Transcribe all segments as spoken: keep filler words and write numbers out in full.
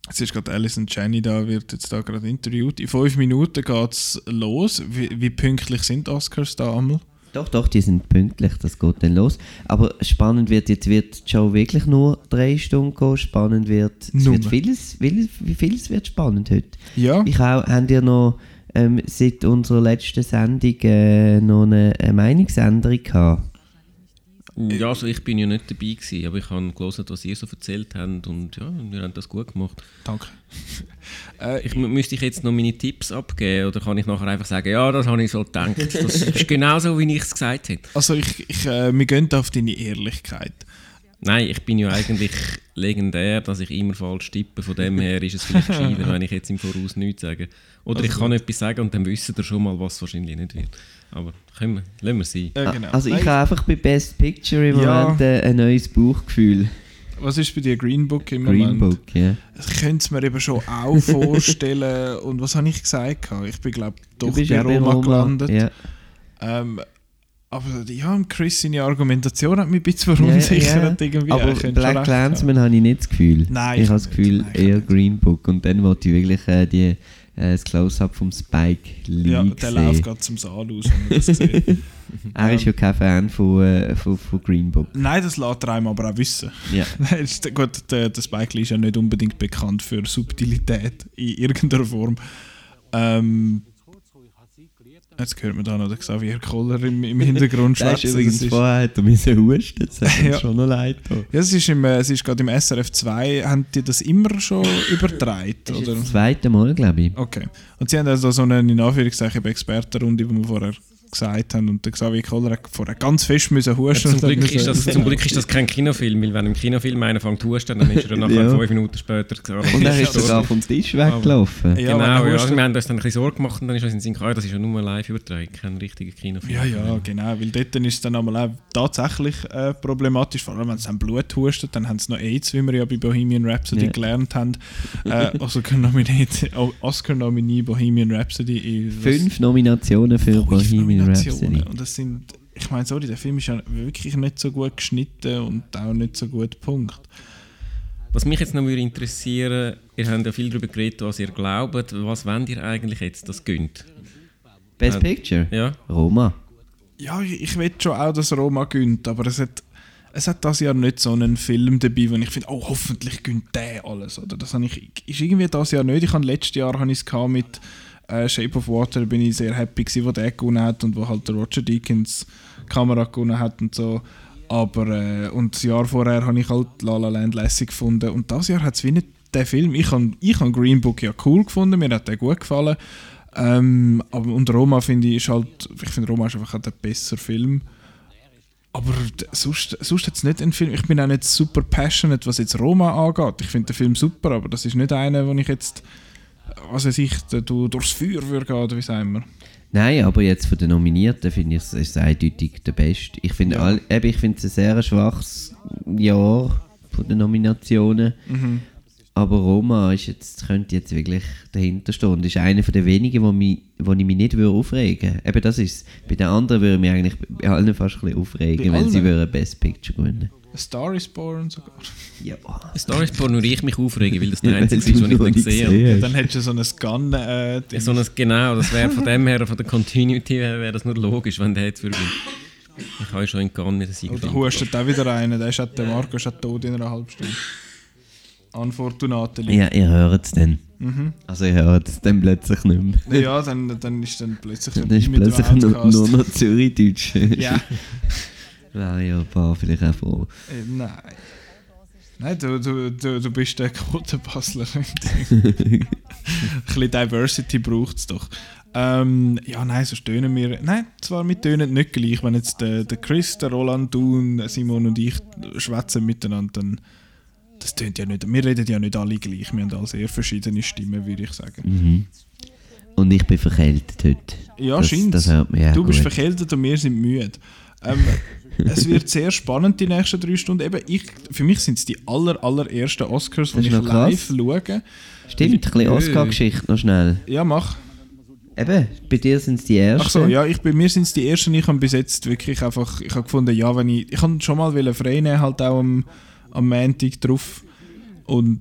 Jetzt ist gerade Alison Janney da, wird jetzt da gerade interviewt. In fünf Minuten geht es los. Wie, wie pünktlich sind die Oscars da einmal? Doch, doch, die sind pünktlich, das geht dann los. Aber spannend wird, jetzt wird die Show wirklich nur drei Stunden gehen. Spannend wird, es wird vieles, vieles, wie vieles wird spannend heute. Ja. Ich auch, habt ihr noch ähm, seit unserer letzten Sendung äh, noch eine, eine Meinungsänderung gehabt? Ja, also ich bin ja nicht dabei gewesen, aber ich habe gelesen, was ihr so erzählt habt und ja, wir haben das gut gemacht. Danke. äh, ich, müsste ich jetzt noch meine Tipps abgeben oder kann ich nachher einfach sagen, ja, das habe ich so gedacht. Das ist genau so, wie ich es gesagt habe. Also ich, ich, äh, wir gehen auf deine Ehrlichkeit. Nein, ich bin ja eigentlich legendär, dass ich immer falsch tippe. Von dem her ist es vielleicht gescheiter, wenn ich jetzt im Voraus nichts sage. Oder also ich kann gut. etwas sagen und dann wissen ihr schon mal, was wahrscheinlich nicht wird. Aber können wir, lassen wir sein. Ja, genau. Also ich habe einfach bei Best Picture im ja. Moment äh, ein neues Bauchgefühl. Was ist bei dir Green Book im Green Moment? Book, ja. Ich könnte es mir eben schon auch vorstellen. Und was habe ich gesagt? Ich bin, glaube ich, doch bei Roma, Roma gelandet. Ja. Ähm, aber ja, Chris, seine Argumentation hat mich ein bisschen verunsichert. Ja, ja. Irgendwie. Aber Black Klansman habe ich nicht das Gefühl. Nein, ich habe das Gefühl, nein, eher Green Book. Und dann wollte ich wirklich äh, die, äh, das Close-Up vom Spike Lee ja, der sehen. läuft gerade zum Saal aus, wenn man das sieht. Er ist ja kein Fan von, äh, von, von Green Book. Nein, das lässt er einem aber auch wissen. Ja. Gut, der, der Spike Lee ist ja nicht unbedingt bekannt für Subtilität in irgendeiner Form. Ähm, jetzt hört man da noch den Xavier Koller im, im Hintergrund schwätzen. Das ist übrigens vorher, hat er müssen husten, das hat ja. schon noch leid. Ja, es ist, im, es ist gerade im S R F zwei, haben die das immer schon übertragen? Das ist oder? das zweite Mal, glaube ich. Okay. Und sie haben also so eine, in Anführungszeichen, Expertenrunde, die wir vorher gesagt haben, und der Xavier Koller hat vorher ganz fest müssen husten. Ja, zum, Glück ist das, zum Glück ist das kein Kinofilm, weil wenn im Kinofilm einer fängt zu husten, dann ist er nachher ja. fünf Minuten später gesagt. Und er ist sogar vom Tisch weggelaufen. Ja, genau, ja. Also wir haben uns dann ein bisschen Sorge gemacht und dann ist uns in den Sinn gekommen, das ist ja nur live übertragen, kein richtiger Kinofilm. Ja, ja, genau, weil dort ist es dann einmal auch tatsächlich äh, problematisch, vor allem wenn es dann Blut hustet, dann haben sie noch AIDS, wie wir ja bei Bohemian Rhapsody ja. gelernt haben. Äh, also Oscar-Nominee Bohemian Rhapsody. Fünf Nominationen für Bohemian Rhapsody. Und das sind, ich meine, sorry, der Film ist ja wirklich nicht so gut geschnitten und auch nicht so gut Punkt. Was mich jetzt noch interessieren würde, ihr habt ja viel darüber geredet, was ihr glaubt. Was wollt ihr eigentlich jetzt, das gönnt? Best äh, Picture? Ja. Roma. Ja, ich, ich will schon auch, dass Roma gönnt, aber es hat, es hat das Jahr nicht so einen Film dabei, wo ich finde, oh, hoffentlich gönnt der alles. Oder das habe ich, ist irgendwie das Jahr nicht. Ich habe letztes Jahr habe ich es mit Uh, Shape of Water, bin ich sehr happy gewesen, wo der gewonnen hat und wo halt der Roger Deakins Kamera gewonnen hat und so. Aber äh, und das Jahr vorher habe ich halt La La Land lässig gefunden und das Jahr hat es wie nicht den Film. Ich habe ich hab Green Book ja cool gefunden, mir hat der gut gefallen. Ähm, aber und Roma finde ich ist halt, ich finde Roma ist einfach ein besser Film. Aber d- sonst, sonst hat es nicht einen Film. Ich bin auch nicht super passionate, was jetzt Roma angeht. Ich finde den Film super, aber das ist nicht einer, wo ich jetzt was weiß ich, du durchs Feuer würde gehen, oder wie sagen wir? Nein, aber jetzt von den Nominierten finde ich, es ist eindeutig der Beste. Ich finde ja. all, eben, ich finde es ein sehr schwaches Jahr von den Nominationen. Mhm. Aber Roma ist jetzt, könnte jetzt wirklich dahinter stehen. Und ist einer der wenigen, wo, mich, wo ich mich nicht aufregen würde. Eben das ist bei den anderen würde ich mich eigentlich bei allen fast ein bisschen aufregen, bei wenn allen? Sie würden Best Picture gewinnen. A Star is Born sogar. Ja. A Star is Born, nur ich mich aufregen, weil das der einzige ist, den ich nicht sehe. Ja, dann hättest du so ein Gun. Äh, ja, so ein, genau, das wäre von dem her, von der Continuity her, wäre das nur logisch, wenn der jetzt würde. Ich habe schon einen Gun mit der Sieg. Oder hustet auch wieder einen, der, ist, der Marco ist tot in einer halben Stunde. Anfortunate. Ja, ihr hört es dann. Mhm. Also ihr hört es dann plötzlich nicht mehr. Ja, dann, dann ist dann plötzlich dann ist mit plötzlich nur, nur noch Zürichdeutsch. Ja. Wäre ja ein paar vielleicht auch froh. Äh, nein. Nein, du, du, du, du bist der Quotenpassler. Ein bisschen Diversity braucht es doch. Ähm, ja, nein, so stöhnen wir. Nein, zwar wir tönen nicht gleich. Wenn jetzt der, der Chris, der Roland, du, Simon und ich schwätzen miteinander, dann das tönt ja nicht. Wir reden ja nicht alle gleich. Wir haben alle sehr verschiedene Stimmen, würde ich sagen. Mhm. Und ich bin verkältet heute. Ja, das, scheint das hört mich ja Du gut. bist verkältet und wir sind müde. Ähm, es wird sehr spannend die nächsten drei Stunden. Eben, ich, für mich sind es die aller, allerersten Oscars, die ich live schaue. Stimmt, ein bisschen Oscar-Geschichte noch schnell. Ja, mach. Eben, bei dir sind es die ersten. Ach so, ja, ich, bei mir sind es die ersten. Ich habe bis jetzt wirklich einfach, ich habe gefunden, ja, wenn ich, ich habe schon mal frei nehmen, halt auch am, am Montag drauf. Und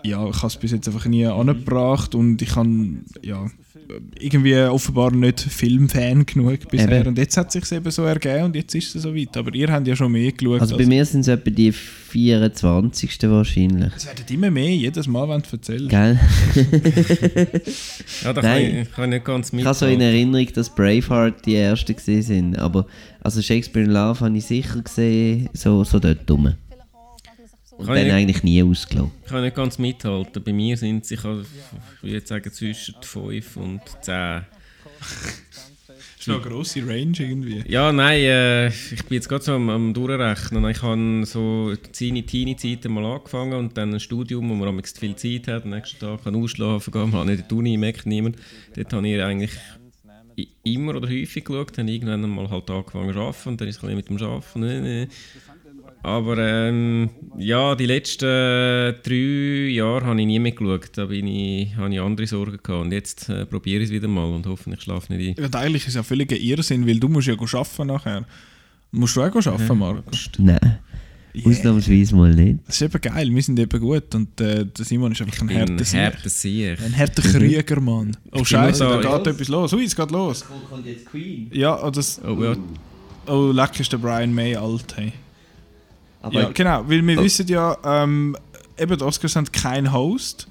ja, ich habe es bis jetzt einfach nie angebracht und ich kann ja irgendwie offenbar nicht Filmfan genug bisher. Eben. Und jetzt hat es sich eben so ergeben und jetzt ist es so weit. Aber ihr habt ja schon mehr geschaut. Also bei mir sind es etwa die vierundzwanzigsten wahrscheinlich. Es werden immer mehr, jedes Mal, wenn du erzählst. Gell? Ja, da kann Nein. ich, kann ich nicht ganz Ich habe so in Erinnerung, dass Braveheart die ersten gesehen sind. Aber also Shakespeare in Love habe ich sicher gesehen, so, so dort rum. Und Kann dann ich- eigentlich nie ausgelassen. Ich kann nicht ganz mithalten. Bei mir sind sie, ich kann- ich würde sagen, zwischen fünf und zehn. Das ist noch eine grosse Range irgendwie. Ja, nein, äh, ich bin jetzt gerade so am, am Durchrechnen. Ich habe so seine Teenie-Zeiten mal angefangen und dann ein Studium, wo man am zu viel Zeit hat. Am nächsten Tag kann ausschlafen gehen, man hat nicht in die Uni, merkt niemand. Dort habe ich eigentlich i- immer oder häufig geschaut, dann irgendwann mal halt angefangen zu arbeiten und dann ist es ein bisschen mit dem Arbeiten. Aber ähm, ja, die letzten äh, drei Jahre habe ich nie mehr geschaut. Da bin ich, habe ich andere Sorgen gehabt. Und jetzt äh, probiere ich es wieder mal und hoffe, ich schlafe nicht ein. Ja, eigentlich ist es ja völliger Irrsinn, weil du musst ja arbeiten nachher. Musst du auch arbeiten, Markus? Nein, Yeah. ausnahmsweise mal nicht. Das ist eben geil, wir sind eben gut und äh, der Simon ist einfach ein Ich bin ein harter Sieg. harter Sieg. Ein harter Krieger, Mann. Oh Scheiße, so- da geht etwas los. Ui, es geht los. Kommt jetzt Queen? Ja, oh, das, Oh, ja. oh leck ist der Brian May alt, hey. Aber Ja, genau, weil wir Oh. wissen ja, ähm, eben die Oscars haben keinen Host.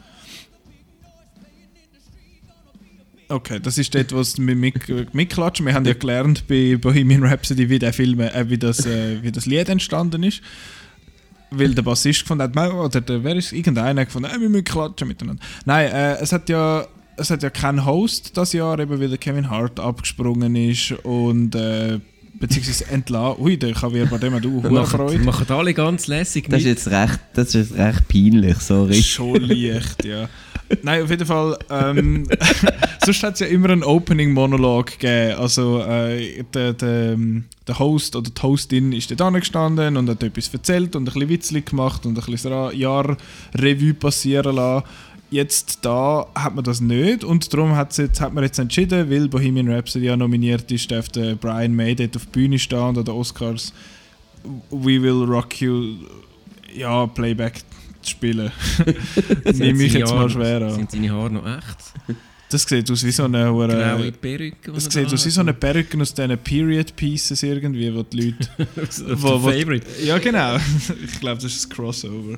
Okay, das ist dort, was wir mit, mitklatschen. Wir haben ja gelernt bei Bohemian Rhapsody, wie der Film, äh, wie, das, äh, wie das Lied entstanden ist. Weil der Bassist gefunden hat, "Mau", oder der, wer ist irgendeiner gefunden, äh, wir müssen klatschen miteinander. Nein, äh, es hat ja es hat ja keinen Host das Jahr, eben weil der Kevin Hart abgesprungen ist und äh, beziehungsweise entlassen. Ui, der kann wir bei dem du hohe Machen, Freude. machen alle ganz lässig das ist mit. jetzt recht, das ist jetzt recht peinlich, sorry. Schon leicht, ja. Nein, auf jeden Fall. Ähm, sonst hat es ja immer einen Opening-Monolog gegeben. Also äh, der, der, der Host oder die Hostin ist dort angestanden und hat etwas erzählt und ein bisschen Witzli gemacht und ein bisschen das Jahr Revue passieren lassen. Jetzt da hat man das nicht und darum hat's jetzt, hat man jetzt entschieden, weil Bohemian Rhapsody ja nominiert ist, darf der Brian May dort auf der Bühne stehen und an den Oscars We Will Rock You ja, Playback spielen. Nehme ich jetzt mal schwer an. Sind seine Haare noch echt? Das sieht aus wie so eine hure- Graue Perücke. das sieht aus wie so eine Perücke aus diesen Period Pieces irgendwie, wo die Leute... wo, wo- wo- Favorite. Ja genau, ich glaube das ist ein Crossover.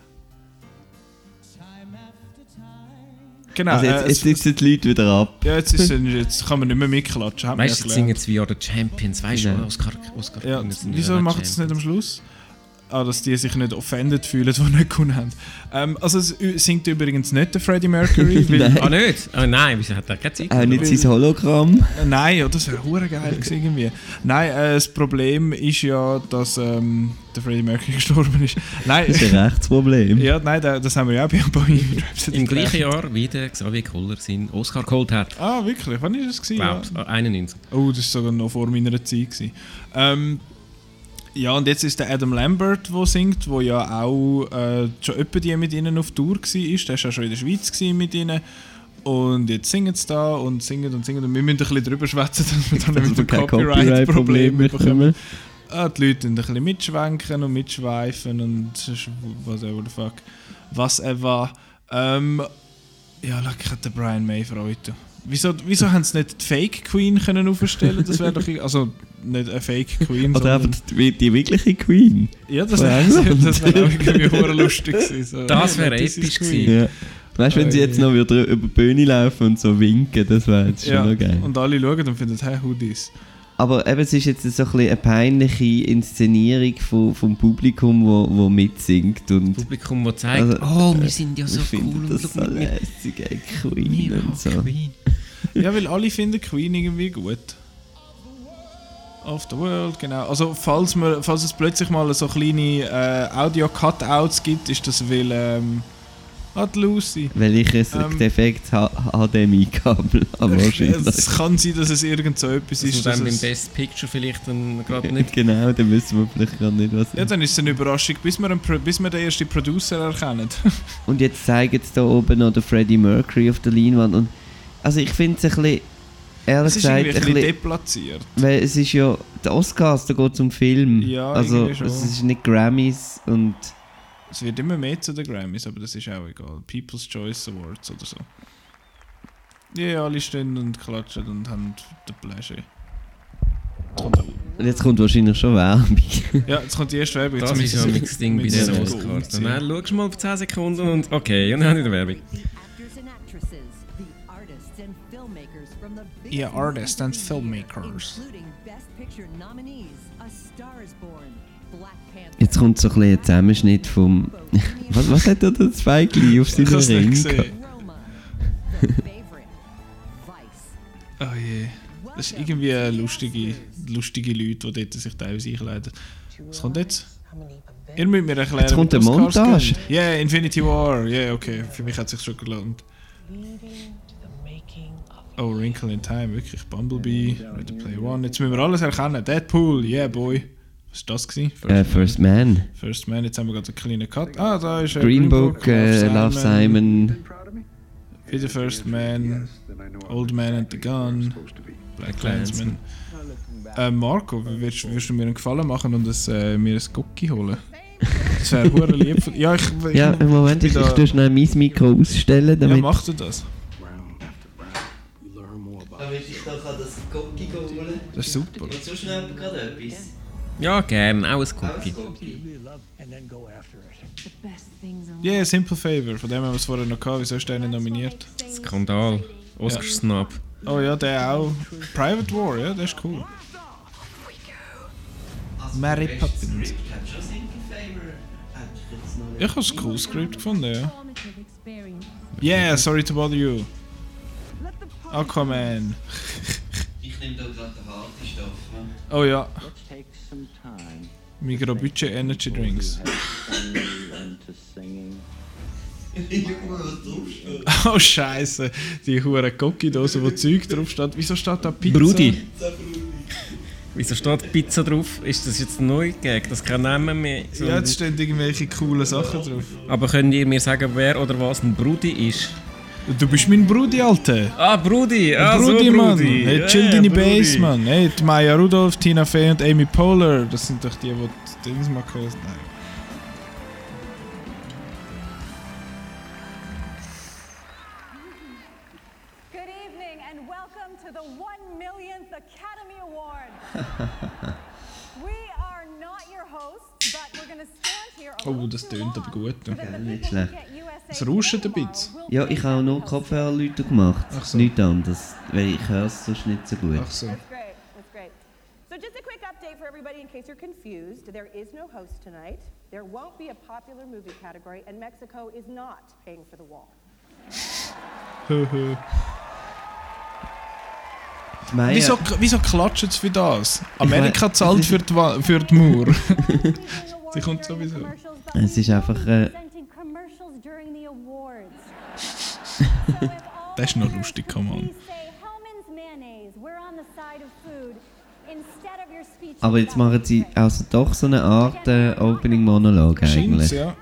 Genau, Also äh, jetzt, es- jetzt sitzen die Leute wieder ab. ja, jetzt, ist, jetzt kann man nicht mehr mitklatschen, haben wir Weißt du, ja jetzt singen gelernt. sie wie The Champions. Weißt du, Genau. Oscar, Oscar Ja, Gewinner sind wieso ja macht es nicht am Schluss? Ah, dass die sich nicht offended fühlen, die nicht gewonnen haben. Ähm, also es ü- singt übrigens nicht der Freddie Mercury, weil... Nein. Ah, nicht? Ah, nein, wieso hat er keine Zeit? Auch nicht sein Hologramm. Äh, Nein, ja, das wäre hure geil gewesen irgendwie. Nein, äh, das Problem ist ja, dass ähm, der Freddie Mercury gestorben ist. Nein, Das ist ein Rechtsproblem. ja, nein, da- das haben wir ja auch bei Bohemian Rhapsody Im gelernt. gleichen Jahr, wie der Xavier Koller seinen Oscar geholt hat. Ah, wirklich? Wann war das? Gewesen? Ja. Glaub's, ah, einundneunzig. Oh, das war sogar noch vor meiner Zeit. Gewesen. Ähm, ja, und jetzt ist der Adam Lambert, der singt, der ja auch äh, schon öppe die mit ihnen auf Tour war. Der war ja schon in der Schweiz gewesen mit ihnen. Und jetzt singen sie da und singen und singen. Und wir müssen ein bisschen drüber schwätzen, dass wir dann Dass nicht wir mit dem kein Copyright-Problem Copyright-Problem bekommen. bekommen. Ah, die Leute ein bisschen mitschwenken und mitschweifen und sonst whatever the fuck. Was er war. Ähm, ja, leck, hat der Brian May Freude. Wieso, wieso haben sie nicht die Fake Queen können aufstellen? Das wäre doch... Also, nicht eine Fake Queen, Oder einfach sondern... die, die wirkliche Queen. Ja, das von wäre England. das wär auch irgendwie hure lustig gewesen. So, Das wäre ja, this is episch Queen. gewesen. Ja. Weißt du, wenn sie Oh jetzt je. noch wieder über die Bühne laufen und so winken, das wäre jetzt schon Ja, noch geil. und alle schauen und finden, hey, who this? Aber eben, es ist jetzt so ein bisschen eine peinliche Inszenierung von, vom Publikum, wo, wo mitsingt. Und Publikum, das zeigt, Also, oh, wir sind ja so ich cool finde das und so schau mit mir. lässig, ey, Queen Ja, und so. Queen. Ja, weil alle finden Queen irgendwie gut. Of the World, genau. Also falls, wir, falls es plötzlich mal so kleine äh, Audio-Cutouts gibt, ist das weil ähm, ah, die Lucy. Weil ich ein Ähm, defektes H D M I-Kabel habe wahrscheinlich. Es kann sein, dass es irgend so etwas Dass ist. man dann Dass beim es, Best Picture vielleicht dann gerade nicht... Genau, dann wissen wir vielleicht gar nicht, was ja, dann ist es eine Überraschung, bis wir, einen, Pro- bis wir den ersten Producer erkennen. Und jetzt zeigen sie da oben noch den Freddie Mercury auf der Leinwand. Und also ich finde es ein bisschen, ehrlich Es ist gesagt, irgendwie ein ein bisschen bisschen, deplatziert. weil es ist ja, der Oscars, da geht es um Film. Ja, also irgendwie schon. es ist nicht Grammys und Es wird immer mehr zu den Grammys, aber das ist auch egal. People's Choice Awards oder so. Ja, yeah, alle stehen und klatschen und haben den Pleasure. Und jetzt kommt wahrscheinlich schon Werbung. Ja, jetzt kommt die erste Werbung. Das jetzt ist ja das Ding bei den Oscars. Dann äh, schaust du mal auf zehn Sekunden und okay, und dann habe ich die Werbung. Ja, Artists and Filmmakers. Jetzt kommt so ein bisschen ein Zusammenschnitt vom... was, was hat er da das Feigli auf seinem Ring gehabt? Oh je. Das ist irgendwie lustige, lustige Leute, die dort sich teilweise einkleiden. Was kommt jetzt? Ihr müsst mir erklären, jetzt kommt wie eine Oscars Montage. Ja, yeah, Infinity War. Ja, yeah, okay. Für mich hat es sich schon gelohnt. Oh, Wrinkle in Time, wirklich. Bumblebee, Ready Player One. Jetzt müssen wir alles erkennen. Deadpool, yeah boy. Was war das gewesen? First, uh, First Man. Man. First Man, jetzt haben wir gerade einen kleinen Cut. Ah, da ist äh, Green, Green Book, Book uh, Love Simon. Wieder First Man, Old Man and the Gun, Black Clansman. Äh, Marco, würdest, würdest du mir einen Gefallen machen und das, äh, mir ein Cookie holen? Das wäre hure lieb. Ja, ich, ich, ja, im Moment, ich, ich tue schnell mein Mikro ausstellen, damit... Ja, mach du das. Damit ich da das Cookie holen. Das ist super. Und so schnell gerade etwas. Ja, gern, auch ein Cookie. Ja, yeah, Simple Favor, von dem haben wir es vorher noch gehabt. Wieso ist der nicht nominiert? Skandal. Oscar-Snap. Ja. Oh ja, der auch. Private War, ja, der ist cool. Mary Poppins. Ich habe ein cooles Skript gefunden, ja. Yeah, sorry to bother you. Aquaman. Ich nehme da gerade den harten Stoff. Oh ja. Mikrobudget Energy Drinks. Oh Scheiße, die hure Cookie-Dose, wo Zeug drauf steht. Wieso steht da Pizza? Brudi. Wieso steht Pizza drauf? Ist das jetzt ein neuer Gag? Das kein Name mehr. Ja, jetzt stehen irgendwelche coolen Sachen drauf. Aber könnt ihr mir sagen, wer oder was ein Brudi ist? Du bist mein Brudi, Alter. Ah, Brudi. Ah, Brudi, so Mann. Brudi. Hey, Yeah, chill deine Brudi. Base, Mann. Hey, die Maya Rudolph, Tina Fey und Amy Poehler. Das sind doch die, die die Dings machen. Nein. Good evening and welcome to the one millionth Academy Award. We are not your hosts, but we're going to stand here a Oh, little das too tönt aber long gut. so that the Nicht people schlecht. who get U S A Es rauscht ein tomorrow bisschen. will Ja, ich habe auch nur Kopfhörerleute gemacht. Ach so. Nichts anderes, weil ich höre es sonst nicht so gut. Ach so. That's great. That's great. So just a quick update for everybody in case you're confused. There is no host tonight. There won't be a popular movie category, and Mexico is not paying for the wall. Maya, Wieso, wieso klatschen sie für das? Amerika mein, zahlt es für die, Wa- für die Mauer. Sie kommt sowieso. Es ist einfach, äh, Das ist noch lustig, come on. aber jetzt machen sie also doch so eine Art äh, Opening-Monolog Scheint's, eigentlich. ja.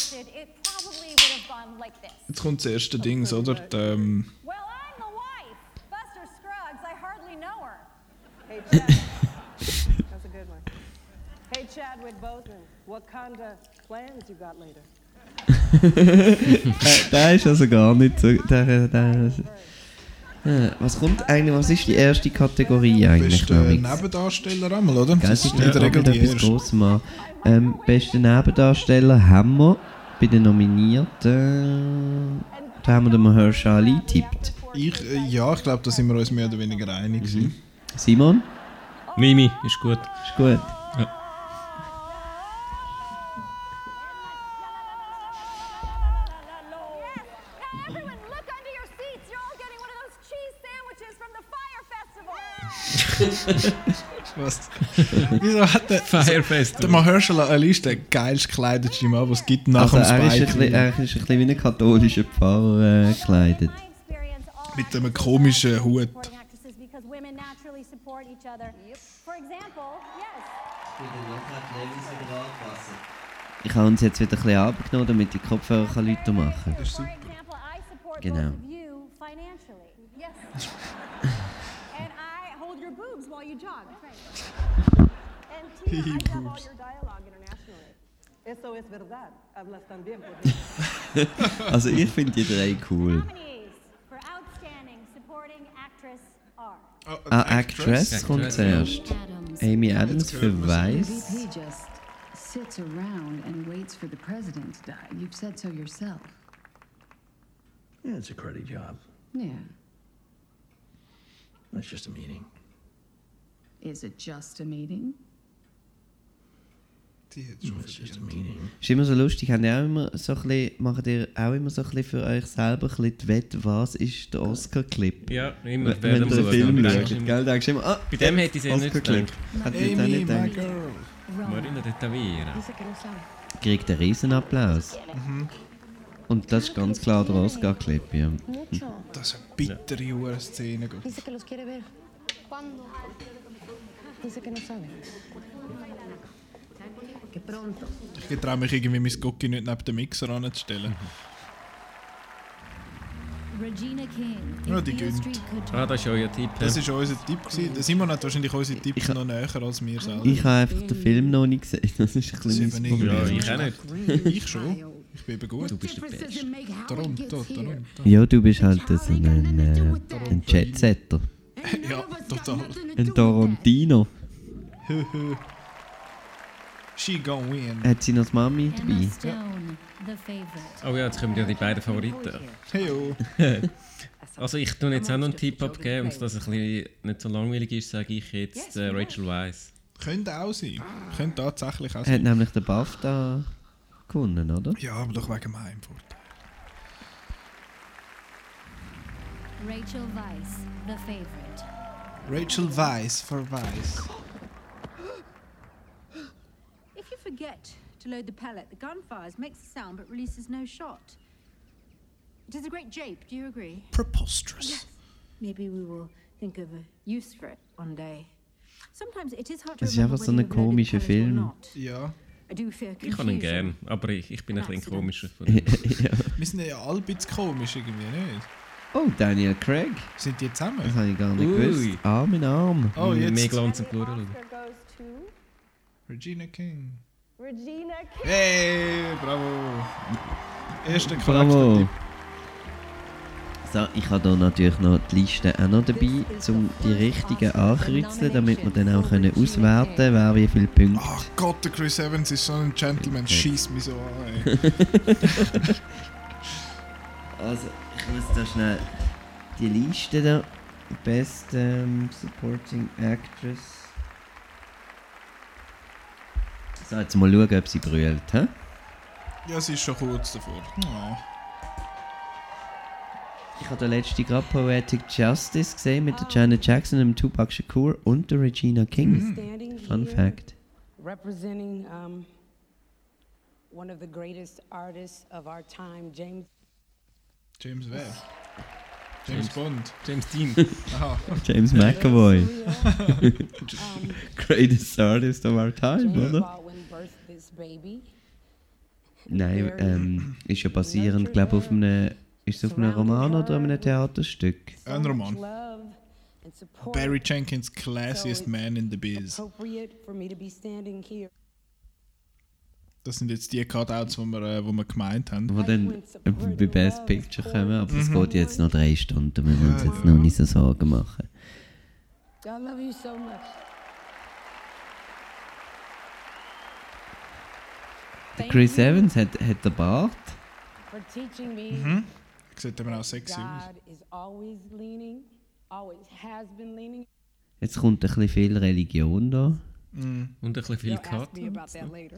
Jetzt kommt das erste Ding, oder? Die, ähm, Well, I'm the wife, Buster Scruggs. I hardly know her. Hey, Chad. That's a good one. Hey, Chadwick Boseman. What kind of plans you got later? äh, der ist also gar nicht so... Der, der, äh, was kommt eigentlich, was ist die erste Kategorie eigentlich? bist äh, Namix? Nebendarsteller einmal, oder? Gell, Das das ist ist in der Regel die etwas erste. Grosses mal. Ähm, beste Nebendarsteller haben wir bei den Nominierten. Da haben wir den Mahershala Ali getippt. Ich, äh, ja, ich glaube, da sind wir uns mehr oder weniger einig. Mhm. Simon? Mimi, ist gut. Ist gut. Everyone, look under your seats. You're all getting one of those cheese sandwiches from the Fire Festival. Was? Wieso hat der... Firefest. Der Mahershala Ali ist der geilst gekleidetste Mann, was es gibt nach Also dem er ist, ein Spike. bisschen, er ist ein bisschen wie ein katholischer Pfarrer äh, gekleidet. Mit einem komischen Hut. Because women naturally support each other. For example, yes. Ich habe uns jetzt wieder ein bisschen abgenommen, damit die Kopfhörer lauter machen können. Das ist For super. example, I support Genau. both of you financially. Yes. And I hold your boobs while you jog. And Tina, I dub all your dialogue internationally. Eso es verdad. Hablas también por Also ich finde die drei cool. Nominees for Outstanding Supporting Actress are Oh, Ah, Actress kommt zuerst. Adams, Amy Adams für The Weiß. V P just sits around and waits for the president to die. You've said so yourself. Yeah, it's a cruddy job. Yeah. It's just a meeting. Is it just a meeting? Die hat schon It's just a meeting. Ist immer so lustig, habt ihr auch immer so ein bisschen, macht ihr auch immer so ein bisschen für euch selber ein bisschen die Wette, was ist der Oscar-Clip? Ja, immer Wenn wenn am ihr einen Film Schauen. schaut, Bei gell, denkst du immer, ah, dem hätte ich es eher nicht Oscar-Clip. gedacht. Hätte ich jetzt auch Amy, nicht my gedacht. girl. Marina de Tavira. Dice que no sabe. Kriegt einen Riesenapplaus. Und das ist ganz klar der Oscar-Clip, ja. Mucho. Das ist eine bittere Hure-Szene. gut. Dice que los quiere ver. ¿Cuándo? Dice que no sabe. Que pronto. Ich traue mich irgendwie mein Gucki nicht neben den Mixer anzustellen. Regina King. Ja, If die Beale gönnt. Street could Ah, das ist euer Tipp. Das war unser Tipp. gewesen. Der Simon hat wahrscheinlich unsere Tipps Ich ha- noch näher als wir selber. Ich habe einfach den Film noch nicht gesehen, das ist ein bisschen Das mein ist eben Problem. Ja, ich auch nicht. Ich schon. Ich bin eben gut. Du bist der Beste. Darum, da, darum. Ja, du bist halt so ein, äh, ein Jetsetter. Ja, total. Ein Tarantino. She gonna win. Hat sie noch die Mami Emma dabei? Stone, the favorite. Oh ja, jetzt kommen ja die beiden Favoriten. Hey, oh. Also ich tue jetzt auch noch einen Tipp abgeben, und dass es ein bisschen nicht so langweilig ist, sage ich jetzt äh, Rachel Weisz. Könnte auch sein. Könnte tatsächlich auch Hat sein. nämlich den BAFTA gewonnen, oder? Ja, aber doch wegen dem Heimvorteil. Rachel Weisz, the favorite. Rachel Weisz für Weiss. If you forget to load the pellet, the gun fires, makes a sound but releases no shot. It is a great jape, do you agree? Preposterous. Maybe we will think of a use for it one day. Sometimes it is hard to Es ist remember einfach so whether ein you've loaded komischer pellets or Film. not. Ja. I do fear Ich kann ihn confusion. gern, aber ich, ich bin ein bisschen komischer. Von Ja. Wir sind ja alle ein bisschen komisch irgendwie, nicht? Oh, Daniel Craig. Sind die Das zusammen? habe ich gar nicht Ui. gewusst. Arm in Arm. Oh, Mehr jetzt. Glanz und Blut. schauen. Oscar goes to Regina King. Regina King. Hey, bravo. Erster Bravo. Charaktertipp. So, ich habe hier natürlich noch die Liste auch noch dabei, um die richtigen ankreuzeln, damit wir dann auch können auswerten können, wer wie viele Punkte. Ach Gott, der Chris Evans ist so ein Gentleman. Schieß mich so an. Ey. Also, ich muss da schnell die Liste da. Best ähm, Supporting Actress. So, jetzt mal schauen, ob sie brüllt. Hä? Ja, sie ist schon kurz davor. Oh. Ich habe den letzten gerade Poetic Justice gesehen mit der Janet Jackson, dem Tupac Shakur und der Regina King. Standing Fun here, Fact. representing um, one of the greatest artists of our time, James. James wer? James Bond. James Dean. Aha. James McAvoy. um, Greatest artist of our time, James oder? Baldwin birthed this baby. Nein, ähm, ist ja basierend, glaube ich, auf einem. Ist es auf einem Roman oder einem Theaterstück? So Ein much Roman. love and support. Barry Jenkins, classiest So man in the biz. Appropriate for me to be standing here. Das sind jetzt die Cutouts, die wir, äh, die wir gemeint haben. Die dann bei Best Picture kommen, aber es geht jetzt noch drei Stunden, wir müssen uns jetzt noch nicht so Sorgen machen. I love you so much. Der Chris Evans hat, hat den Bart. For teaching me Mhm. Sieht aber auch sexy aus. God is always leaning, always has been leaning. Jetzt kommt ein bisschen viel Religion da. Mm. Und ein bisschen viel You'll ask me Cut. about that later.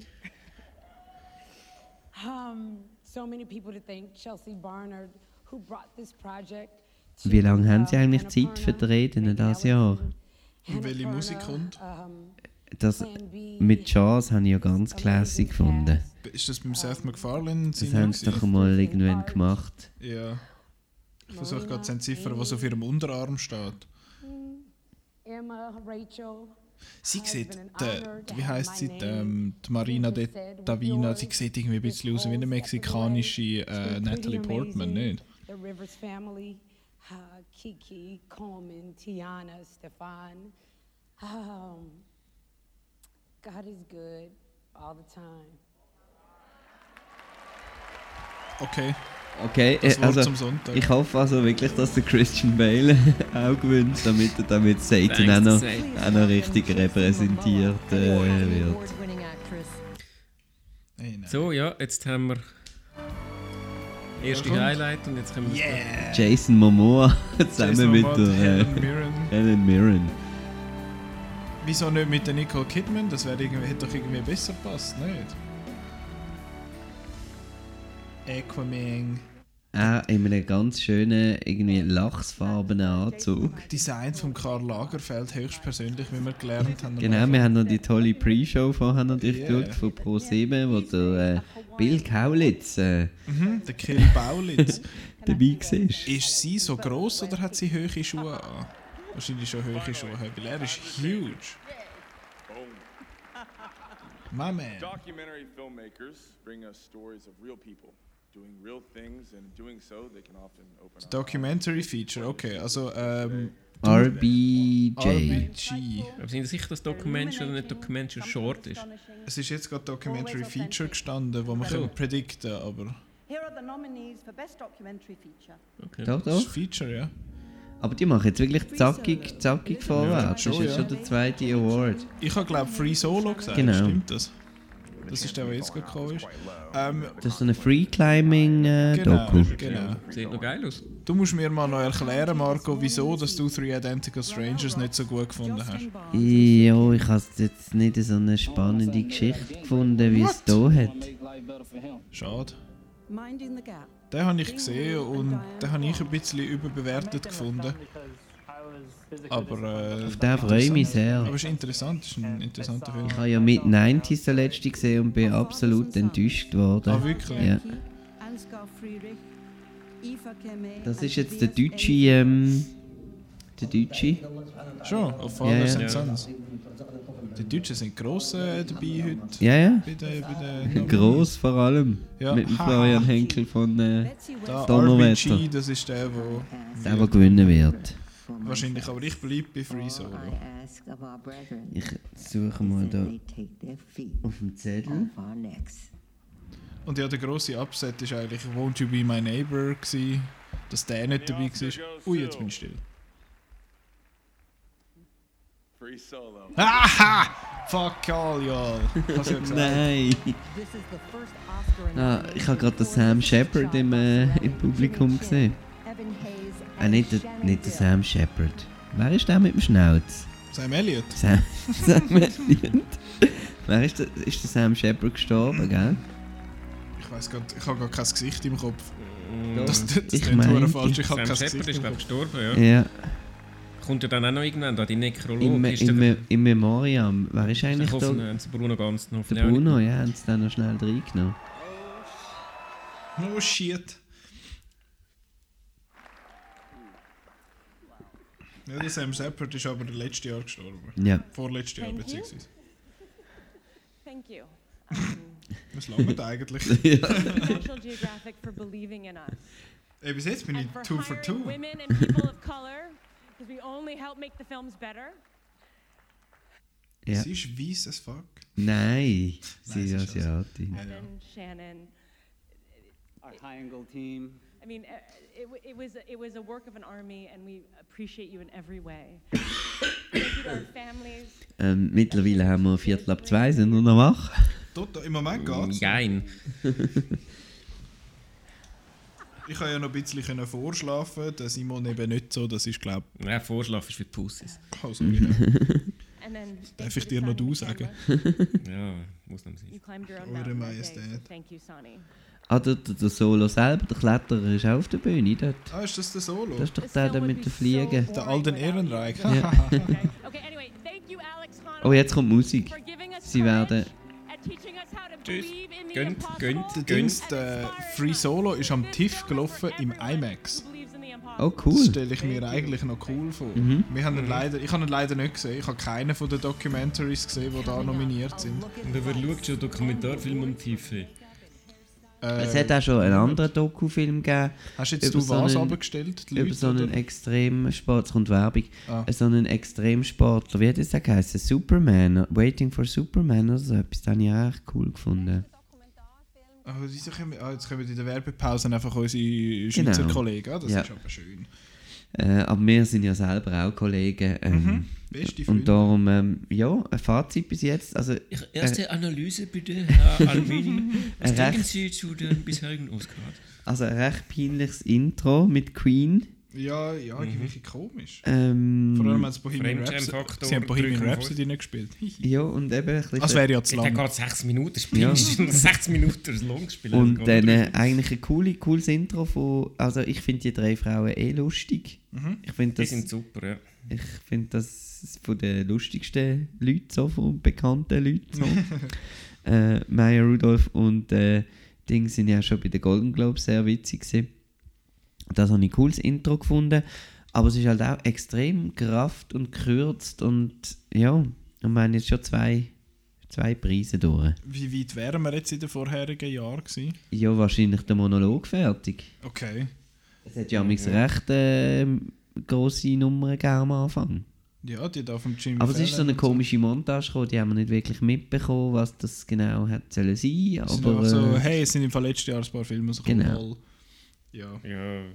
um, so many people to thank. Chelsea Barnard, who brought this project. to, Wie lange haben Sie uh, eigentlich Zeit für die Reden in Annapurna, dieses Jahr? Und welche Annapurna, Musik kommt? um, Das Plan B, mit Jazz habe ich ja ganz classy amazing gefunden. cast. Ist das beim Seth MacFarlane? Das haben sie doch mal irgendwann gemacht. Ja. Ich versuche gerade zu entziffern, was auf ihrem Unterarm steht. Emma, Rachel. Sie Has sieht, been an der, honor to wie have heisst sie, my die, name ähm, die Marina de intersected with Davina, sie yours. sieht irgendwie ein bisschen aus wie eine mexikanische It's äh, been Natalie pretty Portman, amazing. nicht? The Rivers family, uh, Kiki, Coleman, Tiana, Stefan. Um, God is good all the time. Okay, Okay, das äh, Wort also zum Sonntag. ich hoffe also wirklich, dass der Christian Bale auch gewinnt, damit er damit Satan Thanks auch noch, to Satan. auch noch richtig repräsentiert äh, wird. Award-winning actress. Hey, nein. So, ja, jetzt haben wir erste kommt? Highlight und jetzt können wir Yeah! Jason Momoa zusammen Jason mit Momoa, der äh, Helen Mirren. Helen Mirren. Wieso nicht mit der Nicole Kidman? Das wäre irgendwie, hätte doch irgendwie besser gepasst, nicht? Aquaman. Auch in einem ganz schönen, irgendwie lachsfarbenen Anzug. Design von Karl Lagerfeld höchstpersönlich, wie wir gelernt haben. Genau, wir haben noch die tolle Pre-Show vorher natürlich Yeah. geschaut von Pro sieben, wo der äh, Bill Kaulitz äh, Mhm, der Kill Baulitz. dabei war. Ist sie so gross oder hat sie hohe Schuhe an? Wahrscheinlich schon hohe Schuhe, weil er ist huge. My man. Documentary filmmakers bring us stories of real people doing real things, and in doing so, they can often open up. Documentary Feature, okay, also ähm... R B J. R B G. Aber sind Sie sicher, dass Documentary oder nicht Documentary Short ist? Es ist jetzt gerade Documentary Feature gestanden, wo man So. können predikten, aber... Here are the nominees for Best Documentary Feature. Okay. Doch, Das ist doch. Feature, ja. Aber die machen jetzt wirklich zackig, zackig vorwärts. Ja, Das ist jetzt schon, schon der zweite Award. Ich habe glaube Free Solo gesagt, Genau. stimmt das? Das ist der, der jetzt gerade gekommen ist. Ähm, Das ist so eine Free-Climbing-Doku. genau, genau. Sieht noch geil aus. Du musst mir mal noch erklären, Marco, wieso dass du Three Identical Strangers nicht so gut gefunden hast. Ja, ich habe jetzt nicht so eine spannende Geschichte gefunden, wie es hier hat. Schade. Minding the Gap. Den habe ich gesehen und den habe ich ein bisschen überbewertet gefunden. Aber, äh, Auf den freue ich mich sehr. aber es ist interessant, es ist ein interessanter Film. Ich habe ja mit neunzig der letzte gesehen und bin absolut enttäuscht worden. Ah, wirklich? Ja. Ansgar Friedrich. Eva Kemme. Das ist jetzt der deutsche, ähm, der deutsche. Schon, auf Ja, Fathers ja. and Sons. Die Deutschen sind gross äh, dabei heute. Ja, ja. Bei den, bei den Gross vor allem. Ja. Mit dem Florian Henkel von äh, Da, Donnerwetter. R B G, das ist der, der der, der gewinnen wird. wahrscheinlich, aber ich bleibe bei Free Solo. Ich suche mal da auf dem Zettel. Und ja, der grosse Upset ist eigentlich Won't You Be My Neighbor gewesen, dass der nicht dabei war. Ui, jetzt bin ich still. Free Solo. Haha! Fuck all, y'all. Hast du ja gesagt. Nein. This is the first Oscar Ah, ich habe gerade den Sam Shepard im, äh, im Publikum gesehen. Evan Hayes. Ah, nicht der, nicht der Sam Shepard. Wer ist der mit dem Schnauz? Sam Elliott. Sam, Sam Elliott. Wer ist der, ist der Sam Shepard gestorben, gell? Ich weiß gar ich habe gar kein Gesicht im Kopf. Mm, Das, das, das Ich klingt meinte- verdammt falsch, ich habe Sam kein Shepard Gesicht ist im glaube ich Kopf. gestorben, ja. Ja. Kommt ja dann auch noch irgendwann da, die Nekrolog. Im, ist im, der, im Memoriam. Wer ist eigentlich ich hoffe, da? haben sie Bruno ganz noch. Der Bruno, ja, haben sie dann noch schnell reingenommen. Oh shit. Ja, der Sam Shepard ist aber letztes Jahr gestorben. Ja. Vorletztes Jahr, Thank you. beziehungsweise. Thank you. Was langt eigentlich? National Geographic for believing in us. Ey, bis jetzt bin ich And for two for hiring two. women and people of color, because we only help make the films better. Ja. Sie ist weiss as fuck. Nein, sie Nein, ist sie ist Asiatin. Ja, ja. Evan, Shannon. Our high angle team. I mean, uh, it, w- it was it was a work of an army, and we appreciate you in every way. Thank you to our families. Ähm, mittlerweile haben wir Viertel ab zwei, sind wir noch wach? Dort, im Moment geht's. Gein. Ich kann ja noch ein bisschen können vorschlafen, der Simon eben nicht so, das ist glaube Ja, Vorschlaf ist für die Pussys. ich... Also, genau. And then thank Darf you ich to dir noch Sonny du the sagen? camera. Ja, muss dann You sein. climbed your own Eure mountain that day, so Majestät. thank you, Sonny. Ah, der, der, der Solo selber, der Kletterer, ist auch auf der Bühne dort. Ah, ist das der Solo? Das ist doch This der, film der would mit be den so Fliegen. boring Der Alden without Ehrenreich. you. Ja. Okay. Okay, anyway, thank you, Alex Honnold, Oh, jetzt kommt Musik. for giving us Sie werden... courage and teaching us how to Tschüss. believe in the Gönnt, impossible gönnt, Der and Dings, gönnt. der inspire Free us. Solo ist am This TIFF film is gelaufen for im everyone IMAX. who believes in the impossible. Oh, Das cool. stelle ich mir eigentlich noch cool vor. Mhm. Wir haben ihn leider, ich habe ihn leider nicht gesehen. Ich habe keinen von den Documentaries gesehen, die da nominiert sind. Und wer schaut schon Dokumentarfilm am Tiefe? Äh, Es hat auch schon einen anderen Dokufilm gegeben. hast jetzt über du so was einen- abgestellt? Die Über Leute, so einen oder? Extremsport, es kommt Werbung, Ah. so einen Extremsportler, wie hat das geheißen? Superman, Waiting for Superman oder so etwas, das habe ich auch echt cool gefunden. Aber wieso können wir, ah, jetzt kommen in der Werbepause einfach unsere Schweizer Genau. Kollegen. Ah, das Ja. ist aber schön. Äh, aber wir sind ja selber auch Kollegen. Ähm, Mhm. Beste Freunde. und darum, ähm, ja, ein Fazit bis jetzt. Also, Erste Analyse bitte, Herr Alvini. Was Recht. denken Sie zu den bisherigen Oscars? also ein recht peinliches Intro mit Queen. Ja, ja, irgendwie komisch. Ähm, Vor allem als Bohemian Fremdschämfaktor Rhapsody. Sie haben Bohemian drei Komma Rhapsody nicht gespielt. Ja, und eben ein bisschen... Das wäre ja zu Der lang. geht sechs Minuten, Ja. spielst sechs Minuten long gespielt. Und dann äh, eigentlich ein coole, cooles Intro von... Also ich finde die drei Frauen eh lustig. Mhm. Ich finde Die das... sind super, ja. Ich finde das von den lustigsten Leuten, so, von bekannten Leuten. So. äh, Maya Rudolph und äh, Ding sind ja schon bei den Golden Globes sehr witzig gewesen. Das habe ich ein cooles Intro gefunden. Aber es ist halt auch extrem gerafft und gekürzt und ja, und wir haben jetzt schon zwei, zwei Preise durch. Wie weit wären wir jetzt in den vorherigen Jahren gewesen? Ja, wahrscheinlich der Monolog fertig. Okay. Es hat ja manchmal recht äh, grosse Nummern gegeben am Anfang. Ja, die da vom Jimmy Aber es ist so Fallon eine und komische Montage gekommen, die haben wir nicht wirklich mitbekommen, was das genau hat sollen sein. Es sind Aber einfach so, äh, hey, es sind im Fall letztes Jahr ein paar Filme rausgekommen. Genau. Lol. Ja. Ja, ja.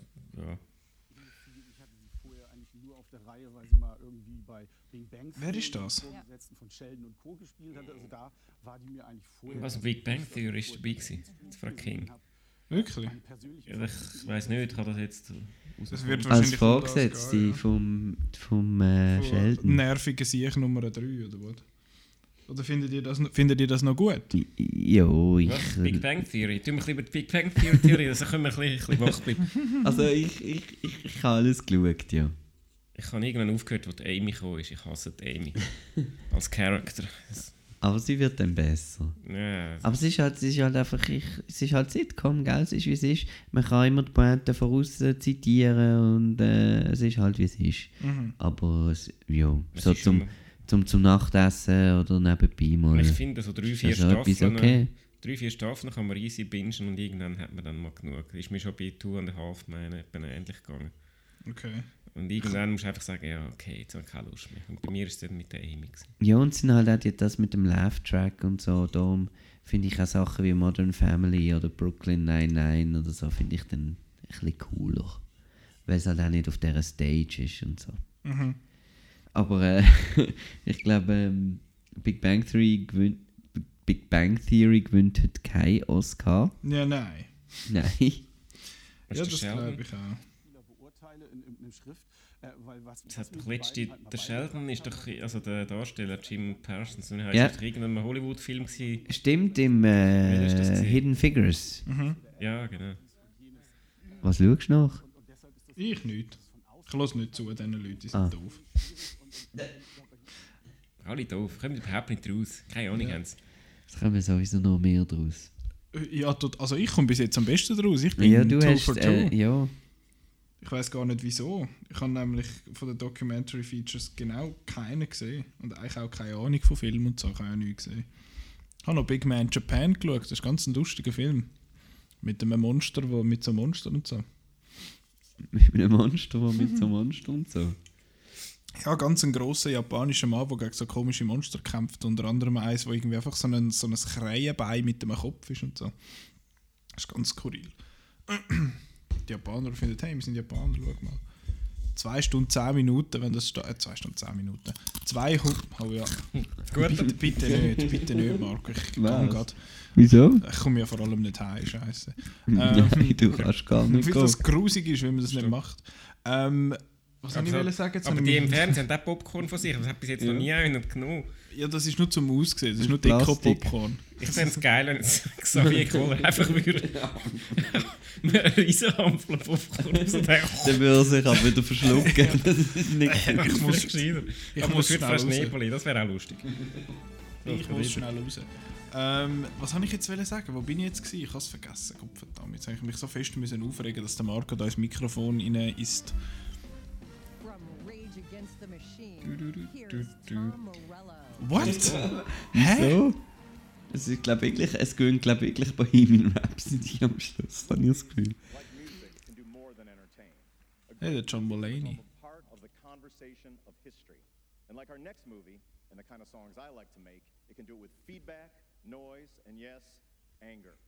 Ich hatte sie vorher eigentlich nur auf der Reihe, weil sie mal irgendwie bei Big Bang Wer ist Theory das? den Vorgesetzten von Sheldon und Co. gespielt hatte. Also da war die mir eigentlich vorher... Was, Big Bang Theory ist dabei gewesen? Das Frau King. Wirklich? Ja, ich weiß nicht, ich habe das jetzt... Das wird als wahrscheinlich um das Vorgesetzte gehen, ja. vom, vom äh, Von Sheldon. Nervige Sieg Nummer drei oder was? Oder findet ihr das, findet ihr das noch gut? Ja, ich... Was? Big Bang Theory? Tu mich lieber die Big Bang Theory, Theory also können wir ein bisschen, ein bisschen wach bleiben. Also ich, ich, ich, ich habe alles geschaut, ja. Ich habe irgendwann aufgehört, wo die Amy gekommen ist. Ich hasse die Amy. Als Charakter. Aber sie wird dann besser. Ja. Aber es ist halt, es ist halt einfach, ich, es ist halt Sitcom, gell? Es ist wie es ist. Man kann immer die Pointe voraus äh, zitieren und äh, es ist halt wie es ist. Mhm. Aber es, ja, Es so ist zum, immer- zum, zum Nachtessen oder nebenbei mal. Ich finde, so drei, vier ist ja etwas Staffeln, okay. drei, vier Staffeln kann man easy bingen und irgendwann hat man dann mal genug. Ist mir schon bei Two and a Half Men etwa ähnlich gegangen. Okay. Und irgendwann musst du einfach sagen, ja, okay, jetzt habe ich keine Lust mehr. Und bei mir ist es dann mit der Amy gewesen. Ja, und es sind halt auch die, das mit dem Laugh-Track und so. Darum finde ich auch Sachen wie Modern Family oder Brooklyn Nine-Nine oder so, finde ich dann ein bisschen cooler. Weil es halt auch nicht auf dieser Stage ist und so. Mhm. Aber äh, ich glaube, ähm, Big Bang Theory gewinnt, Big Bang Theory gewinnt heute keinen Oscar. Ja, nein. Nein. Was Ja, ist das der glaube Sheldon? ich auch. beurteile in, in, in Schrift, äh, weil was... Das hat was doch mir die letzte, beiden halt mal der Sheldon ist doch, also der Darsteller Jim Parsons, der Ja. ist doch irgendein Hollywood-Film gewesen. Stimmt, im Wer ist das äh, gewesen? Hidden Figures. Mhm. Ja, genau. Was schaust du nach? Ich nicht. Ich lasse nicht zu, diesen Leuten, die sind Ah. doof. Alle doof, kommen überhaupt nicht raus. Keine Ahnung, Ja. haben sie. Es kommen sowieso noch mehr draus. Äh, Ja, dort, also ich komme bis jetzt am besten draus. Ich bin Ja, du two hast, for two. äh, ja. Ich weiß gar nicht wieso. Ich habe nämlich von den Documentary Features genau keinen gesehen. Und eigentlich auch keine Ahnung von Filmen und so. Ich habe auch nichts gesehen. Ich habe noch Big Man Japan geschaut. Das ist ganz ein lustiger Film. Mit einem Monster, wo mit so Monster und so. Mit einem Monster, der mit so Monster und so. Ja, ganz ein grosser japanischer Mann, der gegen so komische Monster kämpft. Unter anderem eins, wo irgendwie einfach so ein, so ein Krähenbein mit einem Kopf ist und so. Das ist ganz skurril. Die Japaner finden, hey, wir sind Japaner, schau mal. Zwei Stunden, zehn Minuten, wenn das steht. Äh, zwei Stunden, zehn Minuten. Zwei Hu- Oh ja. bitte, bitte nicht, bitte nicht, Marco. Ich Was? komme grad. Wieso? Ich komme ja vor allem nicht heim, scheiße. Nein, du kannst gar nicht Weil gehen. das grusig ist, wenn man das nicht macht. Ähm, was soll ich Aber, wollte sagen? Jetzt aber habe die ich im mich- Fernsehen haben auch Popcorn von sich. Das hat bis jetzt noch nie einer genommen. Ja, das ist nur zum Aussehen. Das ist Das nur ist dicker Plastik. Popcorn. Ich fände es geil, wenn jetzt Xavier Kohler einfach würde einen riesen Hampfler Popcorn raus. Der würde sich aber wieder verschlucken. Das ist nicht Ich muss- muss gescheiter. ich Aber muss das wird schnell fast raus. Nebeli, das wäre auch lustig. Ich muss schnell raus. Ähm, was wollte ich jetzt wollen sagen? Wo bin ich jetzt gewesen? Ich habe es vergessen. Gott verdammt. Jetzt habe ich mich so fest müssen aufregen, dass der Marco da ins Mikrofon rein ist. From Rage Against the Machine, Du, du, du, here du, is du. Tom Morello. What? Hä? so. Es ist, glaube wirklich, es gehen, glaube wirklich Bohemian Rhapsody am Schluss, habe ich das Gefühl. Like music can do more than entertain. A Hey, der good John music Mulaney. becomes a part of the conversation of history. And like our next movie, and the kind of songs I like to make, it can do it with feedback, noise, and yes, anger.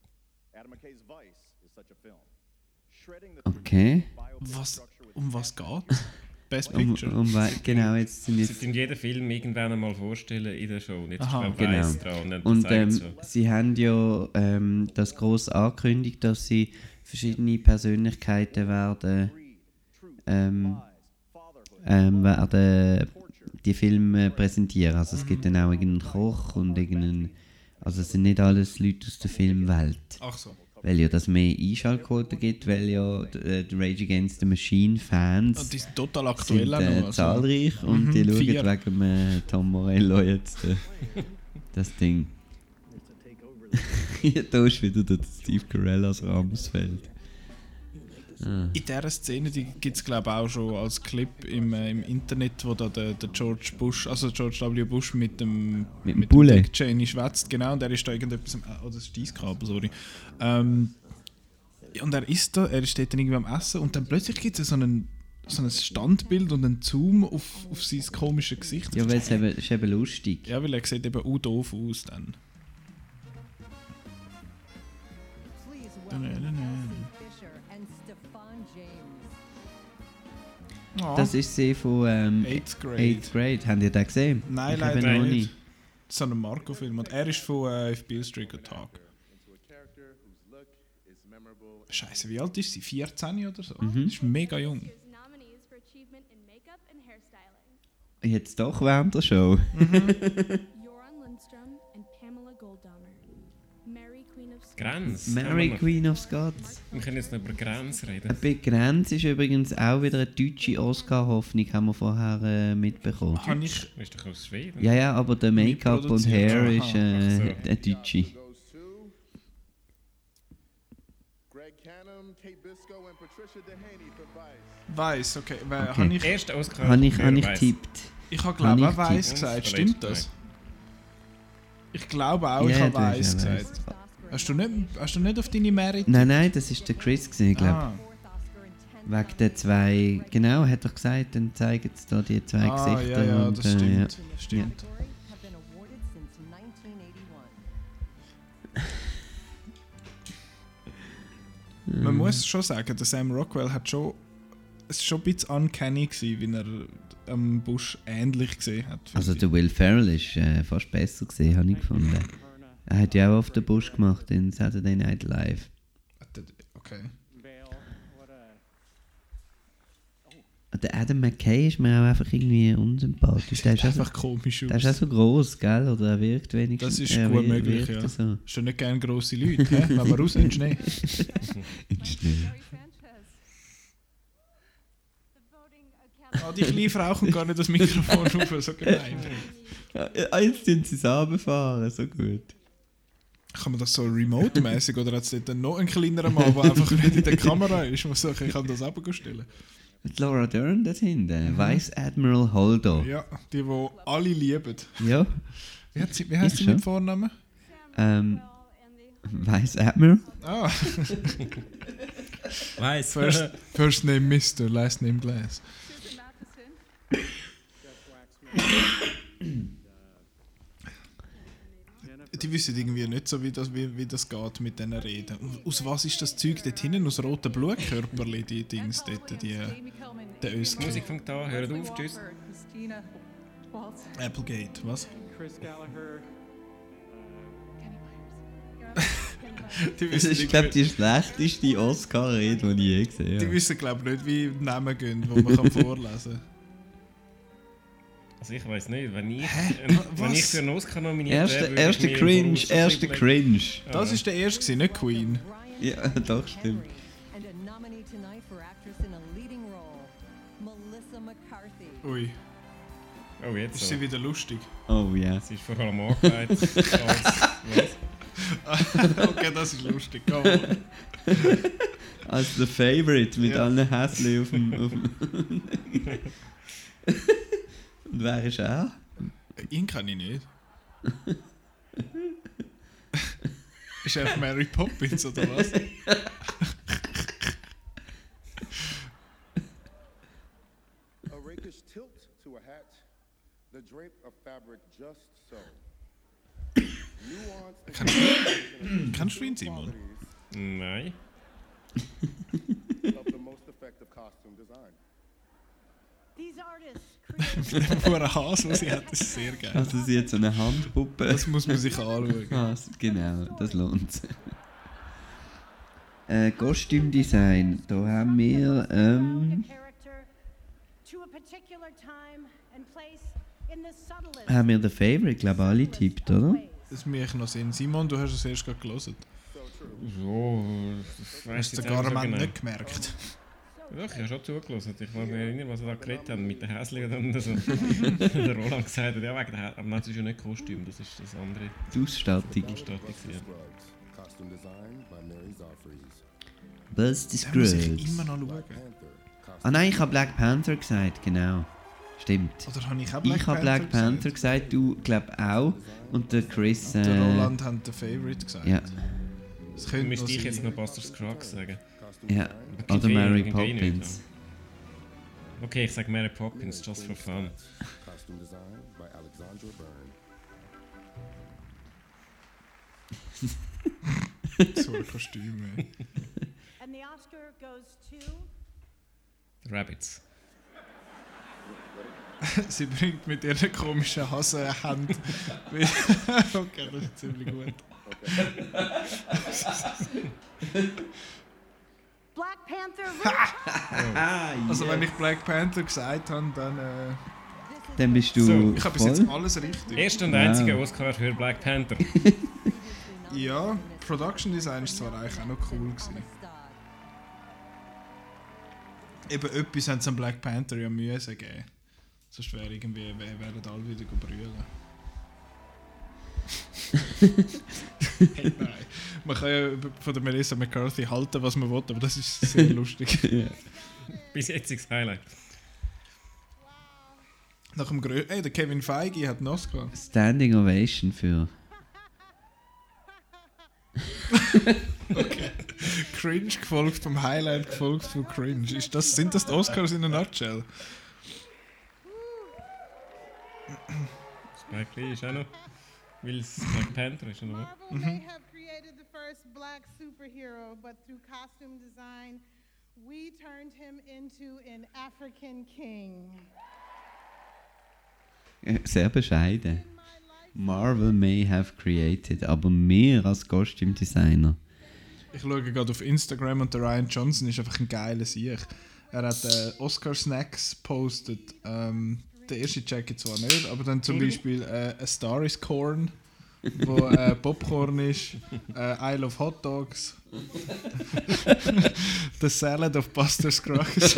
Okay. Was, um was geht Best Um, Picture? um, wei- genau, jetzt sind Sie jetzt... tun jeden Film irgendwann einmal vorstellen in der Show. Und jetzt Aha. ist man Genau. weiss dran. Und, Und dann ähm, zeigt's schon. sie haben ja ähm, das gross angekündigt, dass sie verschiedene Persönlichkeiten werden, ähm, ähm, werden die Filme präsentieren. Also es gibt dann auch irgendeinen Koch und irgendeinen... Also es sind nicht alles Leute aus der Filmwelt. Ach so. Weil ja das mehr Einschaltquoten gibt, weil ja äh, die Rage Against the Machine Fans Und die sind total aktuell sind auch äh, noch. Also. zahlreich und Mhm, die schauen vier. wegen äh, Tom Morello jetzt äh, das Ding. Ja, da ist wieder der Steve Carell als Ramsfeld. Ah. In dieser Szene gibt es glaube ich auch schon als Clip im, äh, im Internet, wo da der, der George Bush, also George W. Bush mit dem, Mit dem Bulle. Dick Cheney schwätzt, genau, und er ist da irgendetwas, am- oh das ist dein Kabel, sorry. Ähm, und er ist da, er steht dann irgendwie am Essen und dann plötzlich gibt es so einen so ein Standbild und einen Zoom auf, auf sein komisches Gesicht. Ja, weil es eben, ist eben lustig. Ja, weil er sieht eben auch doof aus dann. Please welcome welcome Elsie Fisher and Stefan James. Oh, Das ist sie von ähm, Eighth Grade. Eighth Grade. Habt ihr den gesehen? Nein, ich leider eben noch nicht. So ein Marco-Film. Und er ist von äh, If Beale Street Could Talk. Scheiße, wie alt ist sie? vierzehn oder so? Mhm. Ist mega jung. nominees for achievement in makeup and hairstyling. Jetzt doch während der Show. Joran Lundstrom and Pamela Goldhammer. Mary Queen of Scots. Grenz. Mary Queen of Scots. Wir können jetzt noch über Grenz reden. Bei Grenz ist übrigens auch wieder eine deutsche Oscar-Hoffnung, haben wir vorher äh, mitbekommen. Habe ich... Ist doch aus Schweden? Ja, ja, aber der Make-up und Mitproduziert. Hair Aha. ist äh, Ach so. eine deutsche. Greg Canham, Kate Bisco, and Patricia Dehaney for Vice. Weiss, okay. Weil, Okay. Habe ich... Erster Oscar. Habe ich, wer hab ich weiss. tippt. Ich habe Habe glaube ich auch Weiss tippt. gesagt. Das Stimmt verletzt das? Ich glaube auch, ich Ja, habe du hast Weiss ja gesagt. Hast du, nicht, hast du nicht auf deine Merit? Nein, nein, das ist der Chris gewesen, glaube Ah. Wegen den zwei, genau, hat er gesagt, dann zeigen sie da die zwei Ah, Gesichter. ja, ja, und, das äh, stimmt. ja. Stimmt. Have been awarded since nineteen eighty-one. Man muss schon sagen, der Sam Rockwell hat schon... Es war schon ein bisschen uncanny gewesen, wie er am Bush ähnlich gesehen hat. finde Also ich. der Will Ferrell ist äh, fast besser gesehen, habe ich gefunden. Er hat ja auch auf den Bush gemacht in Saturday Night Live. Okay. Der Adam McKay ist mir auch einfach irgendwie unsympathisch. Der ist auch so, Einfach komisch der ist auch aus. so gross, gell? Oder er wirkt wenigstens. Das ist er gut wir- möglich, wirkt ja. So. Schon nicht gerne grosse Leute, hä? Wenn wir raus in den Schnee. In Schnee. Ah, die kleine Frau kommt gar nicht das Mikrofon auf, so gemein. Ah, jetzt sind sie es runterfahren, so gut. Kann man das so remote-mäßig oder hat es dort dann noch einen kleineren Mann, der einfach nicht in der Kamera ist? Muss sagen, ich kann das abstellen. Mit Laura Dern dort hinten, Vice Admiral Holdo. Ja, die, die alle lieben. Ja. Wie, hat sie, wie heißt Ich sie schon. mit Vornamen? Ähm, Vice Admiral? Ah. Weiss. First, first name Mister, last name Glass. Die wissen irgendwie nicht so, wie das, wie, wie das geht mit diesen Reden. Aus was ist das Zeug dort hinten? Aus roten Blutkörperli, die Dings dort, die, der Die Öski. Musik fängt an, hört auf, tschüss. Christina Waltz, Applegate, was? Chris Gallagher, Die Das wissen, ist, glaube ich, die schlechteste Oscar-Rede, die ich je gesehen die habe. wissen glaube ich, nicht, wie Namen gehen, die man kann vorlesen kann. Also ich weiß nicht, wenn ich, Hä? äh, wenn Was? ich für einen Oscar nominiert Erste, wäre, würde erste ich mir Cringe, im Voraus erste überlegen. Cringe. Das war der erste, gewesen, nicht Queen. Ja, doch, stimmt. And a nominee tonight for actress in a leading role, Melissa McCarthy. Ui, Oh, jetzt ist so. sie wieder lustig. Oh ja. Sie ist vor allem angelegt als... Was? Okay, das ist lustig. Go on. Als der Favorite mit Ja. allen Häschen auf dem... Auf dem Und wer ist er? Ihn kann ich nicht. Ist er Mary Poppins oder was? A rakish tilt to a hat, the drape of fabric just so. Nuance and Kannst du, kannst du ihn, Simon? Nein. Of the most effective costume design. These artists Vor einem Hase, was sie hat, das ist sehr geil. Also sie hat so eine Handpuppe. Das muss man sich anschauen. Ah, genau, das lohnt sich. Äh, Kostümdesign, da haben wir ähm, to a particular time and place in the subtlest. haben wir den Favorite, glaube ich, alle tippt, oder? Das mich noch Sinn. Simon, du hast es erst gerade gelesen. So, das Hast weiss du ich den Garment genau. nicht gemerkt? Ja, ich habe schon zugelassen. Ich kann mich erinnern, was wir da geredet haben mit den Häschen und so. Der Roland gesagt hat, ja, wegen der Häschen. Aber nein, das ist ja nicht Kostüm, das ist das andere. Die Ausstattung. Die Ausstattung, ja. Costume design by Mary Zophres. Buster Da muss ich Scruggs. immer noch schauen. Ah nein, ich habe Black Panther gesagt, genau. Stimmt. Oder habe ich auch Black ich habe Panther Black Panther gesagt, du glaub auch. Und der Chris. Äh, Der Roland hat den Favorite gesagt. Ja. Das könnte Müsste noch ich sein. jetzt noch Buster Scruggs sagen? Ja. Okay, Oder Mary okay, okay, nicht, Poppins. Okay, ich sage Mary Poppins, just for fun. Costume design by Alexandra Byrne. So ein Kostüm, ey. And the Oscar goes to Rabbits. Sie bringt mit ihren komischen Hasenhand. Okay, das ist ziemlich gut. Black Panther. Also wenn ich Black Panther gesagt habe, dann... Äh, Dann bist du. So, ich habe bis voll? jetzt alles richtig. Erster und Wow. einziger Oscar für Black Panther. Ja, Production Design ist zwar eigentlich auch noch cool gewesen. Eben etwas haben sie am Black Panther ja müssen geben. Sonst wäre irgendwie, wär, wären alle wieder brüllen. Hey, nein. Man kann ja über- von der Melissa McCarthy halten, was man will, aber das ist sehr lustig. Bis jetzt ist das Highlight. Nach dem Grö Hey, der Kevin Feige hat einen Oscar. Standing Ovation für. Okay. Cringe gefolgt vom Highlight, gefolgt vom Cringe. Ist das, sind das die Oscars in a nutshell? Spike Lee ist auch noch. Weil es Black Panther ist, oder? Marvel may have created the first black superhero, but through costume design, we turned him into an African king. Äh, Sehr bescheiden. Marvel may have created, aber wir als Kostümdesigner. Ich schaue gerade auf Instagram und der Ryan Johnson ist einfach ein geiler Sieg. Er hat äh, Oscar-Snacks gepostet. Ähm, der erste check ich zwar nicht, aber dann zum Beispiel äh, A Star is Corn, wo äh, Popcorn ist, äh, I Love Hot Dogs, The Salad of Buster Scruggs.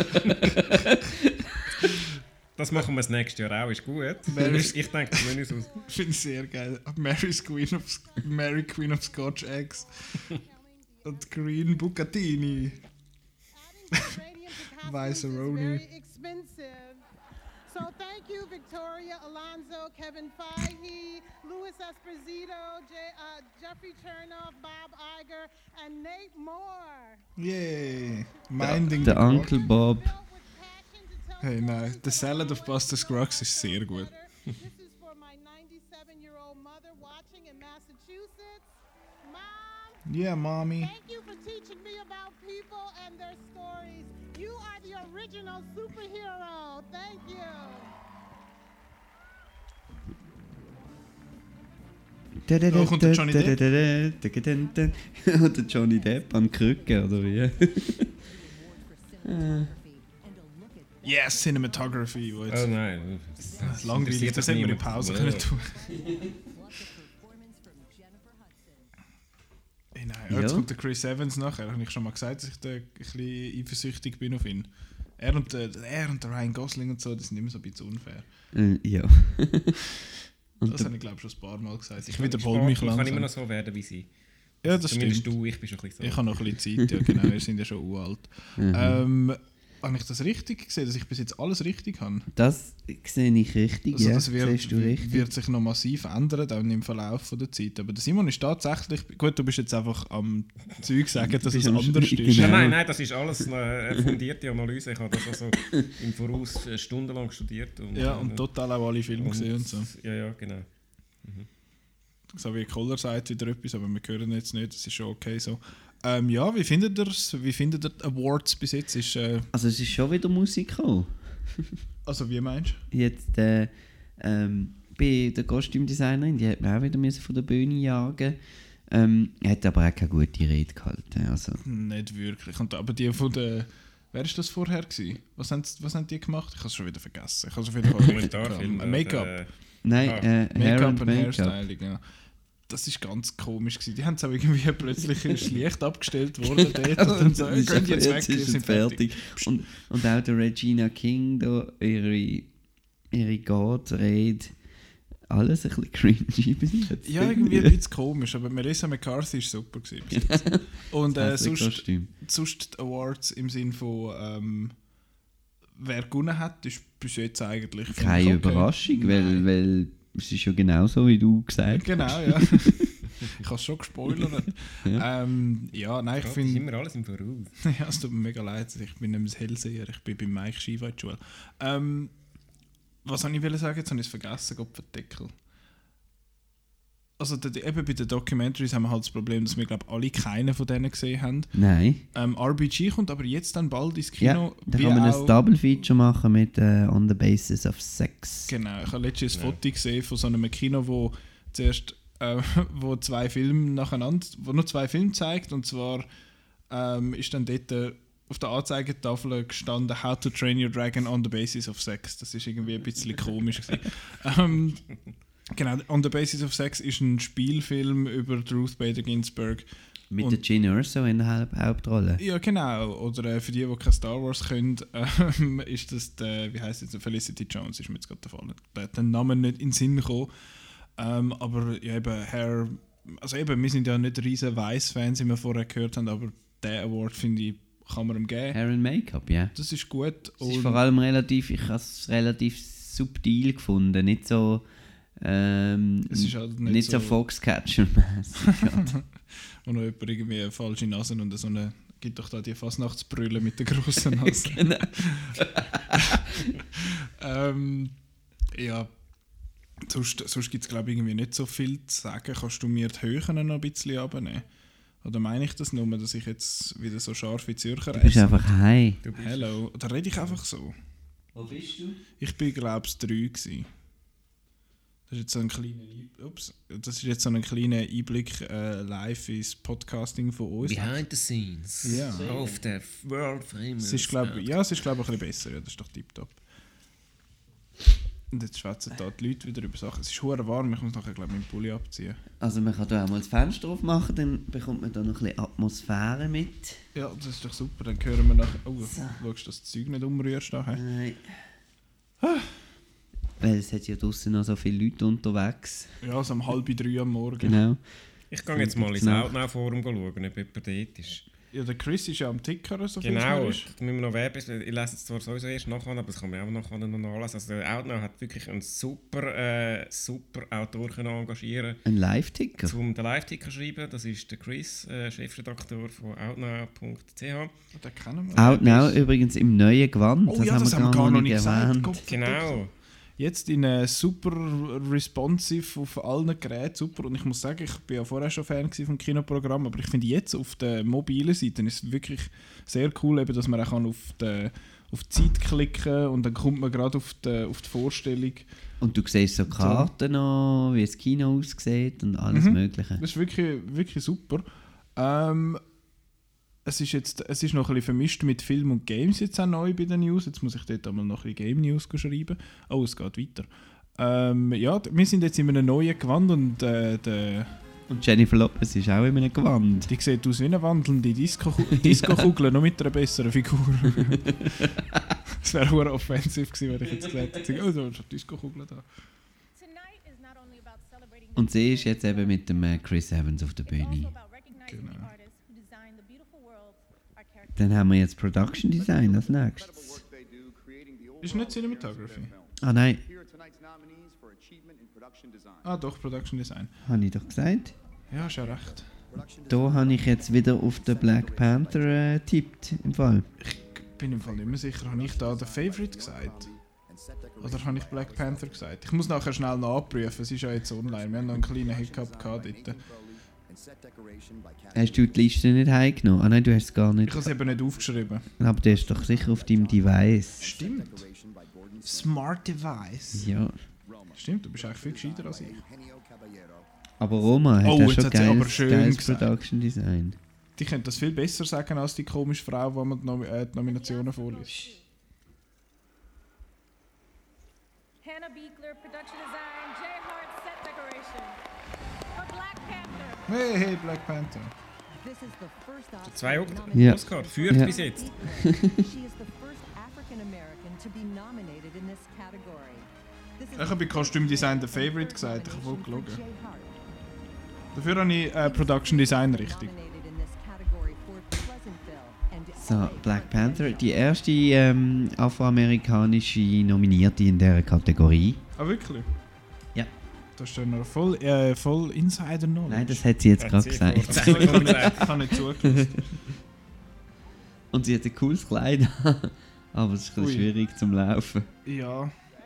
Das machen wir das nächste Jahr auch, ist gut. Mary's- Ich denke, das Menü aus. Finde ich sehr geil. Mary's Queen of, Mary Queen of Scotch Eggs und Green Bucatini. Viceroni. Very expensive. So thank you, Victoria Alonso, Kevin Feige, Louis Esposito, J- uh, Jeffrey Chernoff, Bob Iger, and Nate Moore. Yay! Minding Der the Uncle Bob. Hey, nein, The Salad of Buster Scruggs ist sehr gut. This is for my ninety-seven-year-old mother watching in Massachusetts. Mom, Yeah, mommy. thank you for teaching me about people and their stories. You are the original superhero. Thank you. Da kommt der Johnny Depp. Depp. Oder Johnny Depp an Krücken, oder wie? Äh. Yes, Cinematography. Wo jetzt Oh nein. langweilig, das hätten wir in Pause können tun. Hey, nein, Ja. jetzt kommt der Chris Evans nachher. Habe ich schon mal gesagt, dass ich da ein bisschen eifersüchtig bin auf ihn. Er und, der, er und der Ryan Gosling und so, das sind immer so ein bisschen unfair. Äh, ja. Und Das der- habe ich glaube schon ein paar Mal gesagt. Ich kann- wiederhole mich Sport kann immer noch langsam. so werden wie sie. Ja, das Zumindest stimmt. du, ich bin schon ein bisschen so. Ich habe noch ein bisschen Zeit, ja genau, wir sind ja schon uralt. Mhm. Ähm, habe ich das richtig gesehen, dass ich bis jetzt alles richtig habe? Das sehe ich richtig, Also ja. das wird, Siehst du richtig. wird sich noch massiv ändern, dann im Verlauf von der Zeit. Aber der Simon ist tatsächlich... Gut, du bist jetzt einfach am Zeug sagen, dass es Bist am anders Schneiden. ist. Ja, Genau. nein, nein, das ist alles eine fundierte Analyse. Ich habe das also im Voraus äh, stundenlang studiert. Und, Ja, und total auch alle Filme gesehen und so. Ja, ja, genau. So wie Koller sagt wieder etwas, aber wir hören jetzt nicht, das ist schon okay so. Ähm, ja, wie findet ihr es? Wie findet ihr die Awards bis jetzt? Ist, äh, Also es ist schon wieder Musik gekommen. also wie meinst du? Jetzt äh, ähm, bei der Kostümdesignerin, die hat mir auch wieder müssen von der Bühne jagen. Ähm, hat aber auch keine gute Rede gehalten. Also. Nicht wirklich. Und, aber die von der... Wer war das vorher gewesen? Was haben, was haben die gemacht? Ich habe es schon wieder vergessen. Ich habe es wieder Dokumentarfilm. Make-up. Äh, Nein, ah. äh, Hair Make-up and und Make-up. Hairstyling, ja. Das war ganz komisch gewesen. Die haben es auch irgendwie plötzlich ist Licht abgestellt worden dort. Und dann so, Ist könnt ihr jetzt weg, jetzt wir ist es sind fertig. fertig. Und, und auch der Regina King, da, ihre, ihre Gott-Rede, alles ein bisschen cringy bis jetzt. Ja, irgendwie ein bisschen komisch, aber Melissa McCarthy war super gewesen bis jetzt. Und äh, Das hässliche sonst, Kostüm. sonst die Awards im Sinne von ähm, wer gewonnen hat, ist bis jetzt eigentlich... finde Keine ich, okay. Überraschung, weil, weil es ist ja genau so, wie du gesagt hast. Genau, ja. Ich habe es schon gespoilert. ja. Ähm, ja, nein, ich Das ist finde... immer alles im Voraus. Ja, es tut mir mega leid, ich bin nicht mehr Hellseher, ich bin bei Mike Shiva in der Schule. Ähm, was wollte ich sagen? Jetzt habe ich es vergessen, Gott verdeckel. Also der, eben bei den Documentaries haben wir halt das Problem, dass wir glaube alle keine von denen gesehen haben. Nein. Ähm, R B G kommt aber jetzt dann bald ins Kino. Ja, da wie kann man auch- ein Double-Feature machen mit uh, On the Basis of Sex. Genau, ich habe letztens ein Ja. Foto gesehen von so einem Kino, wo zuerst äh, wo zwei Filme nacheinander, wo nur zwei Filme zeigt, und zwar ähm, ist dann dort äh, auf der Anzeigetafel gestanden How to Train Your Dragon on the Basis of Sex. Das ist irgendwie ein bisschen komisch gewesen. ähm, genau, On the Basis of Sex ist ein Spielfilm über Ruth Bader Ginsburg. Mit Und- der Gene Erso in der Haupt- Hauptrolle. Ja, genau. Oder äh, für die, die kein Star Wars können, ähm, ist das, der, wie heisst jetzt, Felicity Jones, ist mir jetzt gerade der Fall. Der hat den Namen nicht in den Sinn gekommen. Ähm, aber ja, eben, Herr, also eben, wir sind ja nicht riesen Weiss-Fans, wie wir vorher gehört haben, aber der Award, finde ich, kann man ihm geben. Hair and Make-up, ja. Das ist gut. Es ist vor allem relativ, ich habe es relativ subtil gefunden, nicht so ähm, Es ist halt nicht nicht so, so- Foxcatcher-mäßig. Und noch jemand irgendwie eine falsche Nase und so eine, gibt doch da die Fasnachtsbrille mit der grossen Nase. Genau. ähm, ja, sonst, sonst gibt es glaube ich irgendwie nicht so viel zu sagen. Kannst du mir die Höhen noch ein bisschen abnehmen? Oder meine ich das nur, dass ich jetzt wieder so scharf wie Zürcher Du bist esse? einfach high. Hello. Oder rede ich einfach so? Wo bist du? Ich bin glaube ich drei gewesen. Das ist jetzt so ein kleiner, Ein- Ups, das ist jetzt so ein kleiner Einblick äh, live ins Podcasting von uns. Behind the scenes. Ja. Auf der World Famous. Es ist, glaub, ja, es ist glaube ich ein bisschen besser, ja, das ist doch tipptopp. Und jetzt schwätzen da die Leute wieder über Sachen. Es ist hure warm, ich muss nachher glaube ich meinen Pulli abziehen. Also man kann da auch mal das Fenster aufmachen, dann bekommt man da noch ein bisschen Atmosphäre mit. Ja, das ist doch super, dann hören wir nachher... Oh, schaust du, dass das Zeug nicht umrührst da? He? Nein. Weil es hat ja draussen noch so viele Leute unterwegs. Ja, so um halb drei am Morgen. Genau. Ich gehe jetzt mal ins Genau. Outnow-Forum schauen, ob jemand dort ist. Ja, der Chris ist ja am Ticker, so viel Genau, es da müssen wir noch werben. Ich lese es zwar sowieso erst nachher, aber das kann man auch nachher noch nachlesen. Also der Outnow hat wirklich einen super, äh, super Autor können engagieren. Ein Live-Ticker? Zum den Live-Ticker schreiben. Das ist der Chris, äh, Chefredakteur von outnow punkt c h. Den kennen wir. Outnow übrigens im neuen Gewand. Oh ja, das haben wir gar noch nicht gesagt. erwähnt. Gott, Genau. Jetzt in äh, super responsive auf allen Geräten, super. Und ich muss sagen, ich bin ja vorher schon Fan gewesen vom Kinoprogramm, aber ich finde jetzt auf der mobilen Seite ist es wirklich sehr cool, eben, dass man auch kann auf die, auf die Zeit klicken und dann kommt man gerade auf die, auf die Vorstellung. Und du siehst so Karten noch, wie das Kino aussieht und alles Mhm. Mögliche. Das ist wirklich, wirklich super. Ähm, es ist jetzt es ist noch ein bisschen vermischt mit Film und Games jetzt auch neu bei den News. Jetzt muss ich dort einmal noch ein bisschen Game News schreiben. Oh, es geht weiter. Ähm, ja, d- wir sind jetzt in einem neuen Gewand und äh, der, Und Jennifer Lopez ist auch in einem Gewand. die sieht aus wie eine wandelnde Disco-Kugel, Disco nur mit einer besseren Figur. Es wäre hure offensiv gewesen, wenn ich jetzt gesagt hätte, oh, da ist eine Disco-Kugel da. Tonight is not only about celebrating Und sie ist jetzt eben mit dem äh, Chris Evans auf der Bühne. about recognizing the artists who designed the beautiful world our characters. Dann haben wir jetzt Production Design als nächstes. Ist nicht Cinematography? Ah nein, Ah doch, Production Design. habe ich doch gesagt. Ja, hast ja recht. Da habe ich jetzt wieder auf den Black Panther äh, tippt im Fall. Ich bin im Fall nicht mehr sicher, habe ich da den Favorite gesagt? Oder habe ich Black Panther gesagt? Ich muss nachher schnell nachprüfen, es ist ja jetzt online. Wir haben noch einen kleinen Hiccup gehabt dort. Hast du die Liste nicht heimgenommen? Ah nein, du hast es gar nicht. Ich habe es eben nicht aufgeschrieben. Aber der ist doch sicher auf deinem Device. Stimmt. Smart Device. Ja. Stimmt, du bist eigentlich viel gescheiter als ich. Aber Roma hat Oh, ja jetzt schon hat sie aber geiles, schön geiles gesagt. Production Design. Die könnte das viel besser sagen als die komische Frau, die man die, Nom äh, die Nominationen vorliest. Hannah Beekler, production design, Jay Hart, set decoration. For Black Panther. Hey, hey, Black Panther. This is the first Oscar Zwei Ja. Oscar, führt Ja. bis jetzt. She is the first African American to be nominated in this category. This is Ich habe bei Kostümdesign der Favorite gesagt, ich habe voll gelogen. Dafür habe ich äh, Production Design richtig. So, Black Panther, die erste ähm, afroamerikanische Nominierte in dieser Kategorie. Ah, wirklich? Ja. Das ist ja noch voll, äh, voll Insider-Knowledge. Nein, das hat sie jetzt gerade gesagt. Ich habe nicht, ich habe nicht zugelassen. Und sie hat ein cooles Kleid an, aber es ist ein bisschen Ui. schwierig zum Laufen. Ja.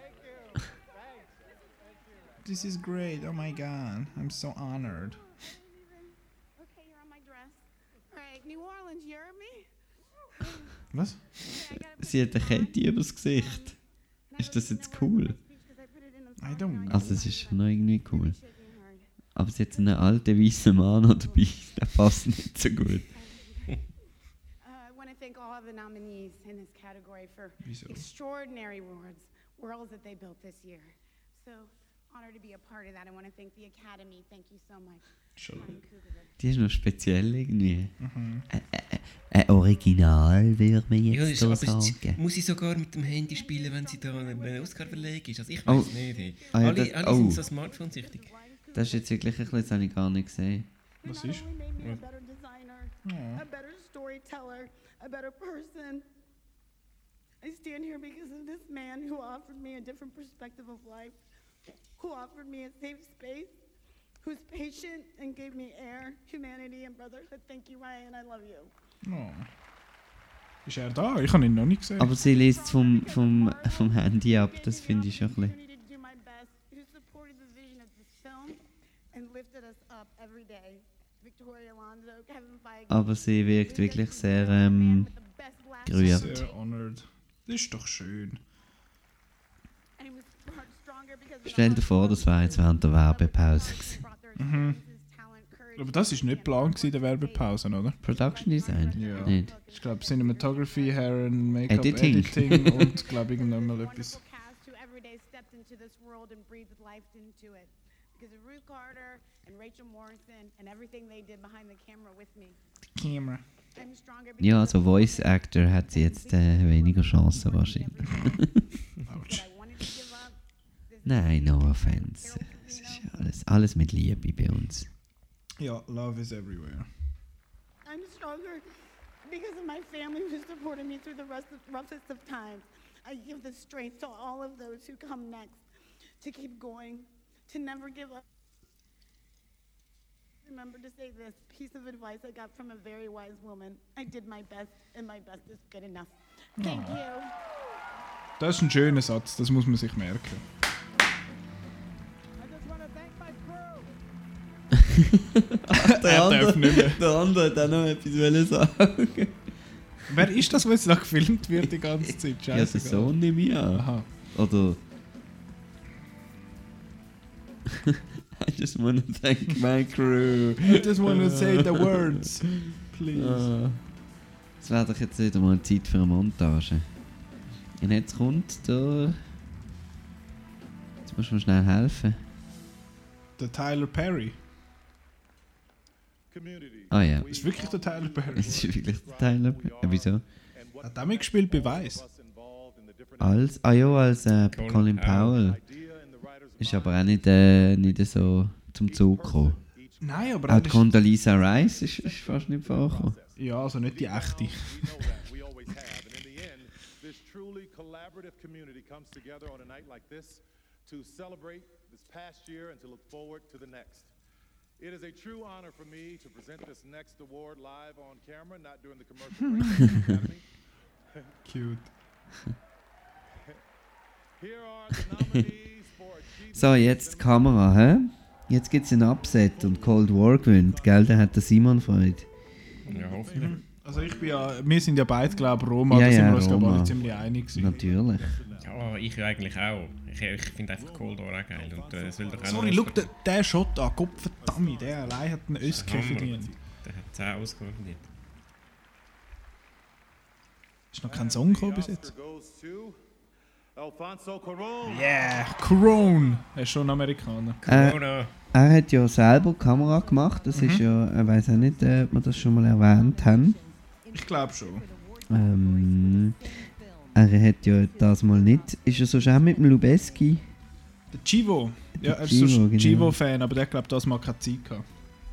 This is great, oh my god, I'm so honored. Okay, you're on my dress. All right, New Orleans, you heard me? Was? Sie hat eine Kette übers Gesicht. Ist das jetzt cool? I don't know. Also es ist schon noch irgendwie cool. Aber sie hat so einen alten weißen Mann noch dabei, der passt nicht so gut. Uh, I want to thank all of the nominees in this category for Wieso? extraordinary worlds, worlds that they built this year. So honored to be a part of that. I want to thank the Academy. Thank you so much. Schön. Ryan Coogler. Die ist noch speziell irgendwie. Mhm. Ein äh, äh, Original, würde man Ja, jetzt ist, so aber es- sagen. muss sie sogar mit dem Handy spielen, wenn sie da eine Oscar-Verleihung ist? Also ich Oh. weiß nicht. Hey. Ah ja, alle das- alle oh. sind so smartphone-süchtig. Das ist jetzt wirklich ein bisschen, das habe ich gar nicht gesehen. Was ist? Not only made me a better designer, Oh. a better storyteller, a better person. I stand here because of this man who offered me a different perspective of life, who offered me a safe space, who's patient and gave me air, humanity and brotherhood. Thank you, Ryan. I love you. Oh. Ist er da? Ich habe ihn noch nicht gesehen. Aber sie liest vom, vom, vom Handy ab, das finde ich schon ein bisschen. Opportunity to do my best, who supported the vision of this film and lifted us up every day. Victoria Alonso, Kevin Feige. Aber sie wirkt wirklich sehr ähm, gerührt. Sehr honored. Das ist doch schön. And he was stronger because of Stell dir vor, das war jetzt während der Werbepause gewesen. Mhm. Aber das war nicht Plan gewesen, der Werbepause, oder? Production Design? Ja. Nicht. Ich glaube Cinematography, Hair and Make-up, Editing. Editing, und glaube ich noch mal etwas. cast who every day stepped into this world and breathed life into it. Because of Ruth Carter and Rachel Morrison and everything they did behind the camera with me. Camera. I'm stronger Ja, also Voice Actor hat sie jetzt äh, weniger Chancen wahrscheinlich. Nein, no offense. Es ist ja alles, alles mit Liebe bei uns. Ja, love is everywhere. I'm stronger because of my family who supported me through the rest of, roughest of times. I give the strength to all of those who come next to keep going, to never give up. Remember to say this piece of advice I got from a very wise woman. I did my best and my best is good enough. Thank Oh. you. Das ist ein schöner Satz, das muss man sich merken. der, Er andere, darf nicht mehr. der andere hat auch noch etwas wollen sagen. Wer ist das, was jetzt da gefilmt wird die ganze Zeit? Ja, der Scheissegal. Sohn nehme ich an. Aha. Oder... I just wanna thank my crew. I just wanna say the words, please. Ah. Es wäre doch jetzt wieder mal Zeit für eine Montage. Und jetzt kommt da... Jetzt musst du mir schnell helfen. Der Tyler Perry. Ah ja. Ist wirklich der Tyler Perry? Es ist wirklich der Tyler Perry. Ja, wieso? Hat er mitgespielt bei Weiss? Als, ah ja, als äh, Colin Colin Powell. Ist aber auch nicht, äh, nicht so zum Zug gekommen. Nein, aber Auch er die ist... Condoleezza Rice ist, ist fast nicht vorgekommen. Ja, also nicht die echte. This truly collaborative community comes together on a night like this to celebrate this past year and to look forward to the next. It is a true honor for me to present this next award live on camera, not during the commercial break of the Academy. Cute. Here are the nominees for So, jetzt die Kamera, hä? Jetzt gibt es einen Upset und Cold War gewinnt, gell? Da hat der Simon Freude. Ja, hoffentlich. Also ich bin ja, wir sind ja beide, glaube ich, Roma, Ja, da sind ja, wir uns, glaube ich, Roma. alle ziemlich einig gewesen. Natürlich. Ja, ich eigentlich auch. Ich, ich finde einfach Cold War auch geil. Und, äh, es will doch auch Sorry, noch schau den, den Shot an, Gott verdammt, der allein hat einen Oscar Hammer. verdient. Der hat zehn Oscar verdient. Ist noch kein Song gekommen bis jetzt? Goes to Alfonso Cuarón. Yeah, Corona. Er ist schon ein Amerikaner. Äh, er hat ja selber die Kamera gemacht. Das Mhm. ist ja, ich weiß auch nicht, äh, ob wir das schon mal erwähnt haben. Ich glaube schon. Ähm, er hat ja das mal nicht. Ist er so auch mit dem Lubeski? Der Chivo. Ja, er ist Chivo, so ein genau. Chivo-Fan, aber der glaubt, das mal keine Zeit gehabt.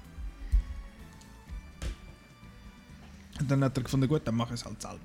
Und dann hat er gefunden, gut, dann mache ich es halt selber.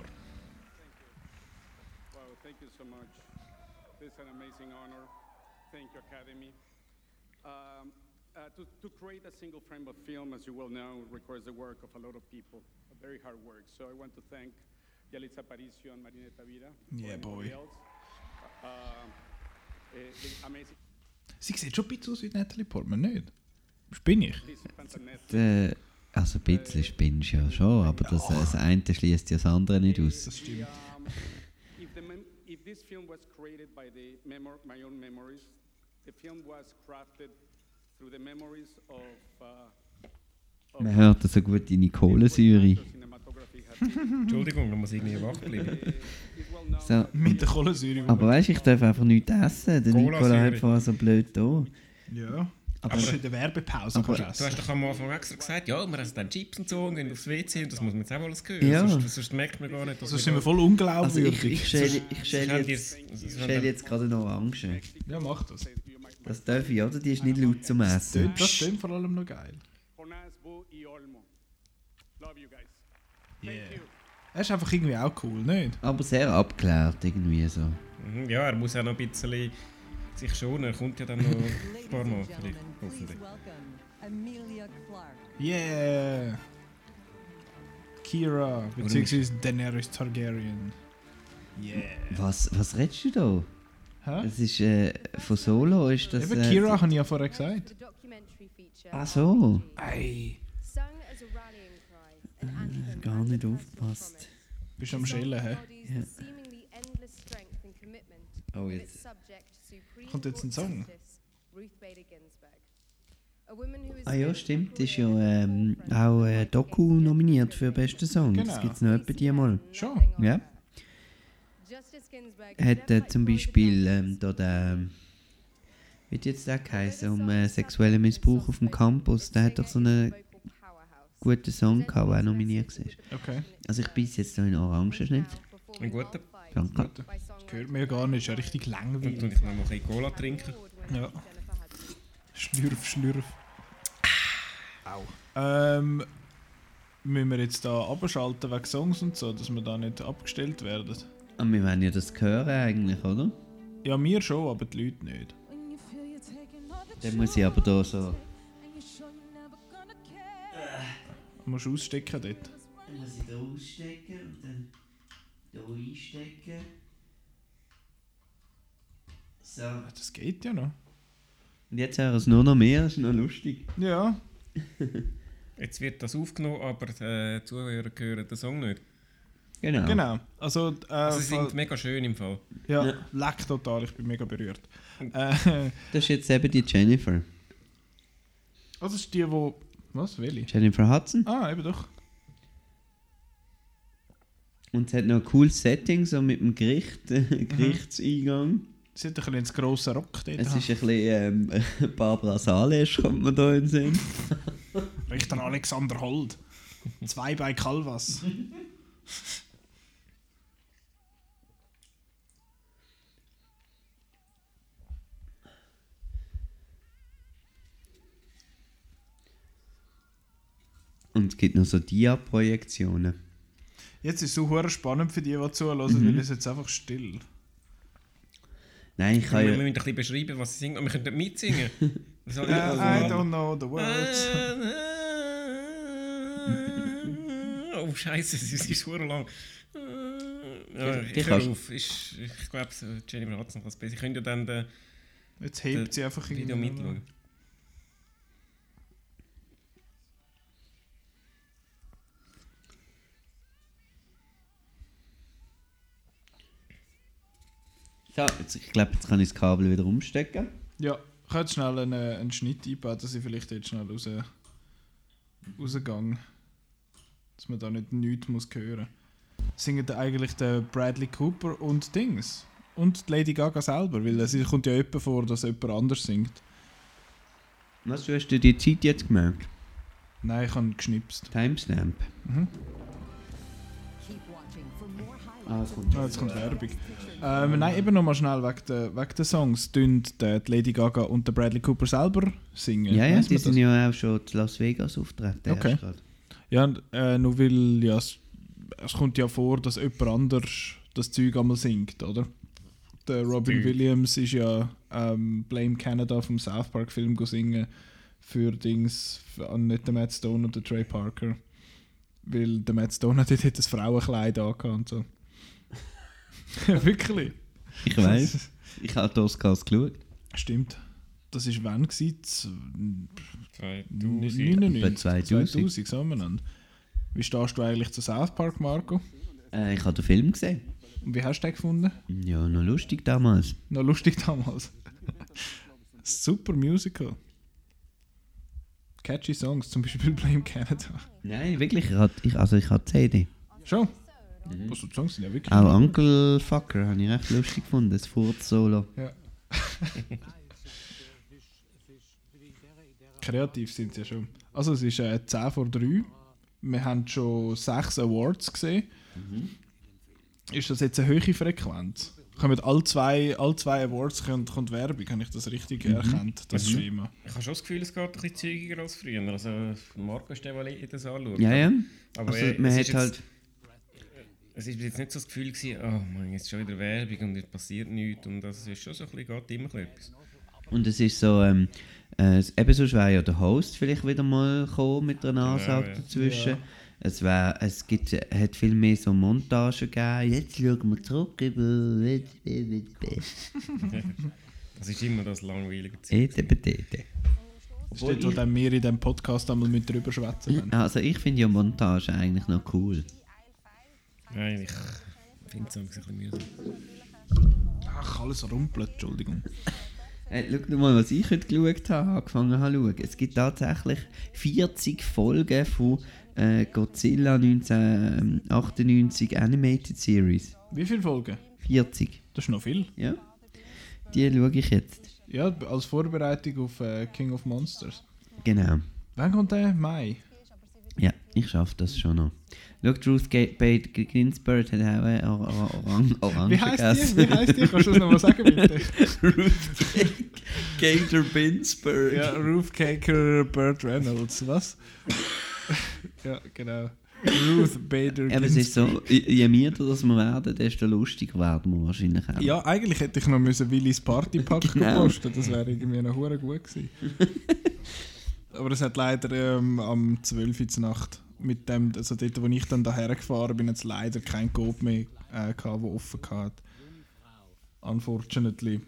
Well, thank you so much. This is an amazing honor. Thank you, Academy. Um, uh, to, to create a single frame of film, as you well know, requires the work of a lot of people, a very hard work. So I want to thank Yalitza Aparicio and Marina Tavira. Yeah, boy. Else. Uh, uh, the amazing. Sie sieht schon ein bisschen aus wie Natalie Portman, nicht? Spinne ich? Äh, also ein bisschen spinnst du ja schon, aber das, äh, das eine schließt ja das andere nicht aus. Das stimmt. Um, if, the mem if this film was created by the memor my own memories, the film was crafted through the memories of. Uh, Man hört so gut deine Kohlensäure. Entschuldigung, da muss irgendwie wach bleiben. So. Mit der Kohlensäure. Aber weißt du, ich darf einfach nichts essen. Der Nicola Cola-Säure. hat vorher so blöd da. Ja. Aber Aber- das ist in der Werbepause. aber- kannst Du du hast essen. doch am Anfang extra gesagt, ja, wir essen dann Chips und so und gehen aufs W C und das muss man jetzt auch alles hören. Ja. Sonst, sonst merkt man gar nicht, dass Sonst sind wir voll unglaubwürdig. Also ich, ich schäle ich Sonst schäle haben die jetzt, es- ich sonst schäle haben jetzt gerade eine Orange. Ja, mach das. Das darf ich, oder? Die ist nicht laut zum Essen. Das klingt vor allem noch geil. Jonas, Bo y Olmo. Love you guys. Yeah. Er ist einfach irgendwie auch cool, nicht? Aber sehr abgeklärt irgendwie so. Mhm, ja, er muss auch noch ein bisschen sich schonen. Er kommt ja dann noch ein paar Mal Ladies and vielleicht, gentlemen, please hoffentlich. welcome Amelia Clark. Yeah! Kira, beziehungsweise Daenerys Targaryen. Yeah. Was, was redest du da? Hä? Das ist äh, von Solo, ist das... Eben, äh, Kira habe ich ja vorher gesagt. Ach so. Ei. Gar nicht aufgepasst. Bist du am Schellen, hä? Ja. Oh, jetzt. Kommt jetzt ein Song? Ah ja, stimmt. Ist ja ähm, auch äh, Doku nominiert für besten Song. Das Genau. gibt es noch etwa die mal. Schon? Ja. Hat äh, zum Beispiel ähm, da der... Wie hat jetzt der geheißen? Um äh, sexuellen Missbrauch auf dem Campus. Der hat doch so einen guten Song gehabt, der auch nominiert war. Okay. Also ich beiße jetzt noch in Orangenschnitt. Ein guter. Danke. Das gehört mir ja gar nicht, ist ja richtig Und langweilig. ich noch mal ein bisschen Cola trinken. Ja. Schlürf, schlürf. Au. Ähm, müssen wir jetzt da abschalten wegen Songs und so, dass wir da nicht abgestellt werden? Und wir wollen ja das hören eigentlich, oder? Ja, wir schon, aber die Leute nicht. Dann muss ich aber da so... Du musst ausstecken dort. Dann muss ich da ausstecken und dann da einstecken. So. Das geht ja noch. Und jetzt hören es nur noch mehr, das ist noch lustig. Ja. Jetzt wird das aufgenommen, aber die Zuhörer hören den Song nicht. Genau. Genau. Also, äh, Also sie Fall- sind mega schön im Fall. Ja, Ja. leck total, ich bin mega berührt. Äh, Das ist jetzt eben die Jennifer. das ist die, wo... Was? Welche? Jennifer Hudson. Ah, eben doch. Und sie hat noch ein cooles Setting, so mit dem Gericht, äh, Gerichtseingang. Sie hat ein bisschen ins grosse Rock dort. Es ist ein bisschen ähm, Barbara Salesch, kommt man da in den Sinn. Richter Alexander Holt. Zwei bei Calvas. Und es gibt noch so Dia-Projektionen. Jetzt ist es so verdammt spannend für die, die zuhören, Mhm. weil es jetzt einfach still. Nein, ich Wir kann müssen ja... ein bisschen beschreiben, was sie singen. Aber wir können nicht mitsingen. Was soll ich Uh, also I machen? don't know the words. Oh Scheiße, es ist es ist lang. Ja, Die ich höre kannst- auf. Ich, ich glaube, so, Jennifer Hudson kann es besser. Ich könnte ja dann den, Jetzt hebt den sie einfach Video irgendwie. mitschauen. So, jetzt, ich glaube, jetzt kann ich das Kabel wieder umstecken. Ja, ich kann jetzt schnell einen, einen Schnitt einbauen, dass ich vielleicht jetzt schnell raus, rausgehe. Dass man da nicht nichts muss hören muss. Singen da eigentlich der Bradley Cooper und Dings. Und Lady Gaga selber, weil es kommt ja jemand vor, dass jemand anders singt. Was, du hast du die Zeit jetzt gemerkt? Nein, ich habe geschnipst. Timestamp. Mhm. Ah, es kommt. Ah, jetzt kommt Werbung. Ähm, nein, eben nochmal schnell wegen der, wegen der Songs. Tun die Lady Gaga und der Bradley Cooper selber singen? Ja, ja, Weiss die man sind das? ja auch schon in Las Vegas auftreten. Okay. erst grad. Ja, und, äh, nur weil ja, es, es kommt ja vor, dass jemand anders das Zeug einmal singt, oder? Der Robin Zeug. Williams ist ja ähm, Blame Canada vom South Park Film go singen für Dings, für, an nicht den Matt Stone und den Trey Parker. Weil der Matt Stone hat dort ein Frauenkleid angehabt und so. Wirklich? Ich weiss. Ich habe die Oscars geschaut. Stimmt. Das war wann? Gewesen? Z- zweitausend. neunundneunzig. Etwa zweitausend. zweitausend, sagen wir dann. Wie stehst du eigentlich zu South Park, Marco? Äh, ich habe den Film gesehen. Und wie hast du den gefunden? Ja, noch lustig damals. Noch lustig damals. Super Musical. Catchy Songs, zum Beispiel Blame Canada. Nein, wirklich. Ich hatte, ich, also ich hatte die C D. Schon? Was die Songs sind ja wirklich. Auch Uncle Fucker habe ich recht lustig gefunden. Das Furz-Solo. Ja. Kreativ sind sie ja schon. Also es ist äh, zehn vor drei. Wir haben schon sechs Awards gesehen. Mhm. Ist das jetzt eine hohe Frequenz? Kommen alle zwei, alle zwei Awards kommt, kommt Werbung, habe ich das richtig Mhm. erkannt, das Mhm. Schema? Ich habe schon das Gefühl, es geht ein bisschen zügiger als früher. Also Marco ist der, der das anschaut. Ja, ja. Aber Also, äh, man es hat ist jetzt, halt- Es ist jetzt nicht so das Gefühl gewesen, oh Mann, jetzt ist schon wieder Werbung und es passiert nichts. Und das ist schon so ein bisschen, geht immer ein bisschen etwas. Und es ist so, ähm, äh, eben sonst wäre ja der Host vielleicht wieder mal gekommen mit einer Ansage ja. dazwischen. Ja. Es, wär, es gibt, hat viel mehr so Montagen gegeben. Jetzt schauen wir zurück über... Das ist immer das langweilige Ete betete. Das ist dort, wo dann wir in diesem Podcast einmal mit drüber schwätzen können. Also ich finde ja Montage eigentlich noch cool. Nein, ich finde es ein bisschen mühsam. Ach, alles rumpelt, Entschuldigung. Hey, schau dir mal, was ich heute geschaut habe, angefangen habe zu schauen. Es gibt tatsächlich vierzig Folgen von äh, Godzilla neunzehnhundertachtundneunzig Animated Series. Wie viele Folgen? vierzig. Das ist noch viel. Ja. Die schaue ich jetzt. Ja, als Vorbereitung auf äh, King of Monsters. Genau. Wann kommt der? Mai? Ja, ich schaffe das schon noch. Schau, Ruth Bader Ginsburg hat auch eine Or Or Orang Orange Wie heisst die? Wie heisst die? Kannst du das nochmal sagen, bitte? Ruth Bader Ginsburg. Ja, Ruth Caker Burt Reynolds, was? Ja, genau. Ruth Bader Aber es ist so, je mehr das wir werden, desto lustiger werden wir wahrscheinlich auch. Ja, eigentlich hätte ich noch müssen Willis Partypack Genau. posten, das wäre irgendwie noch hure gut gewesen. Aber es hat leider ähm, am zwölf Uhr Nacht mit dem, also dort, wo ich dann daher gefahren bin, jetzt leider kein Coop mehr äh, gehabt, der offen hatte. Unfortunately.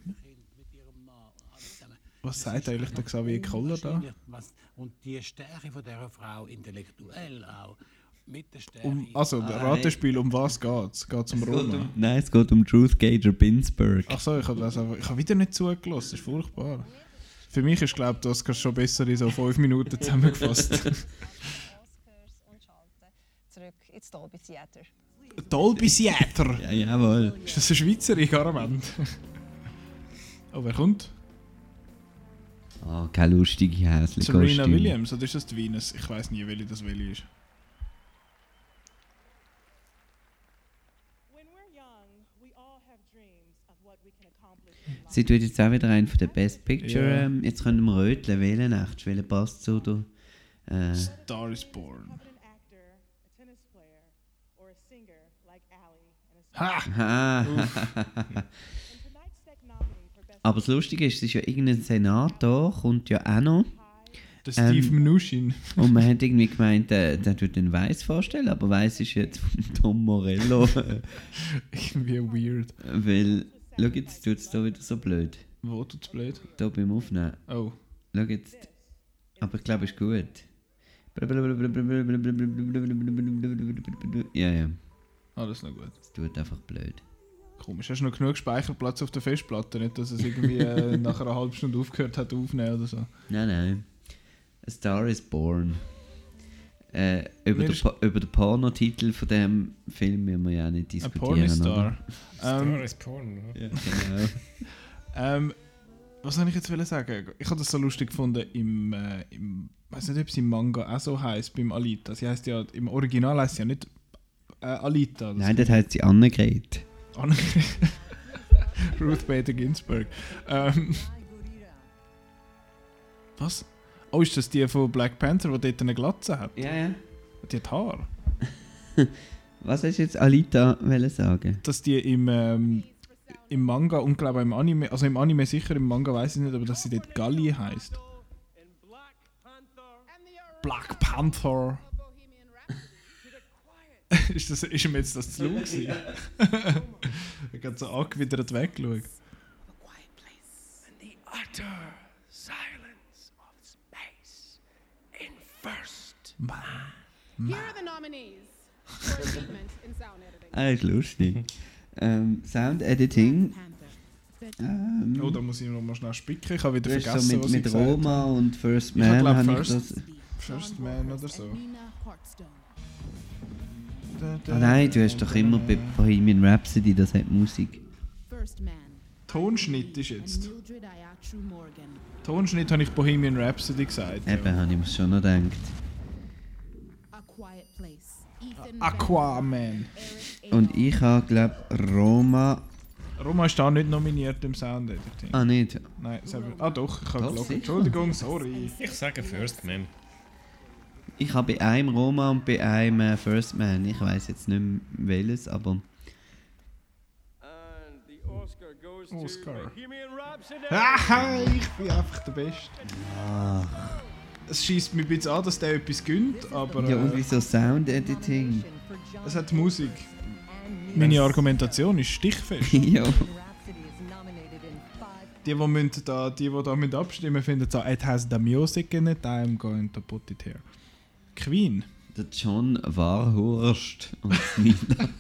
Was sagt eigentlich der Xavier Koller da? Was, und die Stärke von dieser Frau intellektuell auch. Mit der Stärke. Um, also, Ah, das Ratespiel, um was geht es? Geht es um Es geht Roma? um, nein, es geht um Ruth Bader Ginsburg. Ach so, ich habe also, ich hab wieder nicht zugelassen, das ist furchtbar. Für mich ist, glaube ich, das kannst du schon besser in so fünf Minuten zusammengefasst. Zurück ins Dolby Theater. Dolby Theater! Ja, jawohl. Ist das ein Schweizer Garament? Oh, wer kommt? Ah, oh, keine lustige, hässliche Serena Kostüm. Williams, oder ist das die Venus? Ich weiß nie, welche das welche ist. Sie tut jetzt auch wieder einen von den Best Picture. Ja. Ähm, jetzt können wir röteln, wählen echt, welcher passt zu der. Äh, Star is Born. Ha! ha. Aber das Lustige ist, es ist ja irgendein Senator, kommt ja auch noch. Der Steve Ähm, Mnuchin. Und man hat irgendwie gemeint, äh, der würde den Weiss vorstellen, aber Weiss ist jetzt von Tom Morello. Irgendwie weird. Weil, schau, jetzt tut es da wieder so blöd. Wo tut's blöd? Da beim Aufnehmen. Oh. Schau jetzt. Aber ich glaube, es ist gut. Ja, ja. Alles noch gut. Es tut einfach blöd. Komisch, hast du noch genug Speicherplatz auf der Festplatte? Nicht, dass es irgendwie äh, nach einer halben Stunde aufgehört hat aufzunehmen oder so. Nein, nein. A Star is Born. Äh, über, Mir den Pa- über den Pornotitel von dem Film müssen wir ja auch nicht Ein diskutieren. Pornstar. oder? Star Ähm, is Porn, oder? Ja, genau. ähm, was soll ich jetzt wollen sagen? Ich habe das so lustig gefunden im, äh, im ich weiß nicht, ob es im Manga auch so heisst, beim Alita. Sie heisst ja, im Original heisst sie ja nicht äh, Alita. Nein, das heisst sie Annegret. Annegret. Ruth Bader Ginsburg. Ähm, was? Oh, ist das die von Black Panther, die dort eine Glatze hat? Ja, ja. Die hat Haar. Was hast du jetzt Alita wollen sagen? Dass die im, ähm, im Manga und glaube im Anime, also im Anime sicher, im Manga weiß ich nicht, aber dass sie dort Galli heisst. Black Panther. ist, das, ist ihm jetzt das zu laut gewesen? Er hat so angewidert weggeschaut. The utter silence of space in first man. Here are the nominees for achievement in sound editing. Ah, ist lustig. ähm, Sound Editing. Ähm, Oh, da muss ich noch mal schnell spicken. Ich habe wieder du hast vergessen, so mit, was ich mit gesagt Roma habe. und First Ich hab Man glaub, habe ich First, das. First Man oder so. Ah nein, du hast doch immer bei Bohemian Rhapsody, das hat Musik. Tonschnitt ist jetzt. Tonschnitt habe ich Bohemian Rhapsody gesagt. Eben, ja. habe ich mir schon noch gedacht. Aquaman. Und ich habe, glaube Roma. Roma ist da nicht nominiert im Sound Editing. Ah, nicht? Nein, selber. Ah doch, ich habe Doch, gelockt. sicher. Entschuldigung, sorry. Ich sage First Man. Ich habe bei einem Roma und bei einem äh, First Man. Ich weiß jetzt nicht mehr welches, aber. Oscar. Haha, ich bin einfach der Beste. Ah. Es schießt mich ein bisschen an, dass der etwas gönnt, aber. Ja, und äh, wieso Sound Editing? Es hat Musik. Meine Argumentation ist stichfest. Ja. Die, die, müssen da, die, die da müssen abstimmen, finden so, it has the music in it, I'm going to put it here. Queen. Der John Warhurst und Nina.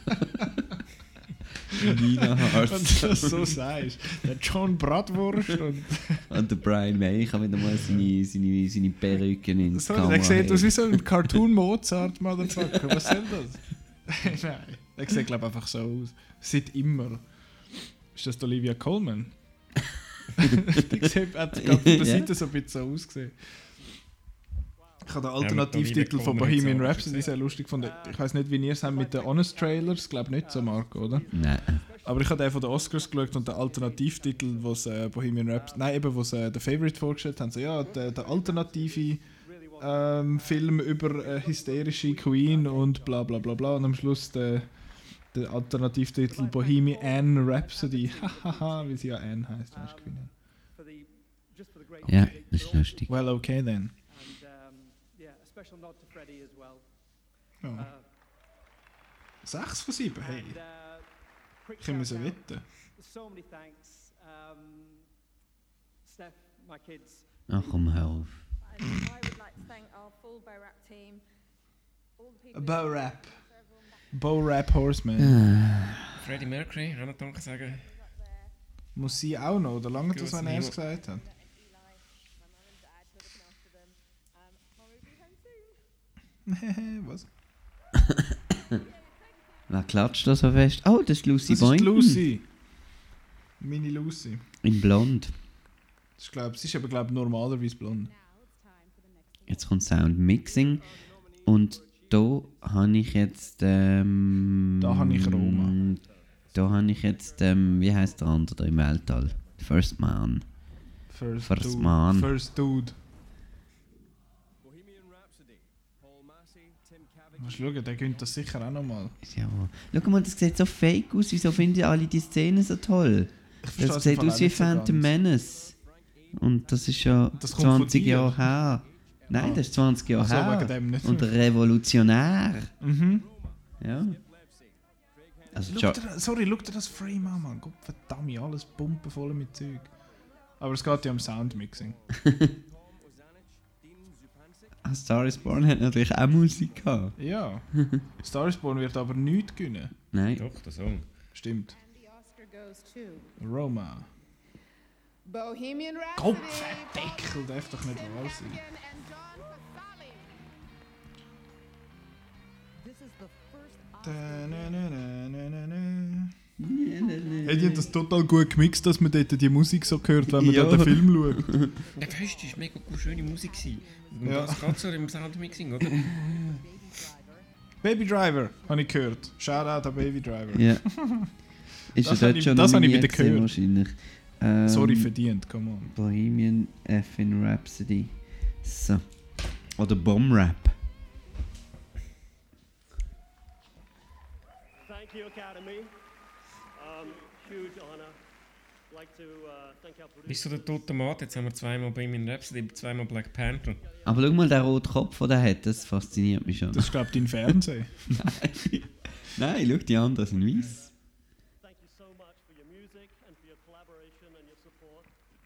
Nina Hart. Wenn du das so sagst. Der John Bratwurst und... und der Brian May kann wieder mal seine, seine, seine Perücken ins So, Kamera der sieht aus heben. wie so ein Cartoon Mozart, Motherfucker. Was soll das? Nein, der sieht glaube ich einfach so aus. Seit immer. Ist das die Olivia Colman? Die sieht, hat gerade von der Ja. Seite so ein bisschen so ausgesehen. Ich habe den Alternativtitel Ja, von mit Olivia Bohemian Colman Rhapsody hat's sehr lustig gefunden. Ich weiß nicht, wie ihr es habt mit den Honest Trailers. Ich glaube nicht so, Marco, oder? Nein. Aber ich habe den von den Oscars geschaut und den Alternativtitel, wo sie äh, Bohemian Rhapsody, nein, eben, wo sie äh, The Favourite vorgestellt haben, so ja, der, der alternative ähm, Film über äh, hysterische Queen und bla bla bla bla und am Schluss der, der Alternativtitel Bohemian Rhapsody, hahaha, wie sie ja Anne heisst, weißt du, Queen. Ja, das ist lustig. Well, okay then. And um, yeah, a special note to Freddie as well. Ja. Uh, Sechs von sieben, hey. and, uh, quick Ich muss shout-out. wetten. So many thanks. Um, Steph, my kids. Ach komm, hör auf. And I would like to thank our full Bo-Rap team. All the people Bo Rap. Bo Rap Horseman. Freddie Mercury, kann ich danke sagen. Muss sie auch noch, oder lange das, Grüß wenn er es mich. gesagt hat? Was? Wer klatscht da so fest? Oh, das ist Lucy Das ist die Boynton. Lucy. Meine Lucy. In blond. Das ist, glaub, sie ist aber glaube normalerweise blond. Jetzt kommt Sound Mixing. Und da habe ich jetzt. Ähm, Da habe ich Roma. Da habe ich jetzt. Ähm, wie heißt der andere da im Weltall? First Man. First, First Dude. Man. First Dude. Musst schauen, der gönnt das sicher auch nochmal. Ja. Schau mal, das sieht so fake aus. Wieso finden alle die Szene so toll? Ich verstehe Das es sieht im Fall aus auch wie nicht so Phantom ganz. Menace. Und das ist schon Das kommt von zwanzig dir? Jahre her. Nein, Ah. das ist zwanzig Jahre Ach so, her. wegen dem nicht. Und revolutionär. Mhm. Ja. Also, Schau Jo- dir, sorry, schau dir das Frame an, Mann. Gott verdammt, alles pumpen voll mit Zeug. Aber es geht ja um Soundmixing. A Star is Born hat natürlich auch Musik gehabt. Ja. Star is Born wird aber nichts gewinnen. Nein. Doch, der Song. Stimmt. goes to Roma. Bohemian Rhapsody. Kopfendeckel darf doch nicht wahr sein. This is the first Da, na, na, na, na, na, na. Hey, die haben das total gut gemixt, dass man dort die Musik so hört, wenn man Ja. da den Film schaut. Ja, weißt du, das war mega cool, schöne Musik. Und Ja. das geht so im Soundmixing, oder? Baby Driver, habe ich gehört. Shoutout an Baby Driver. Ja. Ist das er habe dort ich, schon das habe ich nominiert wieder gehört. gewesen, wahrscheinlich. Ähm, Sorry, verdient, come on. Bohemian Effin Rhapsody. So. Oder Bomb Rap. Thank you, Academy. Um, huge honor. Like to uh, thank our producer. Bist du der tote Mat? Jetzt haben wir zweimal Bohemian Rhapsody, zweimal Black Panther. Aber schau mal, der rote Kopf, den er hat, das fasziniert mich schon. Das ist, glaube ich, dein Fernsehen. Nein. Nein, schau, die anderen sind weiss. Thank you so much for your music and for your collaboration and your support.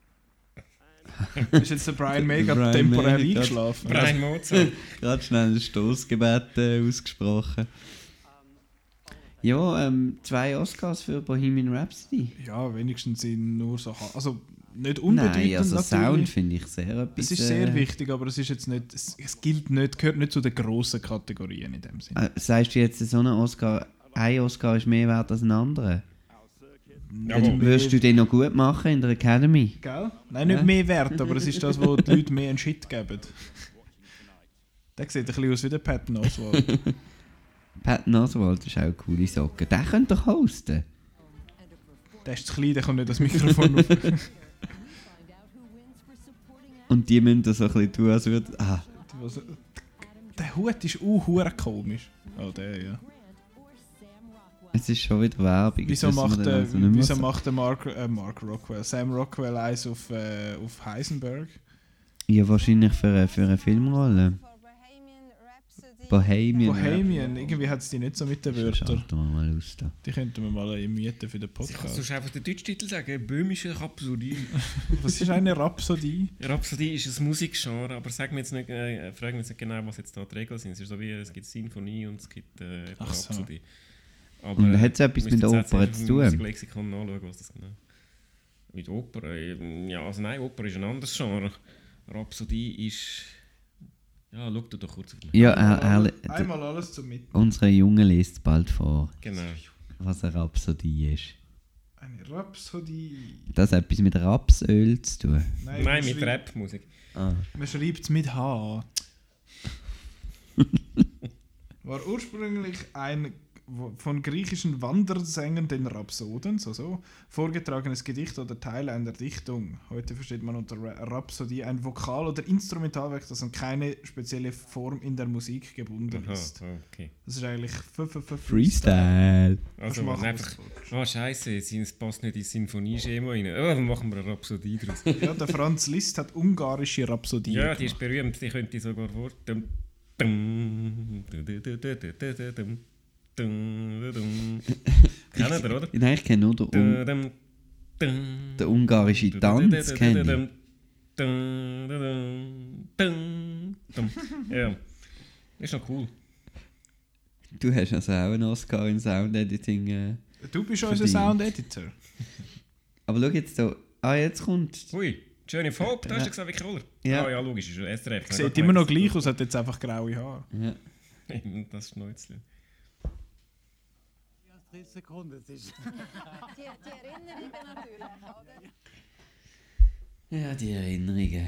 Ist jetzt der Brian Mega Brian temporär May hat eingeschlafen? grad- Brian Mozart. Gerade schnell ein Stoßgebet äh, ausgesprochen. Ja, ähm, zwei Oscars für Bohemian Rhapsody. Ja, wenigstens sind nur so... ha- Also, nicht unbedeutend Nein, also natürlich. Sound finde ich sehr etwas... Es ist sehr äh, wichtig, aber es ist jetzt nicht... Es, es gilt nicht, gehört nicht zu den grossen Kategorien in dem Sinne. Äh, sagst du jetzt, so ein Oscar, ein Oscar ist mehr wert als ein anderer? Nicht Würdest mehr- du den noch gut machen in der Academy? Gell? Nein, nicht Ja? mehr wert, aber es ist das, wo die Leute mehr einen Shit geben. Der sieht ein bisschen aus wie der Patton Oswalt. Patton Oswalt ist auch eine coole Socke. Der könnte doch hosten. Der ist zu klein, der kommt nicht das Mikrofon auf. Und die müssen das so ein bisschen tun, als würde... Ah, Was- Der Hut ist auch hure komisch. Oh, der, ja. es ist schon wieder Werbung. Wieso Jetzt wissen wir macht, dann der, also nicht mehr wieso so. macht der Mark, äh, Mark Rockwell, Sam Rockwell eins auf, äh, auf Heisenberg? Ja, wahrscheinlich für, eine- für eine Filmrolle. Bohemian. Bohemian, irgendwie hat es die nicht so mit den Wörtern. Schalten wir mal aus da. Die könnten wir mal mieten für den Ich kann Podcast. sonst einfach den Deutschtitel sagen, böhmische Rhapsodie. Was ist eine Rhapsodie? Rhapsodie ist ein Musikgenre, aber sag mir jetzt nicht, äh, frag mich jetzt nicht genau, was jetzt da die Regeln sind. Es ist so wie, es gibt Sinfonie und es gibt äh, Ach so. Rhapsodie. Aber, Und hat's etwas mit müsst der jetzt Oper einfach zu im tun? Musiklexikon nachschauen, was das genau mit Oper, äh, ja, also nein, Oper ist ein anderes Genre. Rhapsodie ist... Ja, schau du doch kurz auf mich. Ja, er, er, Einmal alles zum Mitnehmen. Unsere Junge liest bald vor, Genau. was eine Rhapsodie ist. Eine Rhapsodie. Das hat etwas mit Rapsöl zu tun. Nein, Nein, man mit schreibt- Rapmusik. Ah. Man schreibt es mit H. War ursprünglich ein wo- von griechischen Wandersängern, den Rhapsoden, so so, vorgetragenes Gedicht oder Teil einer Dichtung. Heute versteht man unter Ra- Rhapsodie ein Vokal- oder Instrumentalwerk, das an keine spezielle Form in der Musik gebunden Aha, ist. okay. Das ist eigentlich f- f- f- Freestyle. Kannst Also du machen, einfach, was du ah scheiße, es passt nicht ins Sinfonieschema rein. Oh, dann machen wir eine Rhapsodie draus. Ja, der Franz Liszt hat ungarische Rhapsodie Ja, die ist gemacht. berühmt, die könnte ich sogar vor. Dum, dum, du, du, du, du, du, du, dum, dum, du, dum. Kennt ihr, oder? Nein, ich kenne nur den, Du, Un dum, dum, den ungarischen du, du, Tanz. du, du, Kenne dum, ich. dum, du, dum, dum, dum. Ja, ist noch cool. Du hast also auch einen Oscar in Sound Editing. Äh, Du bist unser verdient. Sound-Editor. Aber schau jetzt so. Ah, jetzt kommt. Hui, Journey of Hope, da Ja. hast du gesagt, wie Roller. Ja. Ah ja, logisch, ist S R F. Sieht immer noch gleich aus, hat jetzt einfach graue Haare. Ja. Das Schnäuzchen. dreißig Sekunden, das ist... Die, die Erinnerungen natürlich, oder? Ja, die Erinnerungen.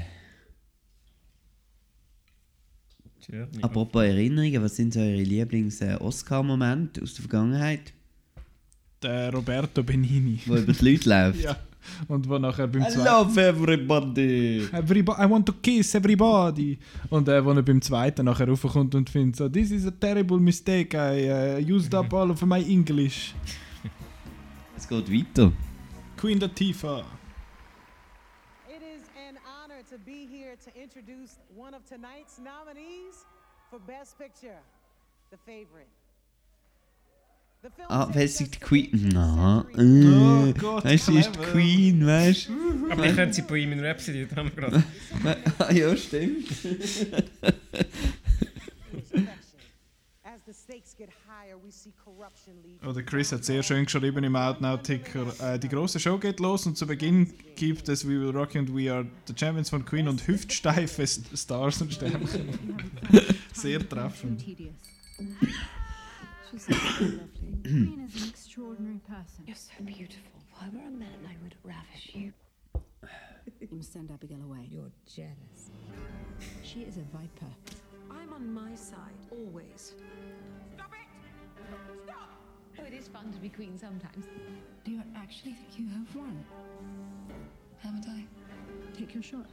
Journey Apropos Erinnerungen, was sind so eure Lieblings-Oscar-Momente aus der Vergangenheit? Der Roberto Benini. Wo über die Leute läuft? Ja. Und wo nachher beim I zweiten... love everybody! Everybody, I want to kiss everybody. Und äh, wo er beim zweiten nachher raufkommt und findet so, this is a terrible mistake, I uh, used up all of my English. Es geht weiter. Queen Latifah. It is an honor to be here to introduce one of tonight's nominees for Best Picture, The Favorite. The film Ah, wer ist die Queen? Na, Oh äh, Gott, weißt du, sie ist die clever. Queen, weißt du? Aber ich könnte sie Bohemian Rhapsody, das haben wir gerade. Ah, ja, stimmt. As the stakes get higher, Oder Chris hat sehr schön geschrieben im Outnow-Ticker. Äh, die große Show geht los und zu Beginn gibt es We Will Rock You and We Are the Champions von Queen und hüftsteife St- Stars und Sternchen. Sehr treffend. She's so lovely. Queen is an extraordinary person. You're so beautiful. If I were a man, I would ravish you. You must send Abigail away. You're jealous. She is a viper. I'm on my side, always. Stop it! Stop! Oh, it is fun to be queen sometimes. Do you actually think you have won? Haven't I? Take your shot.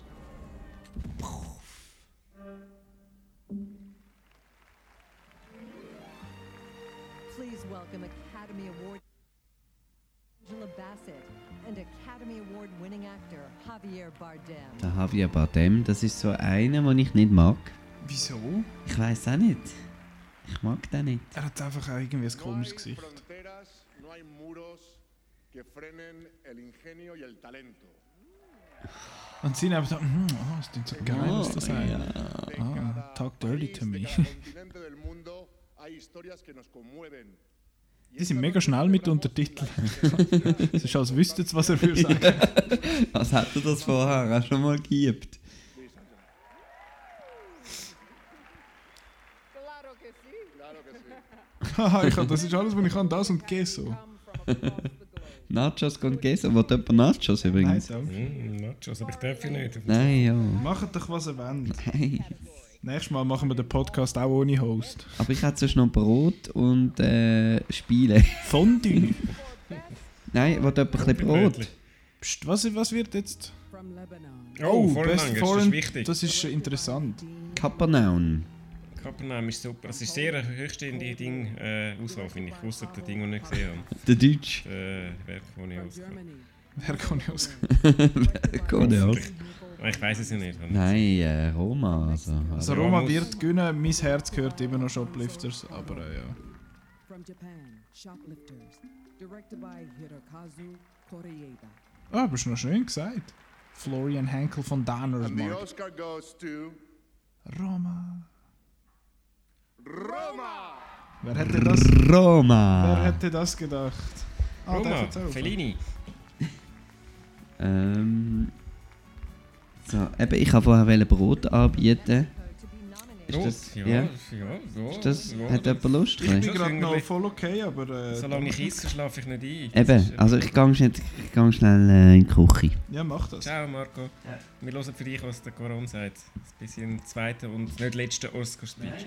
Please welcome Academy Award Angela Bassett and Academy Award winning actor Javier Bardem. Der Javier Bardem, das ist so einer, den ich nicht mag. Wieso? Ich weiß auch nicht. Ich mag den nicht. Er hat einfach auch irgendwie ein komisches Gesicht. No hay muros que frenen el ingenio y el talento. Und sie haben gesagt, mm, oh, das klingt so geil, Oh, was das sein. ja. Ah, talk dirty to me. Die sind mega schnell mit Untertiteln. Es ist, als wüssten sie, was er will sagen. Als hätte er das vorher auch schon mal geübt. Haha, ich kann, das ist alles, was ich kann, das und Queso. Nachos con Queso. Wollt jemand Nachos übrigens? Nein, danke. Mm, Nachos, aber ich darf ja nicht. Nein, ja. Macht doch, was ihr wollt. Nein. Nächstes Mal machen wir den Podcast auch ohne Host. Aber ich hätte sonst noch Brot und äh, Spiele. Fondue? Nein, wollt jemand ein bisschen Brot? Psst, was, was wird jetzt? Oh, Foreign Best Language, Foreign, das ist wichtig. Das ist interessant. Kapernaum. Kapernaum ist super. Es ist sehr eine höchststehende Ding, äh, Auswahl, finde ich. Ausser der Ding, die ich nicht gesehen habe. Der Deutsch. Der Werk, den ich ausgehe. Wer kann ich aus? Wer kann ich aus? Ich weiß es ja nicht. Nein, äh, Roma. Also, Also Roma wird gewinnen, mein Herz gehört immer noch Shoplifters, aber äh, ja. From Japan, Shoplifters, directed by Hirokazu Koreeda. Ah, aber ist noch schön gesagt. Florian Henkel von Danner's And the Mark. Oscar goes to Roma. Roma! Wer hätte das? Roma! Wer hätte das gedacht? Ah, Roma, der erzählt. Fellini. Ähm. So, eben, ich wollte vorher Brot anbieten. Ist Brot? das, Ja, ja? ja, ja, Ist das, ja, hat das- jemand Lust? Ich bin Schon gerade noch irgendwie- voll okay, aber... Äh, Solange ich esse, schlafe ich nicht ein. Das Eben, ist, äh, also ich gehe schnell, ich gehe schnell äh, in die Küche. Ja, mach das. Ciao Marco. Wir hören für dich, was der Coron sagt. Ein bisschen zweiter und nicht letzter Oscar-Speech.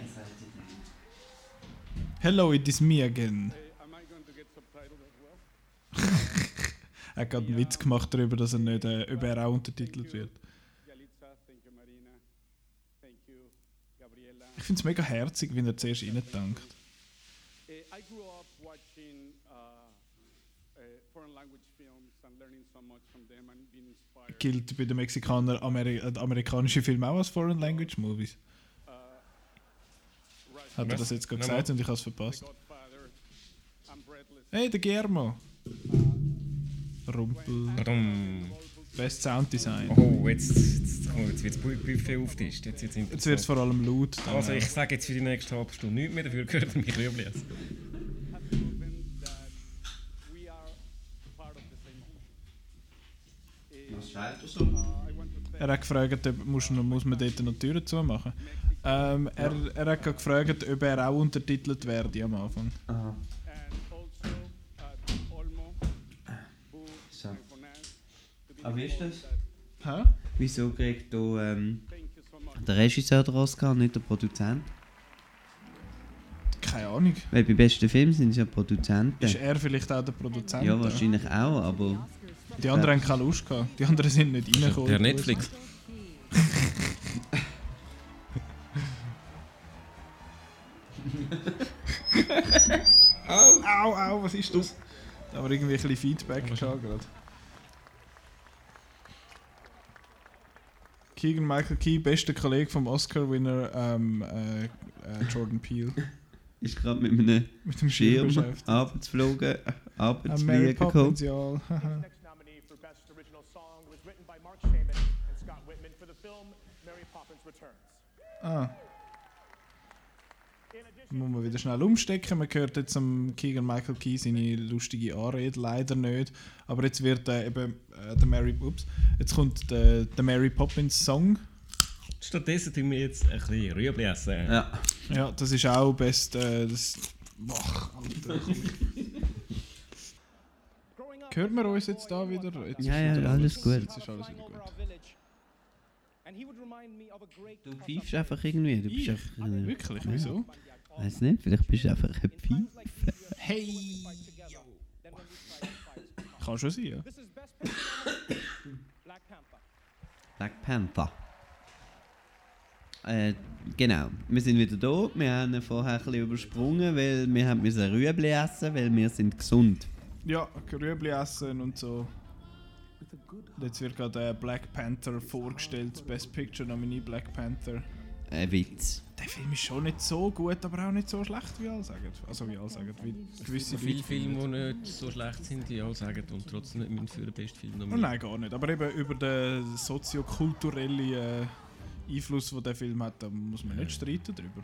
Hello, it is me again. Am I going to get subtitled as well? Er hat gerade einen Witz gemacht darüber, dass er nicht äh, ob er auch untertitelt wird. Yalitza, thank you Marina. Thank you Gabriela. Ich finde es mega herzig, wenn er zuerst reindenkt. Uh, I grew up watching uh, uh, foreign language films and learning so much from them and being inspired. Gilt bei den Mexikanern Ameri äh, amerikanische Filme auch als Foreign Language Movies? Uh, right. Hat er das jetzt gerade Nochmal. gesagt und ich habe es verpasst? Godfather, I'm breathless. Hey, der Guillermo! Rumpel. Badum. Best Sounddesign. Oh, jetzt, jetzt, oh, jetzt wird es Buffet auftischt. Jetzt, jetzt, Jetzt wird es vor allem laut. dann, Also äh, ich sage jetzt für die nächste halbe Stunde nichts mehr, dafür gehört ihr mich Rüebli essen. Have proven that we are part of the same ocean. Was steht da so? Uh, I want to thank Er hat gefragt, ob muss, noch- muss man dort noch die Türen zumachen. Ähm, er, er hat gerade gefragt, ob er auch untertitelt werde am Anfang. Aha. and also uh, to Olmo, who So. my finance, to be Ah, wie ist das? Hä? Wieso kriegt da ähm, thank you so much. der Regisseur den Oscar, nicht der Produzent? Keine Ahnung. Weil bei besten Filmen sind es ja Produzenten. Ist er vielleicht auch der Produzent? Ja, wahrscheinlich auch, aber... Die anderen haben keine Lust gehabt. Die anderen sind nicht reingekommen. Per Netflix. Au, au, au, was ist das? Da haben wir irgendwie ein bisschen Feedback gehabt gerade. Keegan Michael Key, bester Kollege vom Oscar-Winner ähm, äh, äh, Jordan Peele. Ist gerade mit einem Mit dem Schirm Schirm beschäftigt. Arbeitsflogen, Äh, Mary Arbeitsfliegen gekommen. Poppins, ja. Next nominee for Best Original Song was written by Mark Shaman and Scott Whitman for the film Mary Poppins Returns. Ah, Muss man wieder schnell umstecken. Man hört jetzt am Keegan Michael Key seine lustige Anrede leider nicht. Aber jetzt wird äh, eben äh, der Mary, ups, jetzt kommt der, der Mary Poppins Song. Stattdessen tun wir jetzt ein bisschen Rüebli essen. Ja. Ja, das ist auch best. Äh, das, ach, Alter. Hören wir uns jetzt da wieder? Jetzt Ja, ja, wieder alles gut. Jetzt ist alles wieder gut. Du pfeifst einfach irgendwie. Du bist einfach, äh, Wirklich? ja. Wieso? Weiß nicht, vielleicht bist du einfach ein Pfeife. Hey! Kann schon sein, ja. Black Panther. Äh, genau. Wir sind wieder da. Wir haben ihn vorher ein bisschen übersprungen, weil wir haben müssen Rüebli essen, weil wir sind gesund. Ja, Rüebli essen und so. Jetzt wird gerade Black Panther vorgestellt, Best Picture Nominee Black Panther. Ein Witz. Der Film ist schon nicht so gut, aber auch nicht so schlecht, wie alle sagen. Also wie alle sagen, wie gewisse Viele Leute Filme, finden. die nicht so schlecht sind, wie alle sagen, und trotzdem nicht müssen für den besten Film Oh nominieren. nein, gar nicht. Aber eben über den soziokulturellen äh, Einfluss, den der Film hat, da muss man nicht streiten drüber.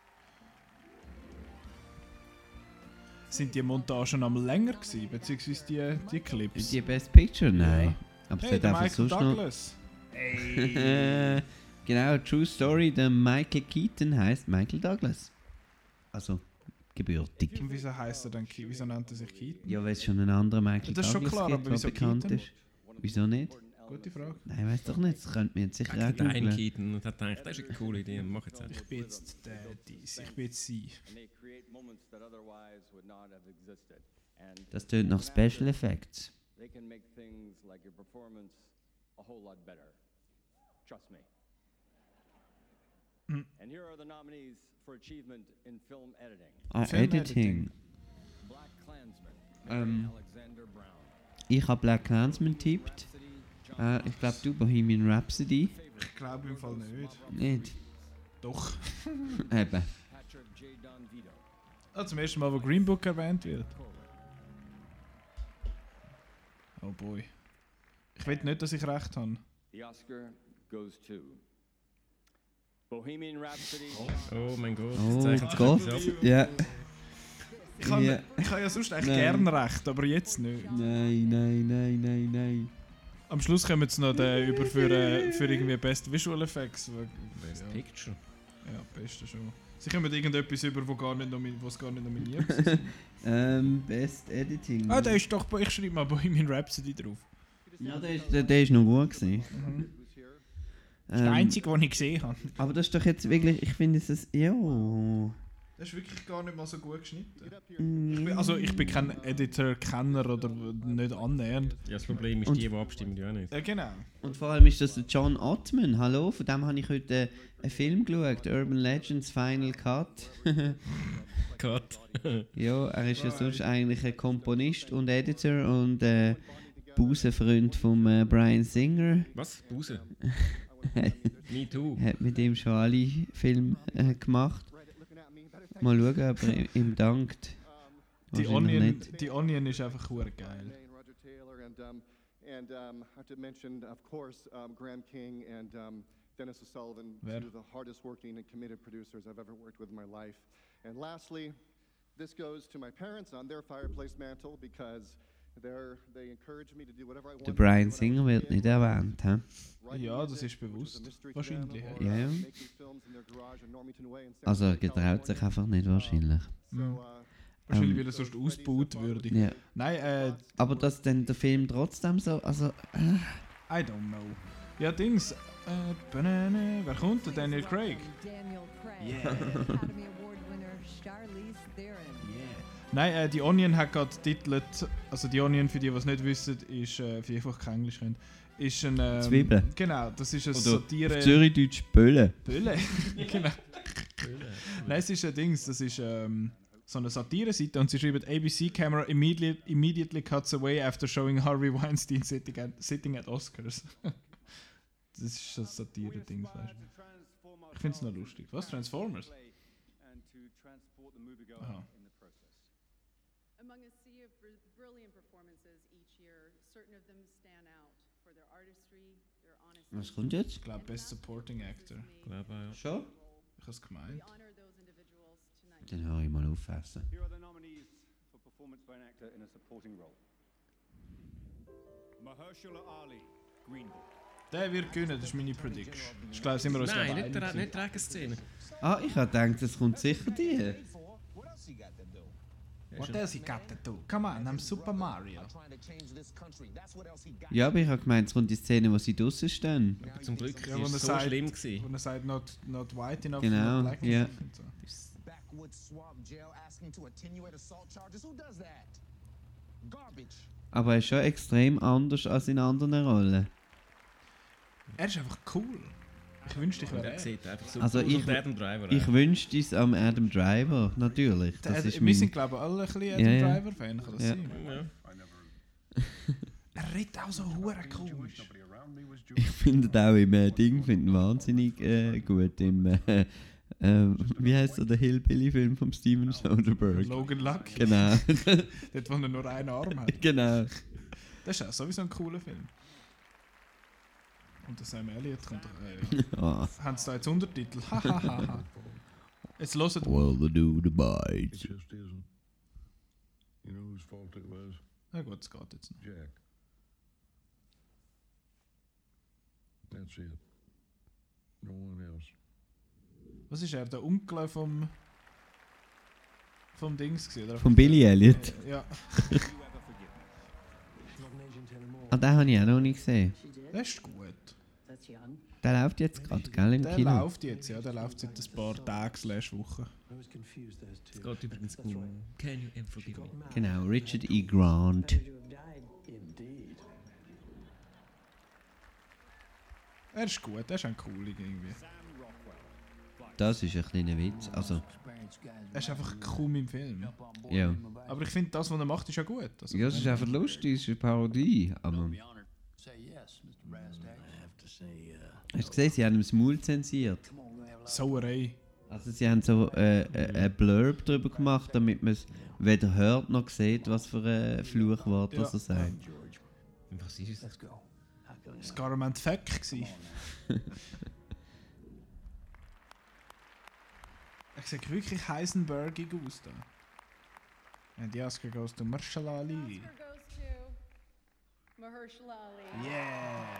Sind die Montagen am länger gewesen, beziehungsweise die, die Clips? Die Best Picture? Nein. Ja. Aber es Hey, hat der einfach Michael sonst Douglas. noch... Hey. Genau, True Story, der Michael Keaton heißt Michael Douglas. Also, gebürtig. Und wieso heisst er dann Ke- Wieso nennt er sich Keaton? Ja, weil es schon ein anderer Michael Das ist schon Douglas klar, gibt, aber der wieso bekannt Keaton? ist. Wieso nicht? Gute Frage. Nein, weiß doch nicht, das könnte mir jetzt sicher auch Der ein googlen. Keaton und hat gedacht, das ist eine coole Idee, mach jetzt einfach. Ich bin jetzt der, dies, ich bin jetzt sie. Das tönt nach Special Effects. They can make things like your performance a whole lot better. Trust me. Mm. And here are the nominees for achievement in film editing. Ah, Film Editing. Black Klansman, Ähm, Alexander Brown. ich habe Black Klansman tippt. Äh, ich glaube, du Bohemian Rhapsody. Ich glaube im Fall nicht. Nicht? Doch. Eben. Patrick J. Don Vito. Ah, zum ersten Mal, wo Green Book erwähnt wird. Oh boy. Ich will nicht, dass ich recht habe. The Oscar goes to Bohemian Rhapsody. Oh mein Gott. Oh das zeichnet sich Gott. etwas ab. Ja. Ich habe Ja. ich habe ja sonst eigentlich Nein. gern recht, aber jetzt nicht. Nein, nein, nein, nein, nein. Am Schluss kommen jetzt noch den über für, äh, für irgendwie Best Visual Effects. Best ja. Picture. Ja, beste schon. Sie kommen irgendetwas über, wo gar nicht nomi- wo's gar nicht nominiert ist. ähm, Best Editing. Ah, der ist doch, ich schreibe mal Bohemian Rhapsody drauf. Ja, der ist, der, der ist noch gut gewesen. Mhm. Das ist der einzige, den ich gesehen habe. Aber das ist doch jetzt wirklich, ich finde es, ist- ja. Das ist wirklich gar nicht mal so gut geschnitten. Mm. Ich bin, also ich bin kein Editor-Kenner oder nicht annähernd. Ja, das Problem ist, Und- die, die abstimmen, ja nicht. Ja, genau. Und vor allem ist das der John Ottman, hallo, von dem habe ich heute einen Film geschaut, Urban Legends Final Cut. Cut. Ja, er ist ja sonst eigentlich ein Komponist und Editor und äh, Busenfreund von äh, Bryan Singer. Was? Pause? Me too. Hat mit ihm schon alle Filme äh, gemacht. Mal schauen, ob er ihm- ihm dankt. Die Wahrscheinlich Onion, nicht. die Onion ist einfach hure geil. Roger Taylor and um, and um, I have to mention, of course, um, Graham King and um, Dennis O'Sullivan, Wer? two of the hardest working and committed producers I've ever worked with in my life. And lastly, this goes to my parents on their fireplace mantle because they're they encourage me to do whatever I want. Der Bryan Singer wird nicht erwähnt, hä? Ja, das ist bewusst. Wahrscheinlich. Ja. Ja, ja. Also er getraut sich einfach nicht wahrscheinlich. Mhm. Wahrscheinlich, Ähm, weil er sonst ausgebaut würde. Ja. Nein, äh, Aber dass dann der Film trotzdem so, also... Äh, I don't know. Ja, Dings. Äh, Banane. Wer kommt? Der Daniel Craig. Daniel Craig, Yeah. Academy Award winner Charlize Theron. Nein, äh, die Onion hat gerade titelt, also die Onion, für die, die es nicht wissen, ist, äh, für die, die einfach kein Englisch können, ist ein... Ähm, Zwiebeln. Genau, das ist ein Oder Satire... auf Zürichdeutsch Bölle. Bölle? Genau. Nein, es ist ein Dings, das ist ähm, so eine Satire-Seite und sie schreiben A B C Camera immediately, immediately cuts away after showing Harvey Weinstein sitting at, sitting at Oscars. Das ist ein Satire-Ding, weißt du. Ich finde es noch lustig. Was? Transformers? And to transport the moviegoer Aha. in the process. Among a sea of br- brilliant performances each year, certain of them stand out for their artistry, their honesty. Was kommt jetzt? Ich glaube, Best Supporting Actor. Glaube auch, ja. Schon? Ich habe es gemeint. We honor those individuals Den höre ich mal aufessen. Here are the nominees for performance by an actor in a supporting role. Mahershala Ali, Green Book. Der wird gewinnen, das ist meine Prediction. Ich glaube, sind wir uns Nein, glaube nicht, einig. die- nicht die Regenszene. Ah, ich habe gedacht, es kommt sicher die. What else he got to do? Come on, I'm Super Mario. Ja, aber ich habe gemeint, es kommt die Szene, wo sie draußen stehen. Aber zum Glück Ja, war wo er es so sagt, schlimm gewesen. Wo er sagt, not, not white enough, Genau, not black ja. enough. Und so. Backwoods swamp jail asking to attenuate assault charges. Who does that? Garbage. Aber er ist schon extrem anders als in anderen Rollen. Er ist einfach cool. Ich wünschte, ich wäre Der er. sieht einfach super Also aus ich, und Adam Driver ich auch. wünschte es am Adam Driver, natürlich. Das Der, ist wir mein- sind, glaube ich, alle ein bisschen Ja, Adam ja. Driver-Fan, kann das Ja. sein? Ja. Er redet auch so hure komisch. Ich finde ihn auch im äh, Ding find ihn wahnsinnig äh, gut. Im, äh, äh, wie heißt der, der Hillbilly-Film von Steven Soderbergh? Logan Luck. Genau. Dort, wo er nur einen Arm hat. Genau. Das ist auch sowieso ein cooler Film. Und der Sam Elliott kommt doch... Äh, Ah. Haben sie da jetzt Untertitel? Hahaha. Jetzt hört... Well, the dude bites. It just isn't. You know whose fault it was? Na gut, es geht jetzt noch. Jack. That's it. No one else. Was ist er? Der Onkel vom... vom Dings gewesen, oder? Von Billy Elliot? Äh, ja. Ah, den habe ich auch noch nicht gesehen. Der ist gut. Der läuft jetzt gerade, gell, im Der Kino? läuft jetzt, ja. Der läuft seit ein paar Tagen slash Wochen. Es geht übrigens um Can You Ever Forgive Me? Genau, Richard E. Grant. Er ist gut, er ist ein cooler irgendwie. Das ist ein kleiner Witz. Also, Er ist einfach kaum im Film. ja. Aber ich finde, das, was er macht, ist ja gut. Also, Ja, es ist einfach lustig, es ist eine Parodie. Aber hast du gesehen, sie haben ihm das Maul zensiert. Sauerei. Also sie haben so äh, äh, ein Blurb drüber gemacht, damit man es weder hört noch sieht, was für ein Fluchwort was er sagt. Was ist es? Das Garment Feck gsi. Er sieht wirklich Heisenbergig aus da. And the Oscar goes to Mahershala Ali. Oscar goes to Mahershala Ali. Yeah.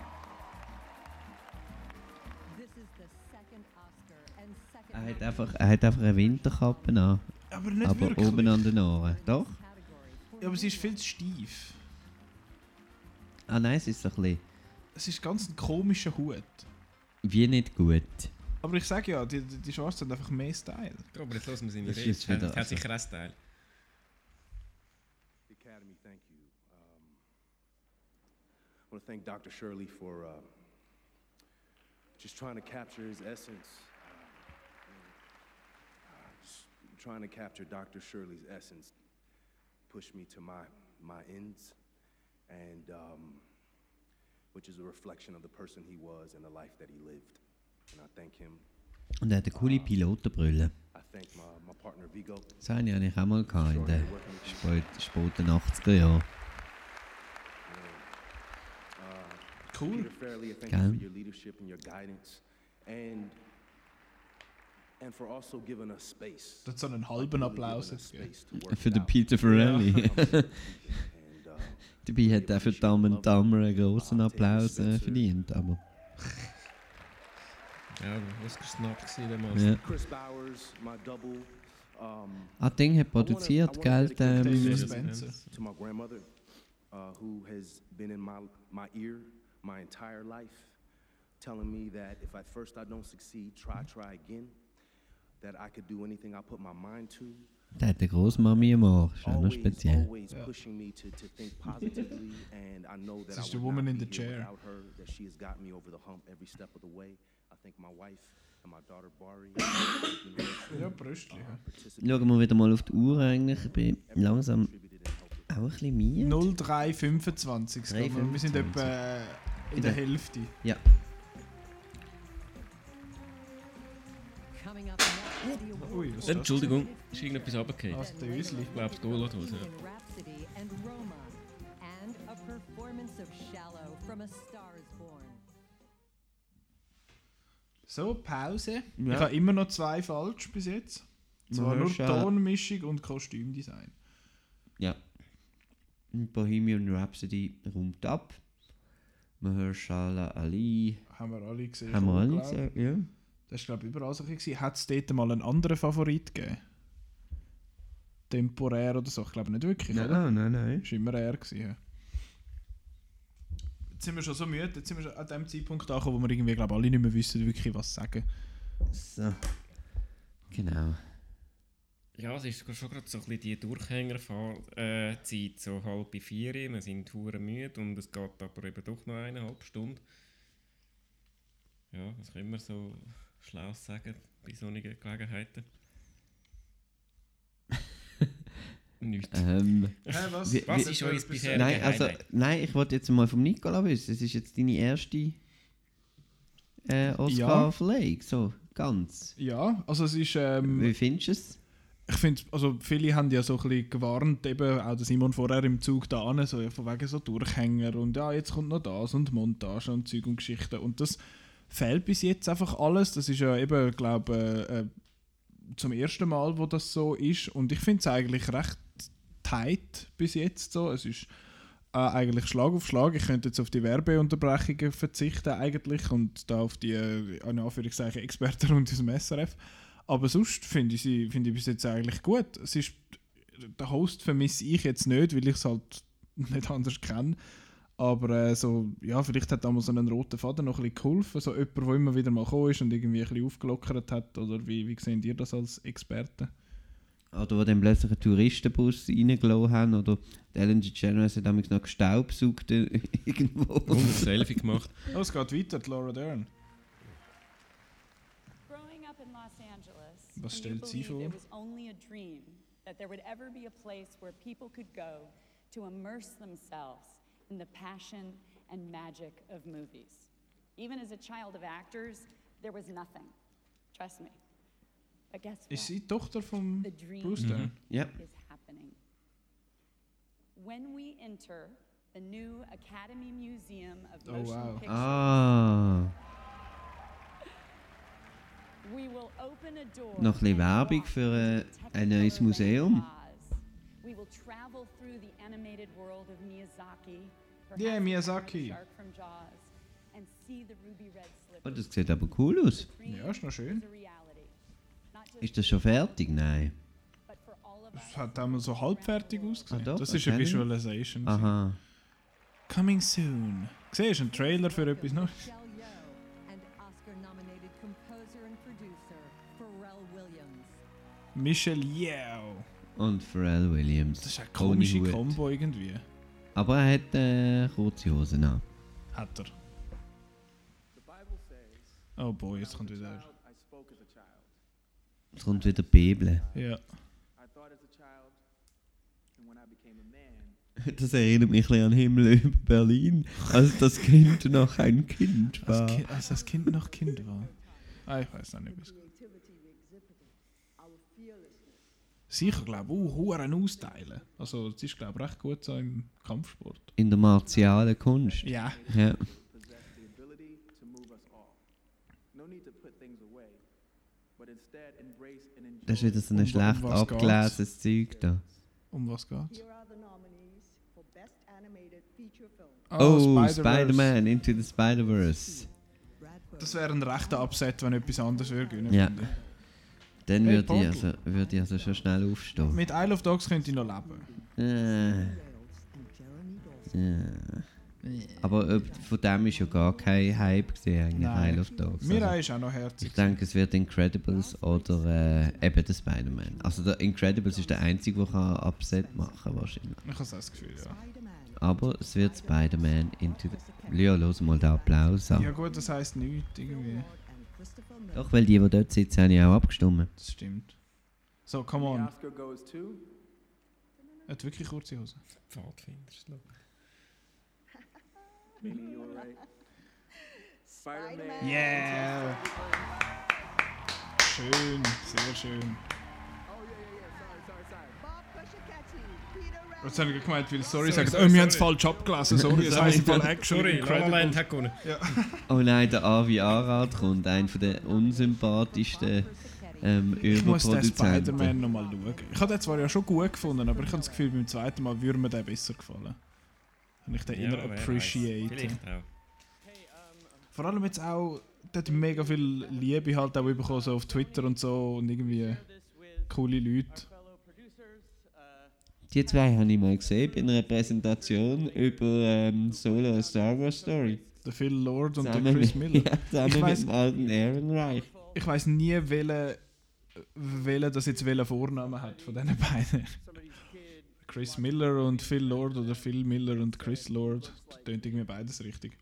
This is the second Oscar and second Er hat einfach, er hat einfach eine Winterkappe an. Aber nicht aber wirklich. oben an den Ohren. Doch? Ja, aber sie ist viel zu steif. Ah nein, es ist so ein bisschen Es ist ganz ein komischer Hut. wie nicht gut. Aber ich sage ja, die, die, die Schwarzen haben einfach mehr Style. Ja, aber jetzt hören wir seine Das ist Rede. jetzt wieder- Hat, hat sicher einen Style. The Academy, thank you. Um, I want to thank Doctor Shirley for uh, just trying to capture his essence. Uh, just trying to capture Doctor Shirley's essence pushed me to my, my ends, and um, which is a reflection of the person he was and the life that he lived. And I thank him. Und er hat eine coole Pilotenbrille. I thank my, my partner Vigo. Das habe ich eigentlich auch mal gehabt in den spät- späten achtziger Jahren. Cool. Peter Fairley, I thank Gell? you for your leadership and your guidance, and and for also giving us space. Das hat so einen halben Applaus jetzt gegeben. Für den Peter Farrelly. Dabei hat er für Dumb and Dumber einen grossen Applaus äh, verdient. Aber Ja, Oscar-Snap gewesen damals. Ja. Chris Bowers, my double. Um, Ah, Ding hat I wanna- produziert, I wanna gell? dedicate Ähm, this Spencer. to my grandmother, uh, who has been in my my ear my entire life, telling me that if at first I don't succeed, try, try again. That I could do anything I put my mind to. Der hat eine Großmami am Arsch, ist auch noch Always, speziell. always pushing me to, to think positively, and I know that This is I the would woman not in be the here chair. without her. That she has got me over the hump every step of the way. I thank my wife and my daughter Bari. Ja, Brüstli. ja. Schauen wir wieder mal auf die Uhr eigentlich. Ich bin langsam auch ein bisschen müde. null drei fünfundzwanzig. drei Wir sind fünfundzwanzig. etwa äh, in der Hälfte. Ja. Coming up next, the award Ui, was ist das? Entschuldigung, ist irgendetwas runtergefallen? Also der Üsli. Ich glaube, das Goal hat was, ja. Bohemian Rhapsody and Roma, and a performance of Shallow from A Star Is Born. So, Pause. Ja. Ich habe immer noch zwei falsch bis jetzt. Zwar nur Mahershala- Tonmischung und Kostümdesign. Ja. Bohemian Rhapsody räumt ab. Mahershala Ali. Haben wir alle gesehen. Haben wir alle glaub. gesehen, ja. Das war glaube ich überall so. Hat es dort mal einen anderen Favorit gegeben? Temporär oder so? Ich glaube nicht wirklich, Nein, oder? nein, nein. Das war immer er. Gewesen, ja. Jetzt sind wir schon so müde, jetzt sind wir schon an dem Zeitpunkt angekommen, wo wir irgendwie, glaube alle nicht mehr wissen, wirklich was sagen. So. Genau. Ja, es ist schon gerade so ein bisschen die Durchhängerzeit, so halb bei vier, wir sind hure müde und es geht aber eben doch noch eineinhalb Stunden. Ja, was können wir so schlau sagen bei solchen Gelegenheiten? Nichts. Ähm, Hä, was? wie- Was wie- ist euer bisheriges Nein, also, Highlight? nein, ich wollte jetzt mal vom Nicola wissen. Es ist jetzt deine erste äh, Oscar-Verleihung, so ganz. Ja, also es ist... Ähm, Wie findest du es? Ich finde, also viele haben ja so ein bisschen gewarnt, eben auch der Simon vorher im Zug da an, so ja, von wegen so Durchhänger und ja, jetzt kommt noch das und Montage und Zeug und Geschichten und das fehlt bis jetzt einfach alles. Das ist ja eben, glaube ich, äh, zum ersten Mal, wo das so ist und ich finde es eigentlich recht tight bis jetzt so. Es ist äh, eigentlich Schlag auf Schlag. Ich könnte jetzt auf die Werbeunterbrechungen verzichten eigentlich und da auf die, äh, in Anführungszeichen, Experten und das S R F. Aber sonst finde ich sie finde ich bis jetzt eigentlich gut. Es ist, den Host vermisse ich jetzt nicht, weil ich es halt nicht anders kenne. Aber äh, so, ja, vielleicht hat damals so einen roten Faden noch ein bisschen geholfen. So jemand, der immer wieder mal gekommen ist und irgendwie ein bisschen aufgelockert hat. Oder wie, wie seht ihr das als Experten? Oder wo dann plötzlich einen Touristenbus reingelassen haben. Oder Ellen DeGeneres hat damals noch gestaubsaugt äh, irgendwo. Und ein Selfie gemacht. Oh, es geht weiter, die Laura Dern. Growing up in Los Angeles, Was can you stellt sie believe vor? it was only a dream that there would ever be a place where people could go to immerse themselves in the passion and magic of movies. Even as a child of actors, there was nothing. Trust me. But guess what? Ist sie die Tochter von The dream Bruce Dern? Ja. is happening. When we enter the new Academy Museum of Oh, Motion wow. Pictures, Ah. we will open a door Noch ein bisschen and Werbung walk für into äh, ein neues Museum. Oz. We will travel through the animated world of Miyazaki. Yeah, perhaps Miyazaki. the shark from Jaws, and see the ruby red Oh, slippers. das sieht aber cool aus. Ja, ist noch schön. Is a reality. Not just Ist das schon fertig? Nein. but for all of us. Es hat einmal so halbfertig ausgesehen. Ah, doch, das ist eine okay. Visualization. Aha. Coming soon. Siehst du einen Trailer für etwas Neues? Michelle Yeoh and Oscar-nominated composer and producer Pharrell Williams. Michelle Yeoh. Und Pharrell Williams. Das ist eine Ohne komische Hut. Kombo irgendwie. Aber er hat äh, kurze Hosen an. Hat er. The Bible says, Oh boy, jetzt "When I kommt was a wieder. child, I spoke as a child. Jetzt kommt wieder die Bibel. Ja. I thought as a child, and when I became a man, Das erinnert mich ein bisschen an Himmel über Berlin, als das Kind noch ein Kind war. Als, Ki als das Kind noch Kind war. Ah, ich weiß noch nicht. Was. Sicher, glaube ich, uh, Huren austeilen. Also, das ist, glaube ich, recht gut so im Kampfsport. In der martialen Kunst. Ja. Ja. possess the ability to move us all. No need to put things away, but instead embrace and enjoy. Das ist wieder so ein Um- um schlecht was geht's? abgelesenes Zeug da. Um was geht's? Here are the nominees for Best Animated Feature Film. Oh, Spider-Man Into the Spider-Verse. Das wäre ein rechter Upset, wenn etwas anderes würde gewinnen. Ja. finde ich. Dann Hey, würde ich, Portal. also, würde ich also schon schnell aufstehen. Mit Isle of Dogs könnte ich noch leben. Äh. Ja. Aber ob, von dem ist ja gar kein Hype gesehen, eigentlich, Nein. Isle of Dogs. Mir Also, ist auch noch herzig. ich denke, es wird Incredibles oder äh, eben der Spider-Man. Also der Incredibles ist der einzige, der kann Upset machen kann, wahrscheinlich. Ich habe das Gefühl, ja. Aber es wird Spider-Man into the... Leo, los mal den Applaus an. Ja gut, das heisst nichts irgendwie. Doch, weil die, die dort sitzen, haben ja auch abgestimmt. Das stimmt. So, come The on. Oscar goes to Er hat wirklich kurze Hose. Pfadfinder. Amy, you alright? Spider-Man. Yeah! Schön, sehr schön. Jetzt habe ich gemeint, weil sorry, Sorry, sagt, sorry, oh, wir haben es sorry. falsch abgelesen, sorry, es heisst voll Action. Sorry, La La Land Incredible. hat gewonnen. Ja. Oh nein, der Avi Arad kommt, einer der unsympathischsten ähm, Ich muss den Überproduzenten. Spider-Man nochmal schauen. Ich habe den zwar ja schon gut gefunden, aber ich habe das Gefühl, beim zweiten Mal würde mir der besser gefallen. Habe ich den Ja, immer wer weiß. appreciaten. Vielleicht auch. Vor allem jetzt auch, der hat mega viel Liebe halt auch bekommen, so auf Twitter und so und irgendwie coole Leute. Die zwei habe ich mal gesehen bei einer Präsentation über ähm, Solo A Star Wars Story. Der Phil Lord und Zusammen der Chris mit- Miller. ja, zusammen ich mit weiss, dem alten Ehrenreich. Ich weiss nie, welcher welcher das jetzt welchen Vornamen hat von diesen beiden. Chris Miller und Phil Lord oder Phil Miller und Chris Lord. Das klingt irgendwie beides richtig.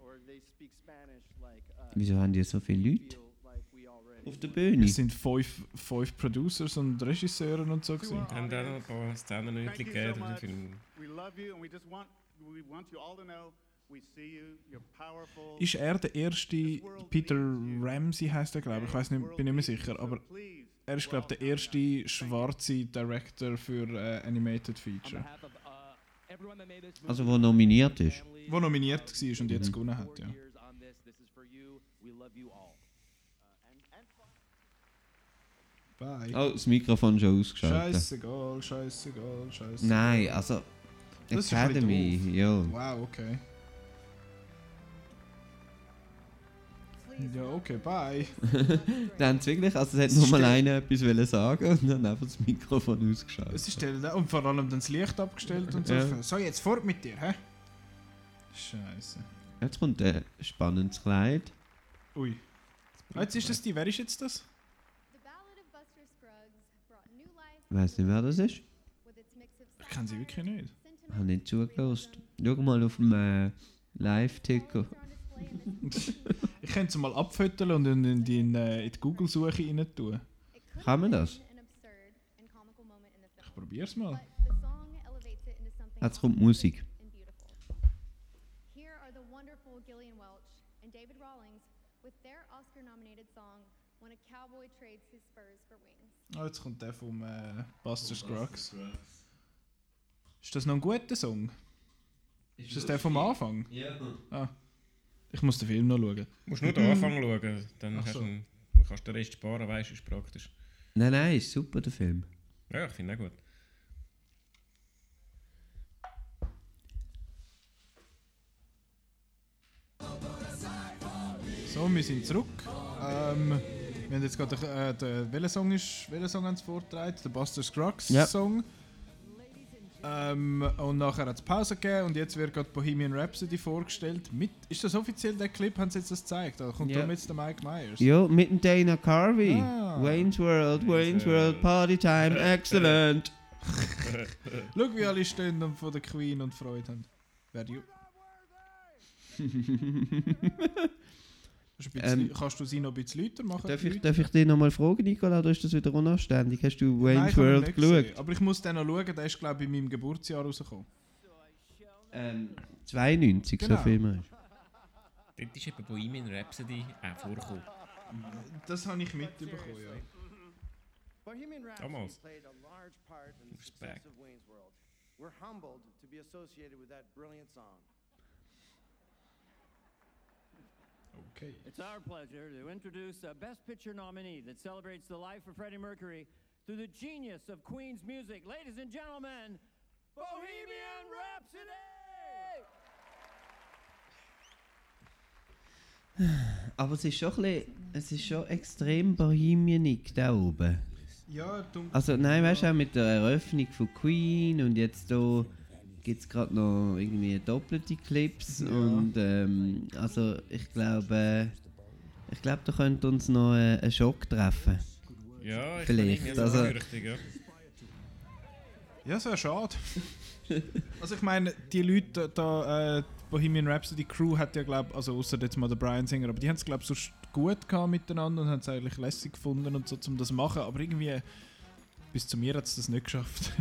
Wieso haben die so viele Leute auf der Bühne? Es sind fünf, fünf Producers und Regisseure und so gewesen. Wir haben auch noch ein paar Szenen nicht gegeben in dem Film. We love you and we just want we want you all to know we see you. You're powerful. Ist er der erste, Peter Ramsey heißt er, glaube ich, ich weiß nicht, bin nicht mehr sicher, aber er ist, glaube ich, der erste schwarze Director für äh, Animated Feature. Also, wo nominiert ist. Wo nominiert war und jetzt Mhm. gewonnen hat, ja. Bye. Oh, das Mikrofon schon ausgeschaltet. Scheißegal, scheißegal, scheißegal. Nein, also Das ist ein bisschen Academy, doof. ja. Wow, okay. Ja, okay, bye. Dann haben sie wirklich, also es hat Es nur ist mal der- einer etwas wollen sagen und dann einfach das Mikrofon ausgeschaltet. Es ist der, und vor allem dann das Licht abgestellt und so. Ja. So, jetzt fort mit dir, hä? Scheiße. Jetzt kommt ein spannendes Kleid. Ui. Ah, jetzt ist das die, wer ist jetzt das? Ich weiss nicht, wer das ist. Ich kenne sie wirklich nicht. Ich habe nicht zugelassen. Schau mal auf dem äh, Live-Ticker. Ich könnte sie mal abfütteln und in, in, die, in, äh, in die Google-Suche rein tun. Kann man das? Ich probier's mal. Jetzt kommt Musik. Here are the wonderful Gillian Welch and David Rawlings with their Oscar-nominated song "When a Cowboy Trades His Spurs for Wings." Ah, jetzt kommt der vom äh, Buster Scruggs. Ist das noch ein guter Song? Ist das der vom Anfang? Ja. Ah. Ich muss den Film noch schauen. Du musst nur den Anfang schauen, dann Ach hast so. du einen, dann kannst du den Rest sparen, weißt du, ist praktisch. Nein, nein, ist super, der Film. Ja, ich finde auch gut. So, wir sind zurück. Ähm, wir haben jetzt gerade äh, den, welcher Song ist, welcher Song haben sie vorgetragen? Der Buster Scruggs Ja. Song. Ähm, und nachher hat es Pause gegeben und jetzt wird gerade Bohemian Rhapsody vorgestellt. Mit, ist das offiziell der Clip? Haben sie jetzt das gezeigt? Da kommt Ja. darum jetzt der Mike Myers. Ja, mit dem Dana Carvey. Ah. Wayne's World, Wayne's World, Party Time, excellent. Schau, wie alle stehen und von der Queen und Freude haben. Wer du? Kannst du ein bisschen- Ähm, Kannst du sie noch ein bisschen lauter machen? Darf die ich, Leute? darf ich dich nochmal fragen, Nicola, oder ist das wieder unanständig? Hast du Nein, Wayne's ich habe ihn World nicht gesehen. geschaut? Aber ich muss den noch schauen, der ist glaube ich in meinem Geburtsjahr rausgekommen. Ähm, zweiundneunzig, Genau. so viel mehr. Dort ist eben Bohemian Rhapsody auch vorgekommen. Das habe ich mitbekommen, ja. Bohemian Rhapsody Damals. played a large part in the Respect. success of Wayne's World. We're humbled to be associated with that brilliant song. Okay. It's our pleasure to introduce a Best Picture nominee that celebrates the life of Freddie Mercury through the genius of Queen's music. Ladies and gentlemen, Bohemian Rhapsody! Aber es ist schon ein bisschen, es ist schon extrem bohemienig da oben. Ja, dumm. Also nein, weißt du, auch mit der Eröffnung von Queen und jetzt hier gibt es gerade noch irgendwie doppelte Clips Ja. und ähm, also ich glaube, äh, ich glaube, da könnte uns noch äh, ein Schock treffen. Ja, ich Vielleicht. finde Also, richtig, ja. Ja, das wäre schade. Also ich meine, die Leute da, äh, die Bohemian Rhapsody Crew hat ja glaube also außer jetzt mal der Brian Singer, aber die haben es glaube so gut gehabt miteinander und haben es eigentlich lässig gefunden und so, um das zu machen, aber irgendwie bis zu mir hat es das nicht geschafft.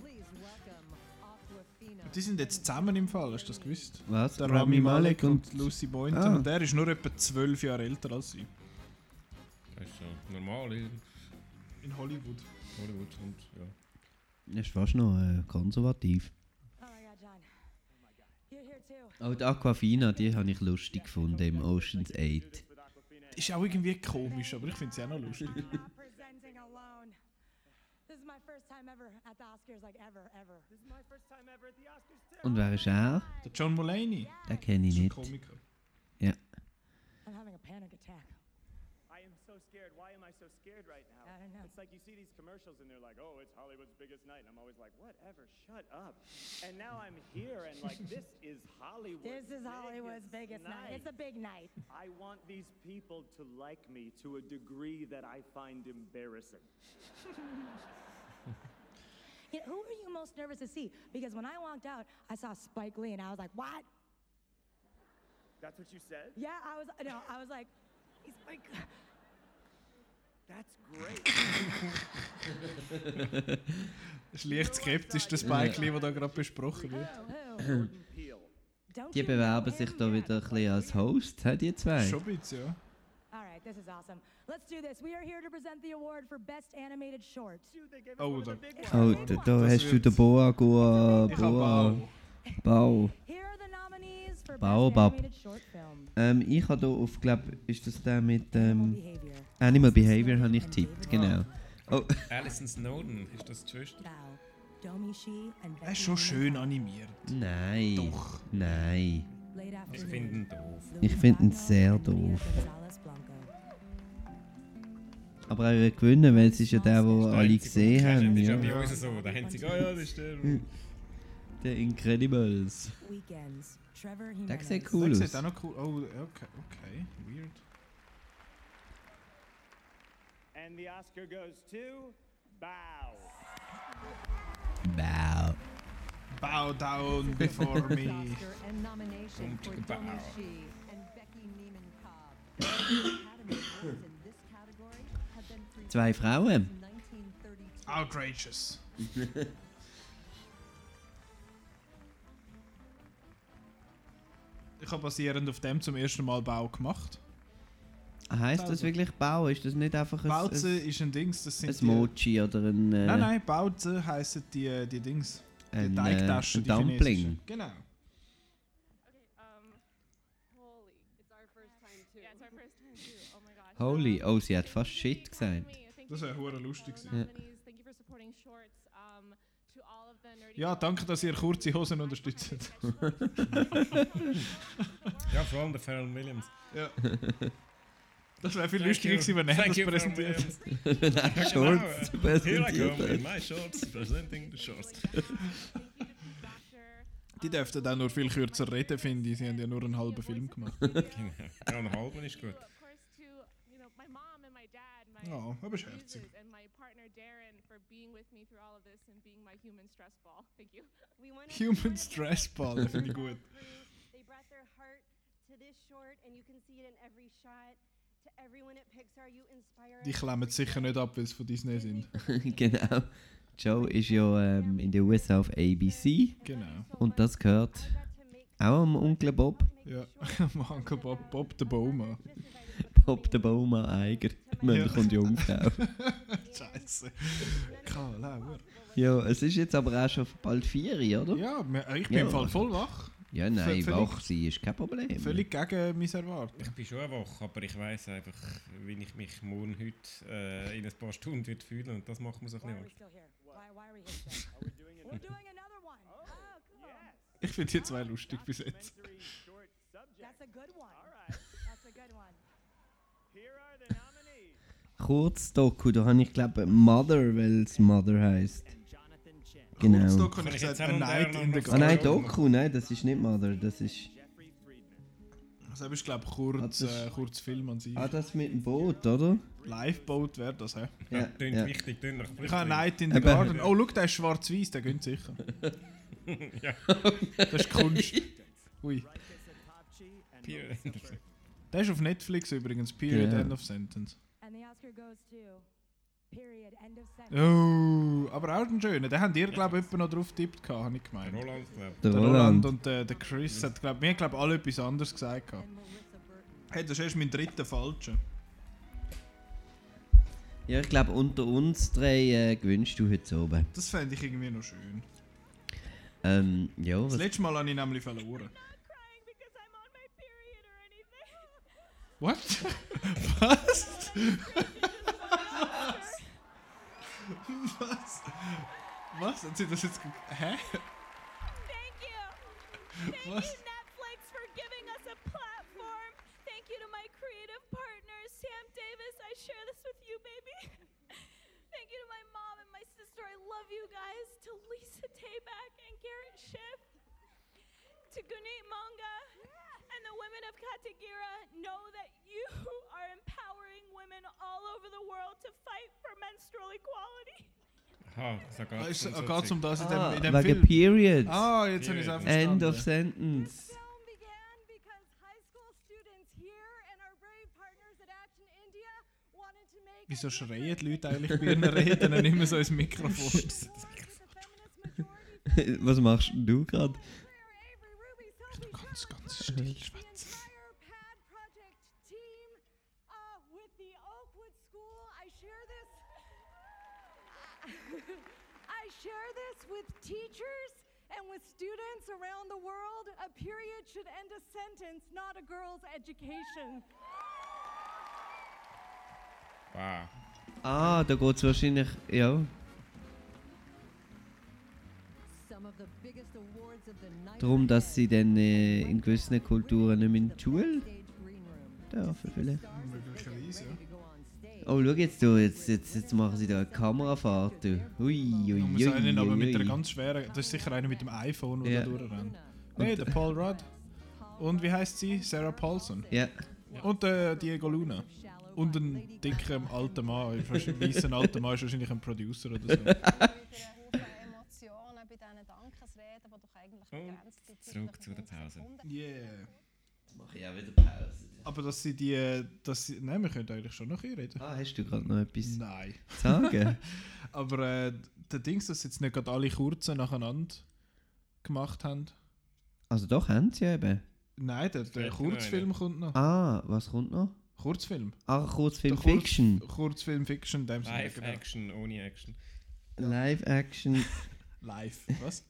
Die sind jetzt zusammen im Fall, hast du das gewusst? Was? Der Rami Rami Malek Malek und, und- Lucy Boynton Ah. und der ist nur etwa zwölf Jahre älter als sie. Das ist so normal in In Hollywood. Hollywood und ja. Das ist fast noch äh, konservativ. Auch die Aquafina, die habe ich lustig gefunden im Ocean's eight. Ist auch irgendwie komisch, aber ich finde sie auch noch lustig. Presenting a time ever at the Oscars, like ever, ever. This is my first time ever at the Oscars too. Und wer ist er? Der John Mulaney. Den kenne ich Das ist ein nicht. Komiker. Ja. I'm having a panic attack. I am so scared. Why am I so scared right now? I don't know. It's like you see these commercials and they're like, "Oh, it's Hollywood's biggest night," and I'm always like, "Whatever, shut up." And now I'm here and like, this is Hollywood. This is Hollywood's biggest night. It's a big night. I want these people to like me to a degree that I find embarrassing. You know, who are you most nervous to see? Because when I walked out, I saw Spike Lee and I was like, what? That's what you said? Yeah, I was, no, I was like, he's Spike. That's great. Das ist leicht skeptisch, das Spike Lee, das da gerade besprochen wird. Die bewerben sich da wieder ein bisschen als Host, hä, die zwei? Schon ein bisschen, ja. All right, this is awesome. Let's do this. We are here to present the award for Best Animated Short. Oh, da, Oh, da, da hast du den Boa, Goa, Ich hab Boa, Bau. Here are the nominees for Best Baobab. Animated Short Film. Ähm, ich habe hier auf, glaube ist das der mit ähm, Animal Behavior, habe ich getippt, genau. Oh. Alison Snowden, ist das die Schwester? Er ist schon schön animiert. Nein. Doch. Nein. Ich finde ihn doof. Ich finde ihn sehr doof. Aber er wird gewinnen, weil es ist ja der, den alle gesehen haben. Das ist ja Ja. bei uns so. Da haben sie, oh ja, das ist der. Der Incredibles. Der sieht cool Der aus. sieht auch noch cool. Oh, okay, okay. Weird. And the Oscar goes to Bow. Bow. Bow down before me. Oscar and nomination for Bow. Domi Shi and Becky Neiman Cobb. Academy Awards in this category have been presented Zwei Frauen. since nineteen thirty-two. Outrageous. Ich habe basierend auf dem zum ersten Mal Bau gemacht. Heisst das wirklich Bau? Ist das nicht einfach ein, Bauze ein, ist ein Dings, das sind ein die- Mochi oder ein... Äh, Nein, nein, Bauze heissen die, die Dings. Die Ein, äh, Teigtaschen, ein die Dumpling. chinesischen. Genau. Holy, oh, sie hat fast Shit gesagt. Das wäre hure lustig gewesen. Ja. Ja, danke, dass ihr kurze Hosen unterstützt. Ja, vor allem der Pharrell Williams. Ja. Das wäre viel Thank lustiger you. gewesen, wenn er Thank das you, präsentiert Pharrell Wenn er Ja, Shorts genau. präsentiert Here I come hat. in my shorts, presenting the shorts. Die dürften auch nur viel kürzer reden, finde ich. Sie haben ja nur einen halben Film gemacht. Genau. Ja, einen halben ist gut. Ja, aber ist herzig. and my partner Darren for being with me through all of this and being my human stress ball. Thank you. We wanna Human Stress Ball, das finde ich gut. They brought their heart to this short, and you can see it in every shot. To everyone at Pixar, you inspire Die us. klemmen sicher nicht ab, weil sie von Disney sind. Genau. Joe ist ja ähm, in den U S A auf A B C. Genau. Und das gehört auch am Onkel Bob. Ja, Onkel Bob, Bob der Boma. Bob der Boma Eiger. Männlich und Jungfrau. Scheiße. Karl, Ja, es ist jetzt aber auch schon bald vier, oder? Ja, wir- ich bin im Fall voll wach. Ja, nein, Völlig- wach sein ist kein Problem. Völlig gegen mein Erwarten. Ich bin schon eine Woche, aber ich weiss einfach, wie ich mich morgen heute äh, in ein paar Stunden wird fühlen und das macht mir so ein bisschen Angst. Ich finde die zwei lustig bis jetzt. That's a good one. That's a good one. Kurzdoku, da habe ich glaube Mother, weil es Mother heisst. Genau. Kurzdoku habe ich gesagt, A Night in the Ah nein, Garden. Doku, nein, das ist nicht Mother, das ist... Also ist glaube ich kurz, äh, kurz Film an sich. Ah, das mit dem Boot, oder? Live-Boat wäre das, hä? Ja, Tönt ja. wichtig, tönt nach Ich habe A Night in the Eben. Garden. Oh, schau, der ist schwarz-weiß, der gönnt sicher. Ja. Das ist Kunst. Ui. Period. Der ist auf Netflix übrigens, Period Ja. End of Sentence. And the Oscar goes to period, end of sentence. Oh, aber auch ein schöner. Den haben ihr, glaube ich, noch drauf getippt, habe ich gemeint. Der Roland, glaube Der Der Roland Roland. und der, der Chris. Hat, glaub, wir haben, glaube ich, alle etwas anderes gesagt. gehabt. Hey, das ist erst mein dritter falscher. Ja, ich glaube, unter uns drei äh, gewünscht du heute oben. Das fände ich irgendwie noch schön. Ähm, ja, Das was... letzte Mal habe ich nämlich verloren. What? Was? Was? Was? Was? Hat sie das jetzt... ge- Hä? Thank you. Thank Was? you, Netflix, for giving us a platform. Thank you to my creative partners, Sam Davis. I share this with you, baby. Thank you to my mom and my sister. I love you guys. To Lisa Tabak and Garrett Schiff. To Gunit Monga and the women of Katagira. Know that you are empowering women all over the world to fight for menstrual equality. Aha, so Ah, geht's ist- um ah, so geht's Zeug. um das in dem, Ah, in dem wegen Film? Periods. Ah, jetzt habe ich es auch verstanden. End of sentence. Wieso schreien die Leute eigentlich bei ihren Reden nicht mehr so ins Mikrofon? Was machst denn du gerade? Ganz, ganz still schwätzen. I share this with teachers and with students around the world. A period should end a sentence, not a girl's education. Wow. Ah, da geht es wahrscheinlich, ja. Some of the biggest awards of the night. Darum, dass sie dann äh, in gewissen Kulturen nicht mehr in die Schule dürfen vielleicht. Möglicherweise, ja. Oh, schau jetzt, du, jetzt, jetzt, jetzt machen sie da eine Kamerafahrt. Du. Ui, ui, Man ui, muss einen aber mit ui. einer ganz schweren... Das ist sicher einer mit dem iPhone, der Ja. da durchrennt. Nein, der Paul Rudd. Und wie heißt sie? Sarah Paulson. Ja. Und äh, Diego Luna. Und ein dicker alter Mann. Wahrscheinlich ein alter Mann ist wahrscheinlich ein Producer oder so. Emotionen bei diesen Dankesreden, die doch eigentlich begrenzt sind. Zurück zu der Pause. Yeah. Mach ich auch wieder Pause. Aber dass sie die... Dass sie, nein, wir können eigentlich schon noch hier reden. Ah, hast du gerade noch etwas Nein. zu sagen? Aber äh, der Dings, dass sie jetzt nicht gerade alle kurzen nacheinander gemacht haben. Also doch, haben sie ja eben. Nein, der, der Fehlt Kurzfilm noch kommt noch. Ah, was kommt noch? Kurzfilm. Ah, Kurzfilm Der Kurz- Fiction. Kurzfilm Fiction, in dem Sinne, Live genau. Action, ohne Action. Live Action. Live, was?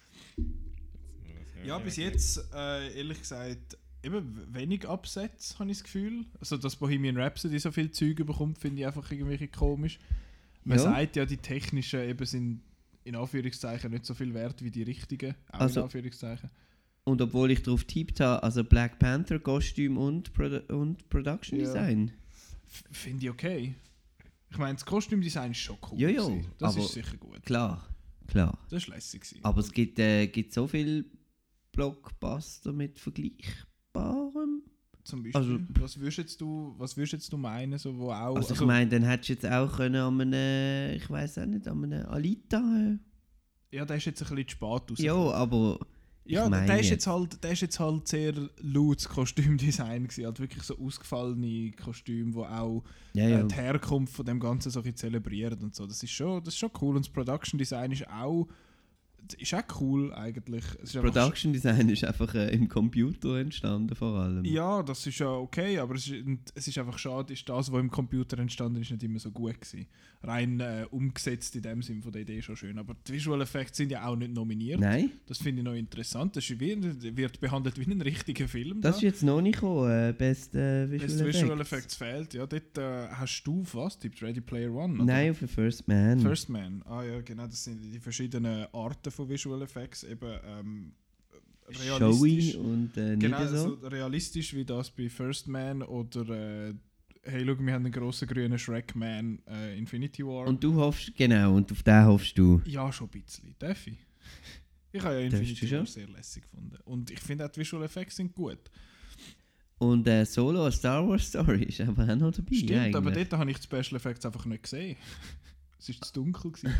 Ja, bis jetzt, äh, ehrlich gesagt, eben w- wenig Absätze, habe ich das Gefühl. Also, dass Bohemian Rhapsody so viel Zeug bekommt, finde ich einfach irgendwie komisch. Man Ja. sagt ja, die technischen eben sind in Anführungszeichen nicht so viel wert wie die richtigen. Auch Also- in Anführungszeichen. Und obwohl ich drauf tippt habe, also Black Panther, Kostüm und, Produ und Production Ja. Design. F- Finde ich okay. Ich meine, das Kostümdesign ist schon cool. Ja, ja. gewesen. Das aber ist sicher gut. Klar, klar. Das ist lässig gewesen. Aber es gibt, äh, gibt so viele Blockbuster mit Vergleichbarem. Zum Beispiel, Also- was würdest jetzt du, was würdest jetzt du meinen, so, wo auch... Also, ich meine, dann hättest du jetzt auch können an einem, ich weiß auch nicht, an einem Alita. Äh. Ja, der ist jetzt ein bisschen zu spät raus. Ja, aber Ja, ich meine der ist jetzt halt, der ist jetzt halt sehr lautes Kostümdesign gewesen, halt wirklich so ausgefallene Kostüme, wo auch Ja, ja. Äh, die Herkunft von dem Ganzen so ein bisschen zelebrieren und so. Das ist schon, das ist schon cool und das Production Design ist auch, ist auch cool eigentlich. Es ist einfach Production Design ist einfach äh, im Computer entstanden vor allem. Ja, das ist ja okay, aber es ist, und es ist einfach schade, ist das, was im Computer entstanden ist, nicht immer so gut gewesen. Rein äh, umgesetzt in dem Sinn von der Idee schon schön. Aber die Visual Effects sind ja auch nicht nominiert. Nein. Das finde ich noch interessant. Das ist wie, wird behandelt wie ein richtiger Film. Das da. ist jetzt noch nicht gekommen, äh, Best äh, Visual, Best Effects. Visual Effects fehlt. Ja, dort äh, hast du auf was tippt? Ready Player One? Oder? Nein, auf den First Man. First Man. Ah ja, genau. Das sind die verschiedenen Arten von Visual Effects. Eben ähm, realistisch. Showy und äh, nicht Genau, so. so realistisch wie das bei First Man oder äh, hey, schau, wir haben einen grossen grünen Shrek Man äh, Infinity War. Und du hoffst, genau, und auf den hoffst du. Ja, schon ein bisschen. Darf ich? Ich habe ja Darfst Infinity du War schon? sehr lässig gefunden. Und ich finde auch die Visual Effects sind gut. Und äh, Solo, a Star Wars Story, ist aber auch noch dabei. Stimmt, eigentlich. aber dort habe ich die Special Effects einfach nicht gesehen. Es war zu dunkel. gewesen.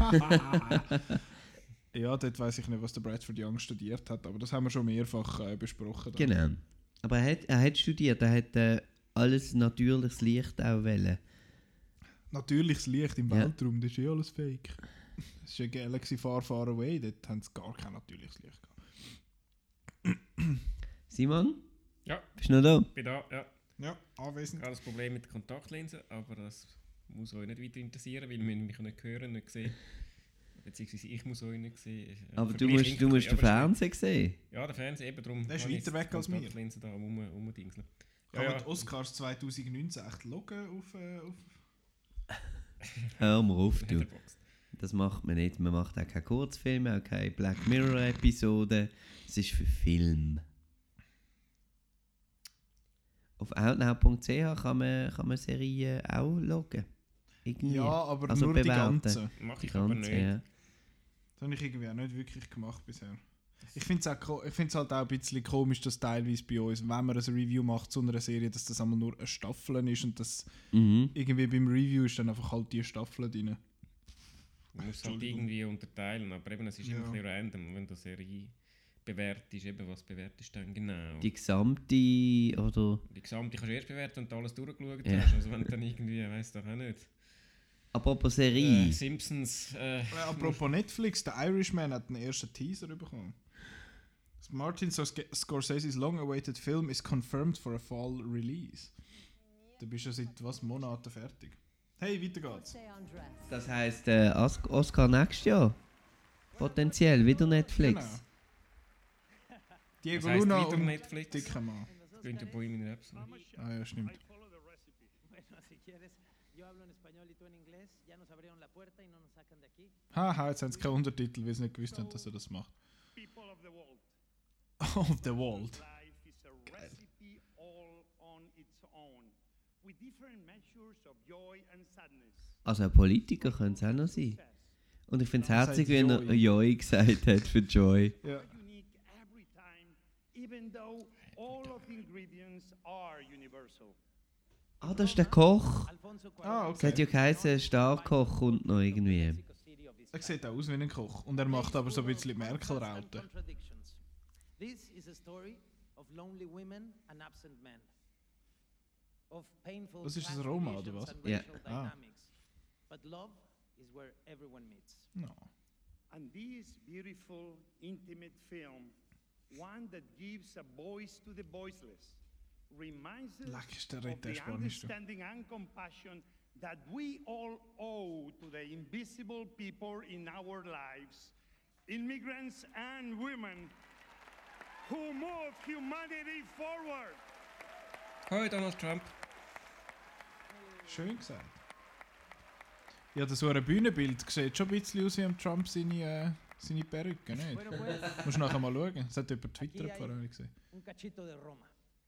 Ja, dort weiss ich nicht, was der Bradford Young studiert hat, aber das haben wir schon mehrfach äh, besprochen. dann. Genau. Aber er hat, er hat studiert, er hat äh, alles natürliches Licht auch wählen. Natürliches Licht im Ja. Weltraum, das ist eh alles fake. Das ist ja Galaxy Far Far Away, dort haben sie gar kein natürliches Licht gehabt. Simon? Ja. Bist du noch da? Bin da, ja. Ja, anwesend. Ich habe das Problem mit der Kontaktlinse, aber das muss euch nicht weiter interessieren, weil wir mich nicht hören, nicht sehen. Beziehungsweise ich muss euch nicht sehen. Aber Für du mich musst, du musst den aber Fernseher sehen. Ja, der Fernseher eben darum. Der ist habe ich weiter jetzt weg die als mir. Kontaktlinse da um, umdingseln. Kann man die Oscars zwanzig neunzehn echt loggen auf... Äh, auf Hör mal auf, du. Letterboxd. Das macht man nicht. Man macht auch keine Kurzfilme, auch keine Black Mirror-Episoden. Es ist für Film. Auf outnow punkt c h kann man, kann man Serien auch schauen. Irgendwie. Ja, aber also nur bewerten. die ganzen. Mach ich Die aber ganzen, nicht. ja. Das habe ich irgendwie auch nicht wirklich gemacht bisher. Ich finde es halt auch ein bisschen komisch, dass teilweise bei uns, wenn man ein Review macht zu einer Serie, dass das einmal nur eine Staffel ist und dass Mhm. irgendwie beim Review ist dann einfach halt die Staffel drin. Man muss es halt irgendwie unterteilen, aber eben, es ist Ja. immer ein bisschen random, wenn du eine Serie bewertest, eben, was bewertest du dann genau? Die gesamte, oder? Die gesamte kannst du erst bewerten, wenn du alles durchgeschaut Ja. hast, also wenn du dann irgendwie, weiss doch auch nicht. Apropos Serie. Äh, Simpsons, äh, Äh, apropos Netflix, der Irishman hat den ersten Teaser bekommen. Martin Scorsese's long-awaited film is confirmed for a fall release. Da bist du ja seit was Monaten fertig. Hey, weiter geht's. Das heisst, äh, Os- Oscar nächstes Jahr. Potenziell, wieder Netflix. Genau. Diego Was heisst Luna wieder und Netflix? Dicker Mann. Das klingt ja Bohemian Rhapsody. Ah ja, stimmt. Bueno, si quieres, yo hablo en español y tú en inglés, ya nos abrieron la puerta y no nos sacan de aquí. Haha, jetzt haben sie keine Untertitel, weil sie nicht gewusst haben, dass er das macht. People of the world. Of the world. Life is a recipe all on its own, with different measures of joy and sadness. Also ein Politiker könnte es auch noch sein. Und ich finde es Er herzig, sagt wenn er Joy. Joy gesagt hat für Joy. Ja. Unique every time, even though all of the ingredients are universal. Ah, das ist der Koch. Ah, Es hat okay. ja geheißen, Starkoch kommt noch irgendwie. Er sieht auch aus wie ein Koch. Und er macht aber so ein bisschen Merkel-Raute. Contradictions. This is a story of lonely women and absent men. Of painful Das ist ein class Roma, divisions oder was? and Ja. racial Ah. dynamics. But love is where everyone meets. No. And this beautiful, intimate film, one that gives a voice to the voiceless, reminds us Leck, ist der of Ritter the Spanisch, du. understanding and compassion that we all owe to the invisible people in our lives, immigrants and women who move humanity forward. Hoi, Donald Trump. Schön gesagt. Ja, das so ein Bühnenbild sieht schon ein bisschen aus wie am Trump seine, äh, seine Perücke, nicht? Bueno, pues, Musst du nachher mal schauen. Das hat jemand aquí Twitter hay vorher gesehen. un cachito de Roma.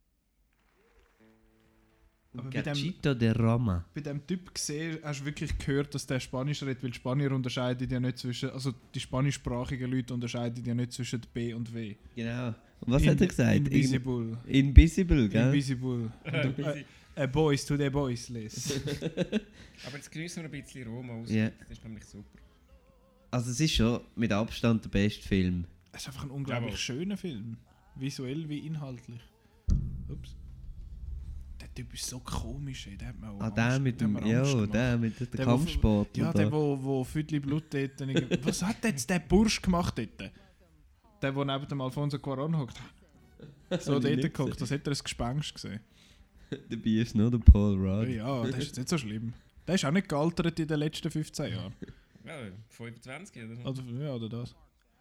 Aber bei dem, Gachito de Roma. bei dem Typ gesehen, hast du wirklich gehört, dass der Spanisch redet, weil Spanier unterscheiden ja nicht zwischen, also die spanischsprachigen Leute unterscheiden ja nicht zwischen B und W. Genau. Und was In- hat er gesagt? Invisible. In Invisible, gell? Invisible. Und, äh, a boys to the voiceless. Aber jetzt genießen wir ein bisschen Roma aus. Ja. Das ist nämlich super. Also es ist schon mit Abstand der beste Film. Es ist einfach ein unglaublich Jawohl. schöner Film. Visuell wie inhaltlich. Ups. Der Typ ist so komisch, ey. Der hat mir auch Ah, der Angst- mit hat dem, mir ja, Angst gemacht. der mit dem Der, wo- Kampfsport. Ja, der, wo, wo Füdli Blut dort. dann irgendwie- Was hat jetzt der Bursch gemacht dort? Der, der neben dem Alfonso Cuarón hockt. So Hab ich dort nicht gehockt, das hätte er ein Gespenst gesehen. Dabei ist nur der Paul Rudd. Ja, das ist jetzt nicht so schlimm. Der ist auch nicht gealtert in den letzten fünfzehn Jahren. Ja, fünfundzwanzig oder so. Oder, ja, oder das.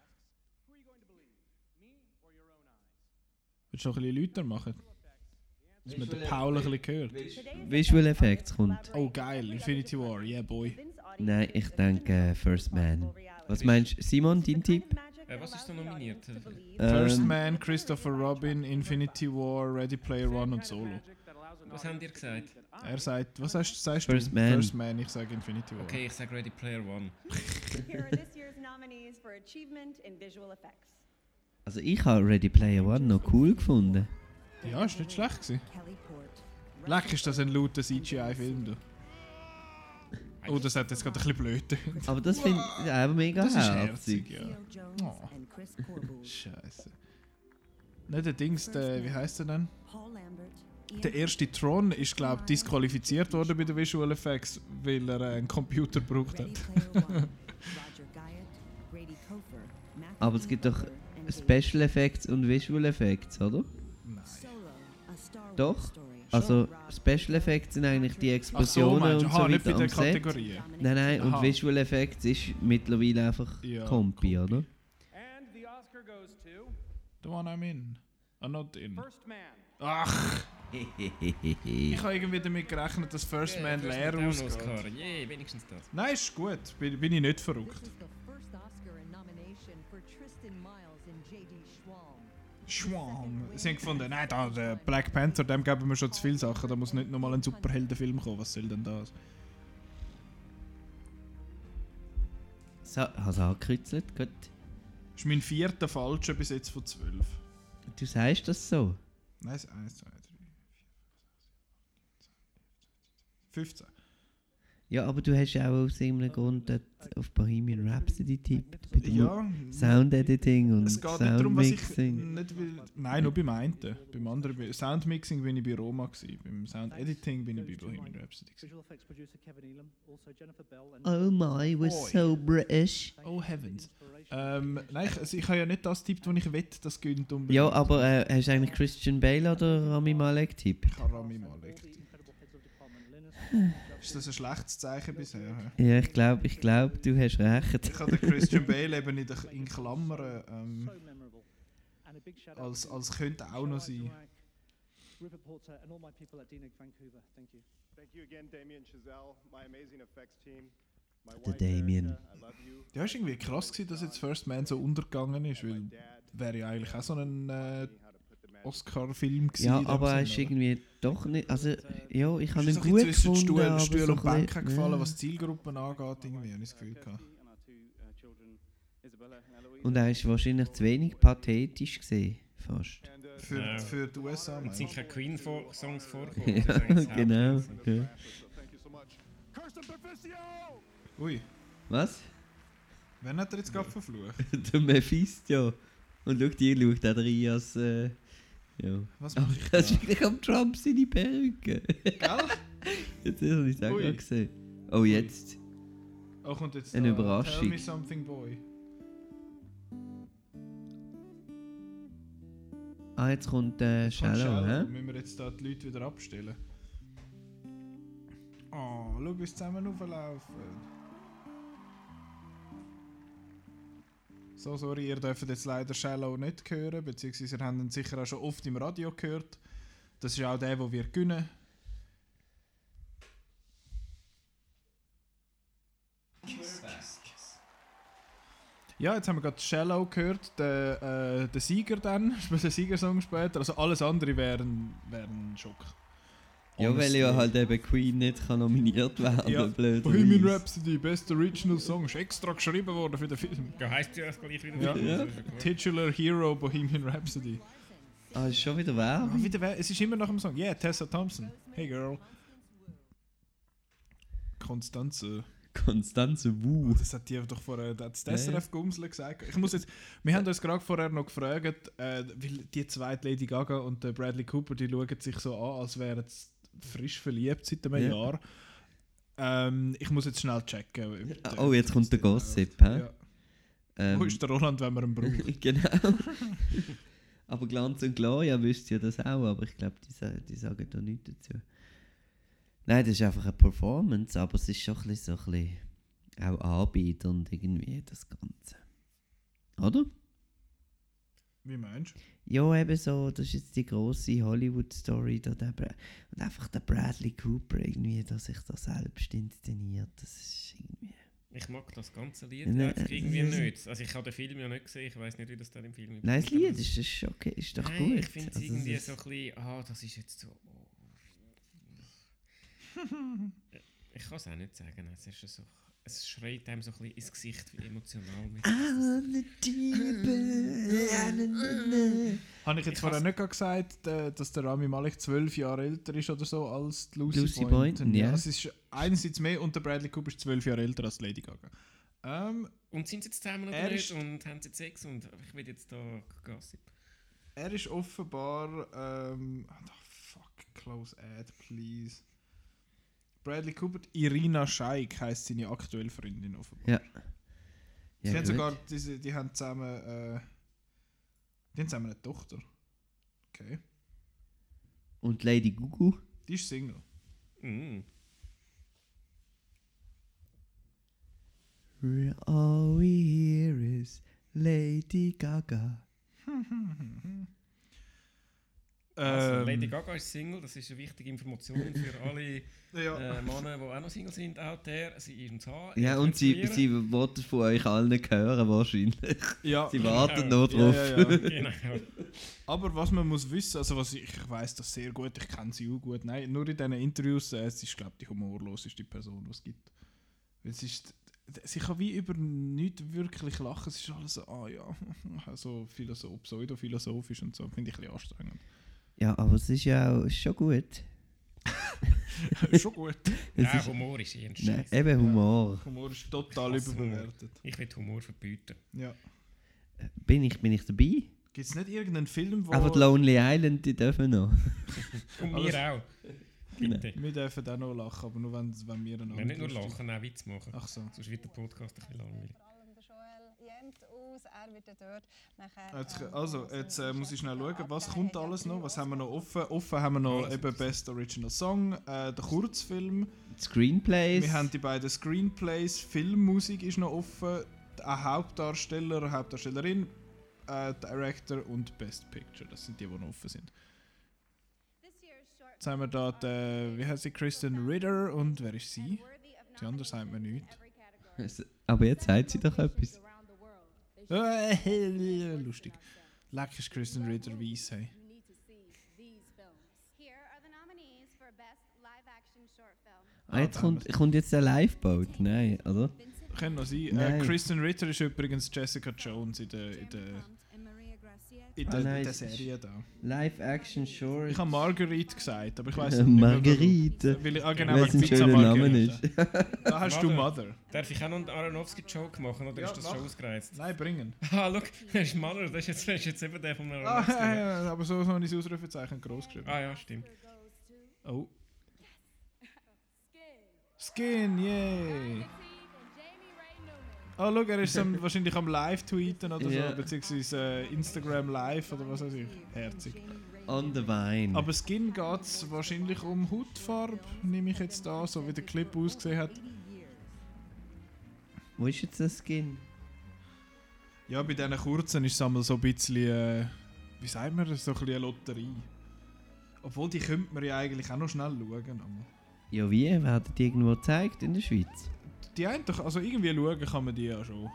Willst du noch ein bisschen lauter machen? Dass man den Paul ein bisschen hört. Visual Effects kommt. Oh geil, Infinity War, yeah boy. Nein, ich denke äh, First Man. Was meinst du, Simon, dein Tipp? Äh, was ist da nominiert? First Ähm, Man, Christopher Robin, Infinity War, Ready Player One und Solo. Was haben ihr gesagt? Er sagt, was hast, sagst First du? Man. First Man, ich sage Infinity War. Okay, ich sage Ready Player One. Here are this year's nominees for achievement in visual effects. Also ich habe Ready Player One noch cool gefunden. Ja, ist nicht schlecht gewesen. Leck, ist das ein lauter C G I-Film, du. Oh, das hat jetzt gerade ein bisschen blöd getönt. Aber das finde ich auch mega Das ist herzig. herzig, ja. Oh. Scheiße. Nicht der Dings, der, wie heißt der denn? Der erste Tron ist, glaube ich, disqualifiziert worden bei den Visual Effects, weil er äh, einen Computer gebraucht hat. Aber es gibt doch Special Effects und Visual Effects, oder? Nein. Doch? Also Special Effects sind eigentlich die Explosionen meinst du? und Aha, so nicht bei weiter den am Set. Kategorien. Nein, nein, und Aha. Visual Effects ist mittlerweile einfach Ja, Kompi, oder? And the Oscar goes to The one I'm in. I'm not in. First Man. Ach! Ich habe irgendwie damit gerechnet, dass First Man First leer Man auch noch ausgeht. Oscar. Yeah, wenigstens das. Nein, ist gut. Bin, bin ich nicht verrückt. This is the first Oscar nomination for Tristan Miles in J D. Schwalm. Schwam. Sie haben gefunden, nein, da, der Black Panther, dem geben wir schon zu viele Sachen, da muss nicht nochmal ein Superheldenfilm kommen, was soll denn das? So, hast du angekritzelt? Gut. Das ist mein vierter falscher bis jetzt von zwölf. Du sagst das so? Nein, es ist eins, zwei, drei, vier, fünf, sechs, sieben, fünfzehn. Ja, aber du hast ja auch aus irgendeinem Grund dort auf Bohemian Rhapsody tippt. Bei dem Ja. Sound Editing und Es geht nicht darum, was ich Soundmixing. nicht will. Nein, nur beim einen. Beim anderen, bei Soundmixing bin ich bei Roma gewesen. Beim Sound Editing bin ich bei Bohemian Rhapsody gewesen. Visual effects producer Kevin Elam, also Jennifer Bell and Oh my, we're Oi. so British. Oh heavens. Ähm, nein, ich, also ich habe ja nicht das tippt, was ich wette, das gönnt unbedingt. Ja, aber äh, hast du eigentlich Christian Bale oder Rami Malek getippt? Ich habe Rami Malek getippt. Ist das ein schlechtes Zeichen bisher? Ja, ich glaube, ich glaub, du hast recht. Ich habe den Christian Bale eben in, der, in Klammern ähm, als, als könnte auch noch sein. Rupert Porter and all my people at D N I C Vancouver. Thank you. Thank you again, Damien Chazelle, my amazing effects team. My Der wife, Damien. Erica, I love you. Ja, ist irgendwie krass gewesen, dass jetzt First Man so untergegangen ist, weil wäre ja eigentlich auch so ein äh, Oscar-Film gewesen. Ja, in dem aber er Sinne, ist irgendwie doch nicht. Also, ja, ich habe Ist ihn so ein gut bisschen zwischen gefunden. Stuhl, aber Stuhl so und ein bisschen- Bänken gefallen, ja. was Zielgruppen angeht, irgendwie, habe ich das Gefühl gehabt. Und er ist wahrscheinlich zu wenig pathetisch gesehen, fast. Für, Ja. für die U S A. Und meinst sind du? keine Queen-Songs vorgekommen. Ja, Das ist eigentlich das genau. Hauptding. Ja. Ui, Was? wen hat er jetzt gerade verflucht? Der Mephisto. Und schau, die schaut auch rein als. Äh, ja. Was Aber mache ich das da? ist wirklich am Trump seine Perücke. Gell? Jetzt habe ich es auch Ui. gerade gesehen. Oh, jetzt. Oh, kommt jetzt Eine da, Überraschung. Tell me something, boy. Ah, jetzt kommt äh, Kommt Shallow, hä? Müssen wir jetzt da die Leute wieder abstellen? Oh, schau, wie sie zusammen auflaufen. So, sorry, ihr dürft jetzt leider Shallow nicht hören, beziehungsweise ihr habt ihn sicher auch schon oft im Radio gehört. Das ist auch der, den wir gewinnen. Ja, jetzt haben wir gerade Shallow gehört, der, äh, der Sieger dann, spielt den Siegersong später. Also alles andere wäre ein, wär ein Schock. Ja, weil ja halt eben Queen nicht kann nominiert werden, Ja, blöd. Bohemian Rhapsody, Best Original Song, ist extra geschrieben worden für den Film. Ja, heisst ja das gleich wieder. Ja. Ja. Ja. Titular Hero Bohemian Rhapsody. Ah, ist schon wieder Ah, Werbung. wieder wer? Es ist immer nach dem Song. Yeah, Tessa Thompson. Hey girl. Konstanze. Konstanze Wu. Das hat die doch vorher, das hat das Ja, S R ja. F Gumsle gesagt. Ich muss jetzt, wir haben uns gerade vorher noch gefragt, äh, weil die zwei, die Lady Gaga und der Bradley Cooper, die schauen sich so an, als wären sie frisch verliebt seit einem Ja. Jahr. Ähm, ich muss jetzt schnell checken. ob der- Oh, jetzt kommt der Gossip, hä? Ja. Ähm, Wo ist der Roland, wenn man ihn braucht? Genau. Aber Glanz und Gloria wüsste ja das auch, aber ich glaube, die, sa- die sagen da nichts dazu. Nein, das ist einfach eine Performance, aber es ist schon ein bisschen, so ein bisschen auch Anbieter und irgendwie das Ganze. Oder? Wie meinst du? Ja, eben so, das ist jetzt die grosse Hollywood-Story. da der Bra- Und einfach der Bradley Cooper irgendwie, dass sich da selbst inszeniert, das ist irgendwie... Ich mag das ganze Lied Nein, einfach irgendwie das ist- nicht. Also ich habe den Film ja nicht gesehen, ich weiß nicht, wie das dann im Film Nein, das überkommt, Lied ist, ist okay, ist doch Nein, gut. ich finde es Also, irgendwie das so ist- ein bisschen, ah, das ist jetzt so... Oh. Ich kann es auch nicht sagen, es ist so... Es schreit einem so ein bisschen ins Gesicht, wie emotional mit. Habe ich jetzt Ich vorher has- nicht gerade gesagt, äh, dass der Rami Malek zwölf Jahre älter ist oder so als die Lucy, Lucy Boynton? Boynton, ja. Es ist einerseits mehr und der Bradley Cooper ist zwölf Jahre älter als Lady Gaga. Ähm, Und sind sie jetzt zusammen oder Er nicht? ist- Und haben sie jetzt Sex? Und ich will jetzt da Gossip. er ist offenbar... Ähm, oh, fuck, close ad, please. Bradley Cooper, Irina Shayk heisst seine aktuelle Freundin offenbar. Ja. Sie Ja, haben gut. sogar, die, die haben zusammen, äh, die haben zusammen eine Tochter. Okay. Und Lady Gugu? Die ist Single. Mm. All we hear is Lady Gaga. Also, Ähm, Lady Gaga ist Single, das ist eine wichtige Information für alle Ja. äh, Männer, die auch noch Single sind, out there. Sie ist im Zahn. Ja, und sie, sie wollen von euch allen hören wahrscheinlich. Ja. Sie warten Genau. noch drauf. Ja, ja, ja. Genau. Aber was man muss wissen, also was ich, ich weiß das sehr gut, ich kenne sie auch gut. Nein, nur in diesen Interviews, äh, es ist, glaube ich, die humorloseste Person, die es gibt. Weil es ist, sie kann wie über nichts wirklich lachen, es ist alles so, ah ja, so philosoph, pseudophilosophisch und so, finde ich ein bisschen anstrengend. Ja, aber es ist ja auch ist schon gut. Schon gut. Es Ja, ist- Humor ist eh ein Nein, Scheiß. eben Humor. Humor ist total Ich hasse Humor. überbewertet. Ich will Humor verbieten. Ja. Bin ich, bin ich dabei? Gibt es nicht irgendeinen Film, wo... Aber die Lonely Island, die dürfen noch. Und Alles- wir auch. Genau. Bitte. Wir dürfen auch noch lachen, aber nur wenn, wenn wir einander... Nein, nicht nur lustig- lachen, auch Witz machen. Ach so. Sonst wird der Podcast ein bisschen langweilig. aus, er wird dann dort nachher... Jetzt, ähm, also, so jetzt ein äh, muss ich schnell Chef schauen, was abgeben. kommt Er hat alles ja noch? drei Was haben wir noch offen? Offen haben wir noch Alles eben Best Original Song, äh, der Kurzfilm. Screenplays. Wir haben die beiden Screenplays, Filmmusik ist noch offen, ein Hauptdarsteller, eine Hauptdarstellerin, äh, Director und Best Picture. Das sind die, die noch offen sind. Jetzt haben wir da die, wie heißt sie, Kristen Ritter und wer ist sie? Die andere sagt mir nichts. Aber jetzt sagt sie doch etwas. Äh, lustig. Leck ist Kristen Ritter weiss, hey. Here are the nominees for Best Live Action Short Film. Ah, jetzt kommt, kommt jetzt der Live-Boat? Nein, oder? Kann noch sein. Äh, Nein. Kristen Ritter ist übrigens Jessica Jones in der, in der, in Ah, der, nein, der es ist Serie da. Live-Action Short. Ich habe Marguerite gesagt, aber ich weiß nicht mehr, Marguerite. warum. Weil ich, ah, genau, Weil weil es ein Pizza schöner Name Margherita. ist. Da hast du Mother. Darf ich auch noch einen Aronofsky-Joke machen oder Ja, ist das mach. schon ausgereizt? Nein, bringen. Ah, schau, das ist Mother, das ist jetzt, das ist jetzt eben der von Ah, Aronofsky. ja, ja, aber so habe ich das Ausrufezeichen groß geschrieben. Ah ja, stimmt. Oh. Skin, yay! Oh, schau, er ist am, wahrscheinlich am Live-Tweeten oder Ja. so, beziehungsweise äh, Instagram Live oder was weiß ich. Herzig. On the Vine. Aber Skin geht es wahrscheinlich um Hautfarbe, nehme ich jetzt da, so wie der Clip ausgesehen hat. Wo ist jetzt das Skin? Ja, bei diesen kurzen ist es einmal so ein bisschen, äh, wie sagt man das, so ein bisschen eine Lotterie. Obwohl, die könnte man ja eigentlich auch noch schnell schauen. Aber. Ja, wie? Werden die irgendwo gezeigt in der Schweiz? Die einen doch, also irgendwie schauen kann man die ja schon.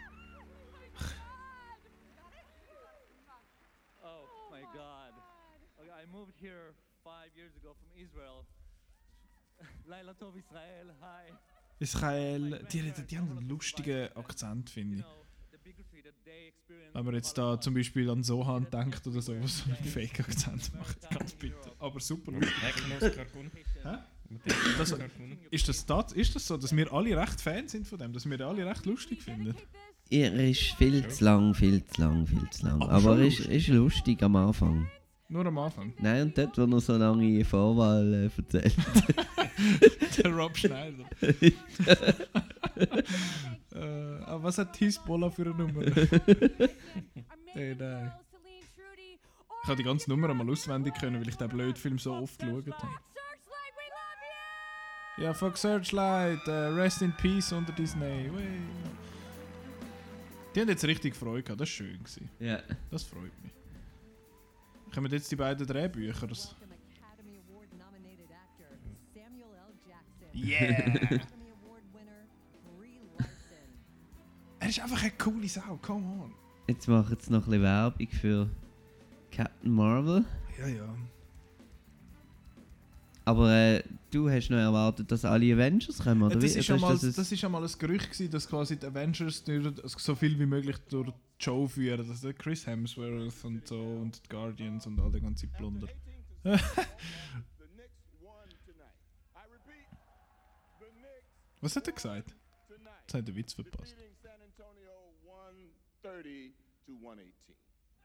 Oh my God. Okay, I moved here five years ago from Israel. Laila Tov Israel, hi. Israel, die, die, die haben einen lustigen Akzent, finde ich. Wenn man jetzt da zum Beispiel an Sohan denkt oder so, was so einen Fake-Akzent macht, ganz bitte. Aber super lustig. Hä? Das, ist, das, das, ist das so, dass wir alle recht Fan sind von dem, dass wir den alle recht lustig finden? Er ist viel zu lang, viel zu lang, viel zu lang. Aber Aber schon er ist, ist lustig am Anfang. Nur am Anfang? Nein, und dort, wo er so lange Vorwahl äh, erzählt. Der Rob Schneider. äh, aber was hat Hisbollah für eine Nummer? Hey, nein. Ich habe die ganze Nummer einmal auswendig können, weil ich den blöden Film so oft geschaut habe. Ja, fuck Searchlight, uh, Rest in Peace unter Disney. Wey. Die haben jetzt richtig Freude gehabt, das war schön. Gewesen. Ja. Das freut mich. Kommen jetzt die beiden Drehbücher? Yeah! Er ist einfach eine coole Sau, come on. Jetzt machen sie noch ein bisschen Werbung für Captain Marvel. Ja, ja. Aber äh, du hast noch erwartet, dass alle Avengers kommen, oder Ja, das wie? ist Oder ja mal, das ein- das ist ja mal ein Gerücht gewesen, dass quasi die Avengers durch, so viel wie möglich durch die Show führen. Dass der Chris Hemsworth und so und die Guardians und all der ganze Plunder. Was hat er gesagt? Jetzt hat er den Witz verpasst. San Antonio one thirty to one eighteen.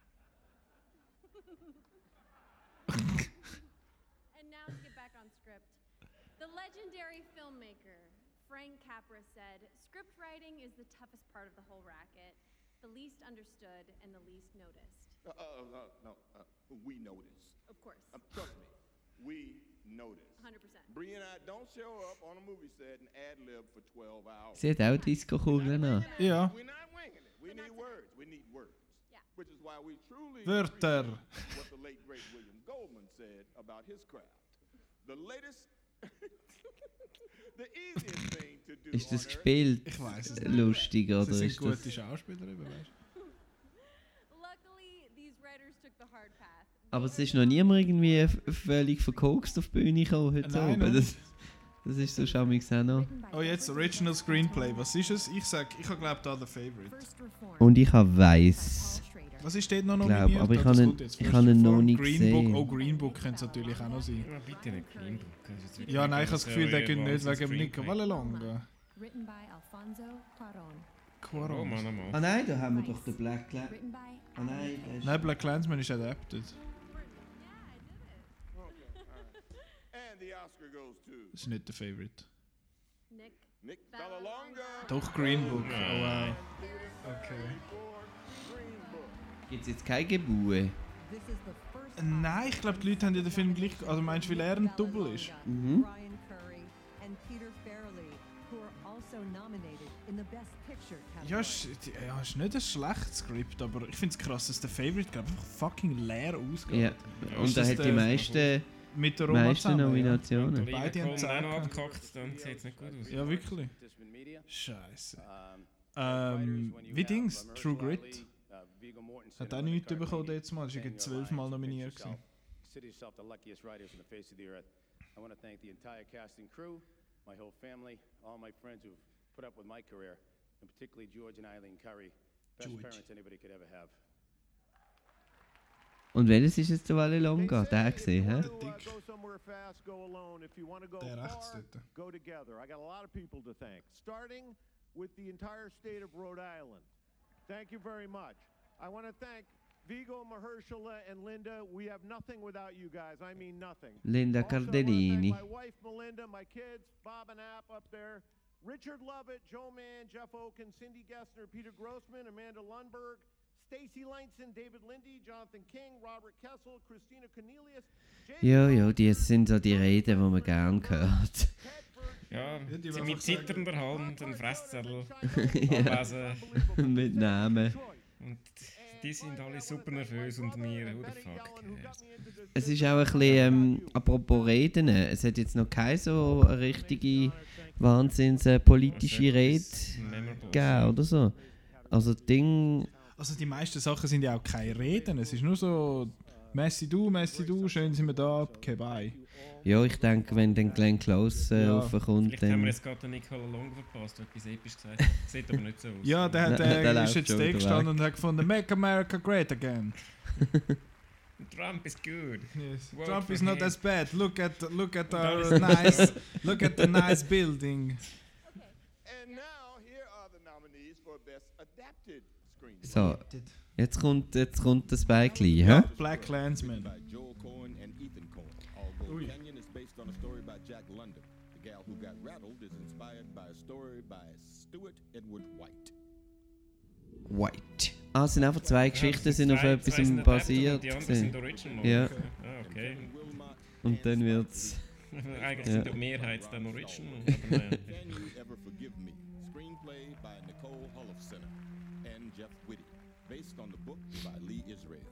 And now to get back on script. The legendary filmmaker Frank Capra said, "Script writing is the toughest part of the whole racket, the least understood and the least noticed." Uh, uh, uh, no, uh, we notice. Of course. Um, trust me, we notice. one hundred percent. Bree and I don't show up on a movie set and ad lib for twelve hours. Sie hat auch Disco-Kugeln an. Ja. We're not winging it. We need words. We need words. Yeah. Which is why we truly Wörter. appreciate what the late great William Goldman Coleman said about his craft. The latest, the easiest thing to do Ist das on gespielt Ich weiss es nicht. lustig oder Sie sind ist gute das... Schauspielerinnen, weißt Luckily, these writers took the hard path. Aber es ist noch niemand irgendwie f- völlig verkokst auf die Bühne gekommen heute Nein, oben. noch Das, das ist so schamig auch noch. du? Oh, jetzt Original Screenplay. Was ist es? Ich sag, ich habe glaube da The Favorite. Und ich habe Weiss. Was ist dort noch Glaub, nominiert? aber ich Das habe ihn- kommt jetzt ich First habe ihn noch Reform, nicht Green gesehen. Book. Oh, Green Book könnte es natürlich auch noch sein. Ja, bitte nicht Green Book. Das ist jetzt wirklich Ja, nein, ich habe das Gefühl, der eine geht nicht Wahnsinns wegen Nico Screenplay. Vallelonga. Written by Alfonso Cuarón. Oh, Cuarón. Mann, oh, Mann. Ah nein, da haben wir doch den Black Cla Written by Ah nein, der ist... Nein, Black Clansman ist adapted. And the Oscar goes to Das ist nicht der Favorite. Nick. Nick Vallelonga. Doch, Green Book. Oh wow. Okay. Gibt es jetzt keine Gebue? This is the first Nein, ich glaube, die Leute haben ja den Film gleich... Also meinst du, weil er ein Double ist? Mhm. Brian Curry and Peter Farrelly, who are also nominated in the Best Picture category. Ja, ist, ja, ist nicht ein schlechtes Skript, aber ich finde es krass, dass der Favorite glaub, einfach fucking leer ausgeht. Ja, Ist und er das hat die der- meisten, Mit der Roma meisten zusammen, ja. Nominationen. Beide Beide haben haben auch noch zehn. abgekackt, dann sieht es nicht gut aus. Ja, wirklich. Scheiße. Ähm, wie Dings? True Grit? Hat auch nichts bekommen jetzt mal. Das war zwölfmal nominiert. gewesen. Consider yourself the luckiest writers on the face of the earth. I want to thank the entire cast and crew, my whole family, all my friends who've put up with my career, and particularly George and Eileen Curry. Best George. parents anybody could ever have. Und welches ist jetzt der Vallelonga? Der gesehen, hä? Go somewhere fast, go alone. If you want to go Der rechts far, dort. go together. I got a lot of people to thank, starting with the entire state of Rhode Island. Thank you very much. I want to thank Vigo, Mahershala, and Linda. We have nothing without you guys. I mean nothing. Linda Also, I wanna Cardellini. thank my wife Melinda, my kids, Bob and App up there, Richard Lovett, Joe Mann, Jeff Oken, Cindy Gessner, Peter Grossman, Amanda Lundberg, Stacy Langston, David Lindy, Jonathan King, Robert Kessel, Christina Cornelius. Ja, ja, die sind so die Reden, die man gern hört. Ja, sie mit zitternder Hand einen Fresszettel Ja. ablesen. Mit Namen. Und die sind alle super nervös und mir, who the fuck cares? Es ist auch ein bisschen, ähm, apropos Reden, es hat jetzt noch keine so eine richtige wahnsinns äh, politische Rede gegeben oder so. Also das Ding... Also die meisten Sachen sind ja auch keine Reden. Es ist nur so... Messi du, Messi du, schön sind wir da, okay, bye. Ja, ich denke, wenn dann Glenn Close äh, Ja. raufkommt, Vielleicht haben wir dann... jetzt gerade den Nicola Long verpasst, der etwas episch gesagt. Sieht aber nicht so aus. Ja, der, hat, Nein, der, der ist läuft jetzt schon da wieder gestanden weg. und hat gefunden, make America great again. Trump is good. Yes. Vote Trump for is not him. as bad. Look at look at That our is- nice look at the nice building. And now here are the nominees for Best Adapted Screenplay. So, jetzt kommt, jetzt kommt das Beigli, hä? Black Clansman. By Joel Cohen and Ethan Cohen. Although Ui. Canyon is based on a story by Jack London, the gal who got rattled is inspired by a story by Stuart Edward White. White. Ah, es sind einfach zwei Geschichten, sind auf Zwei- etwas zwei sind basiert. adapted und die anderen gewesen. sind original. Ja. Ah, okay. Und dann wird's... Eigentlich Ja. sind die Mehrheit dann original. Aber naja. Can You Ever Forgive Me? Screenplay by Nicole Holofcener and Jeff Whitty, based on the book by Lee Israel.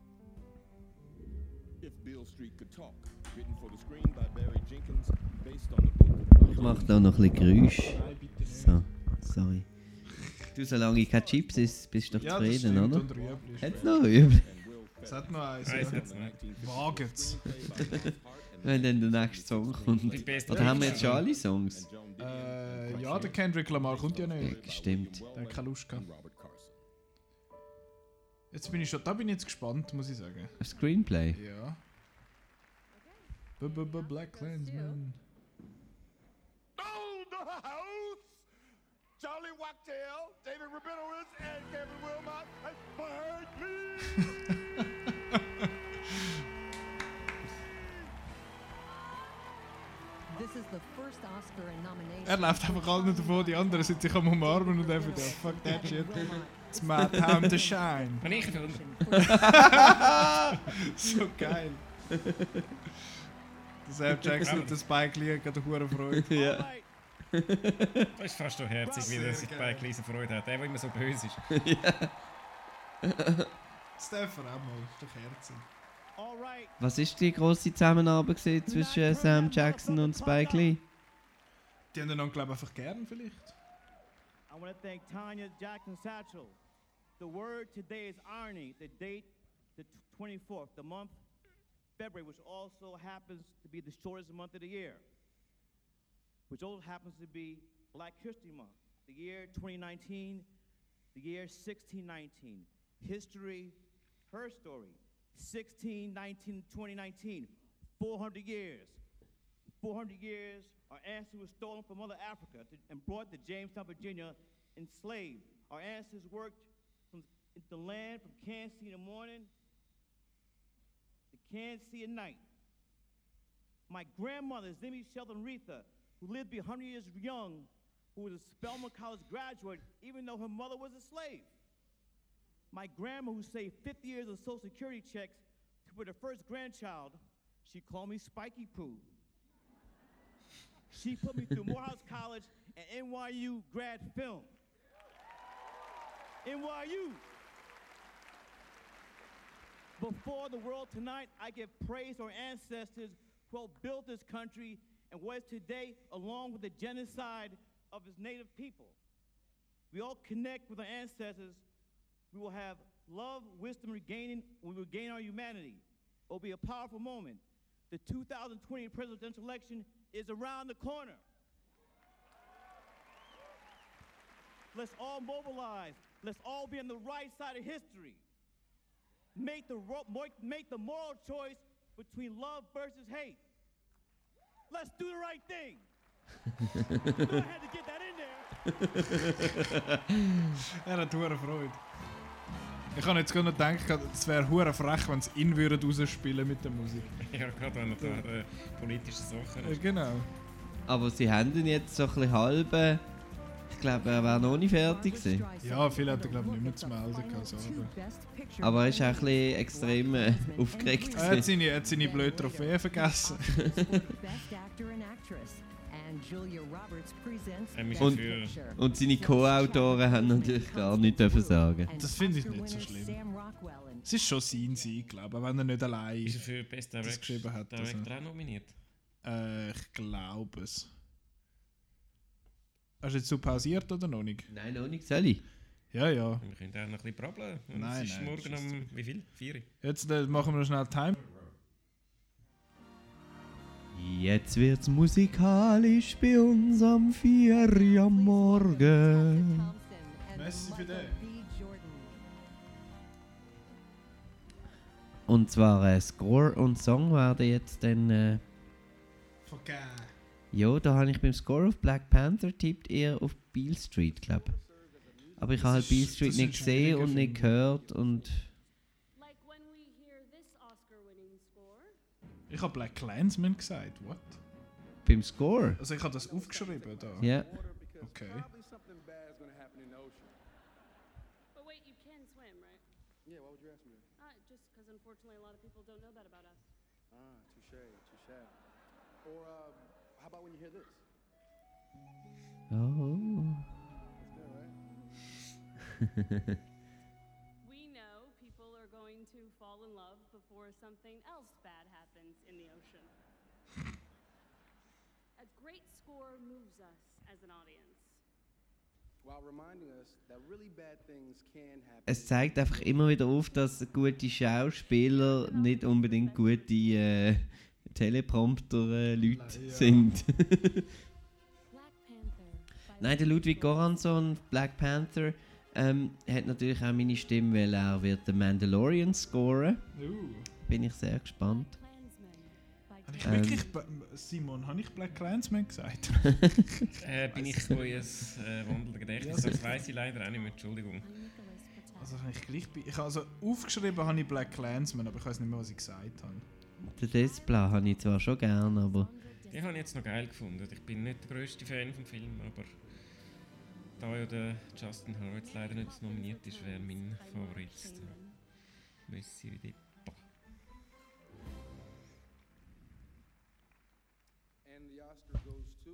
If Beale Street Could Talk, written for the screen by Barry Jenkins, based on the book by Ich mach da noch ein bisschen Geräusch. So, sorry. Du, solange ich keine Chips isst, bist du doch Ja, das zufrieden, stimmt, oder? und Rüebli ist Hat's noch Rüebli? Es hat noch eins. Eins ja. hat's noch. Wagen's. Wenn dann der nächste Song kommt. Die beste Oder haben wir jetzt schon Deutsche. alle Songs? Äh, ja, der Kendrick Lamar kommt ja nicht. Stimmt. Der hat keine Lust gehabt. Jetzt bin ich schon, da bin ich jetzt gespannt, muss ich sagen. Ein Screenplay? Ja. B -b -b Black Clansman. Oh, the house! Charlie Wachtell, David Rabinowitz, and Kevin Wilmot has fired me! This is the first Oscar in nomination. Er läuft einfach allen davon, die anderen sind sich am umarmen und einfach ja, fuck that shit. It's my time to shine. Habe ich gefunden. So geil. Der Sam Jackson und der Spike Lee hat gerade eine Freude. Ja. Das ist fast so herzig, wie er sich bei Gleisen Freude hat. Der, der immer so böse ist. Stefan auch mal, ist doch herzig. Was ist die grosse Zusammenarbeit gewesen zwischen Sam Jackson und Spike Lee? Die haben einander, glaube ich, einfach gern vielleicht. I want to thank Tanya Jackson Satchel. The word today is irony. The date, the twenty-fourth, the month, February, which also happens to be the shortest month of the year, which also happens to be Black History Month. The year twenty nineteen, the year sixteen nineteen. History, her story. sixteen nineteen, twenty nineteen. four hundred years. four hundred years, our ancestors were stolen from Mother Africa to, and brought to Jamestown, Virginia, enslaved. Our ancestors worked from the land from Kansas City in the morning to Kansas City at night. My grandmother, Zimmy Sheldon Retha, who lived to be one hundred years young, who was a Spelman College graduate, even though her mother was a slave. My grandma, who saved fifty years of Social Security checks for the first grandchild, she called me Spiky Poo. She put me through Morehouse College and N Y U grad film. N Y U. Before the world tonight, I give praise to our ancestors who helped build this country and what is today, along with the genocide of its native people. We all connect with our ancestors. We will have love, wisdom, regaining, we will gain our humanity. It will be a powerful moment. The two thousand twenty presidential election is around the corner. Let's all mobilize. Let's all be on the right side of history. Make the, make the moral choice between love versus hate. Let's do the right thing. I had to get that in there. Er hat hure Freude. Ich habe jetzt gerade noch gedacht, es wäre hure frech, wenn sie ihn würden rausspielen mit der Musik. Ja, gerade wenn er da äh, politische Sachen ist. Genau. Aber sie haben ihn jetzt so ein bisschen halb. Ich glaube, er wäre noch nicht fertig gewesen. Ja, viele hat er glaube ich nicht mehr zu melden gehabt. So, aber. aber er ist auch ein bisschen extrem äh, aufgeregt. Er hat seine, hat seine blöde Trophäe vergessen. und, und seine Co-Autoren haben natürlich gar nichts dürfen sagen. Das finde ich nicht so schlimm. Es ist schon sein Sieg, glaube ich, wenn er nicht allein ist er für Best Director geschrieben hat. Director also. auch nominiert? Äh, ich glaube es. Hast du jetzt so pausiert oder noch nicht? Nein, noch nicht. Soll ich? Ja, ja. Wir können auch noch ein bisschen brabbeln. Nein, es ist nein, morgen um, wie viel? Vier? Jetzt äh, machen wir noch schnell Time. Jetzt wird's musikalisch bei uns am vier Uhr am Morgen. Merci für den. Und zwar äh, Score und Song werden jetzt dann... Äh, Vergeben. Ja, da habe ich beim Score auf Black Panther tippt, eher auf Beale Street, glaube ich. Aber ich habe halt Beale Street nicht gesehen und nicht gehört und... Ich habe Black Klansman gesagt, what? Beim Score? Also ich habe das aufgeschrieben da. Ja. Yeah. Okay. But wait, you can swim, right? Yeah, why would you ask me that? Uh, just because unfortunately a lot of people don't know that about us. Ah, touche, touche. Or uh, how about when you hear this? Oh. That's good, right? We know people are going to fall in love before something else bad happens in the ocean. A great score moves us as an audience. While reminding us that really bad things can happen. Es zeigt einfach immer wieder auf, dass gute Schauspieler nicht unbedingt gute äh, Teleprompter-Leute äh, sind. Nein, der Ludwig Göransson, Black Panther, ähm, hat natürlich auch meine Stimme, weil er wird den Mandalorian scoren. Uh. Bin ich sehr gespannt. Habe ich wirklich, ähm, Simon, habe ich Black Klansman gesagt? äh, bin ich euer äh, wandelnder Gedächtnis? Das weiss ich leider auch nicht mehr, Entschuldigung. Also habe ich gleich... Ich habe also aufgeschrieben habe ich Black Klansman, aber ich weiß nicht mehr, was ich gesagt habe. Den Display habe ich zwar schon gern, aber... Den habe ich jetzt noch geil gefunden. Ich bin nicht der grösste Fan vom Film, aber... Da ja der Justin Hurwitz leider nicht nominiert ist, wäre mein Favorit. Messi wie And the Oscar goes to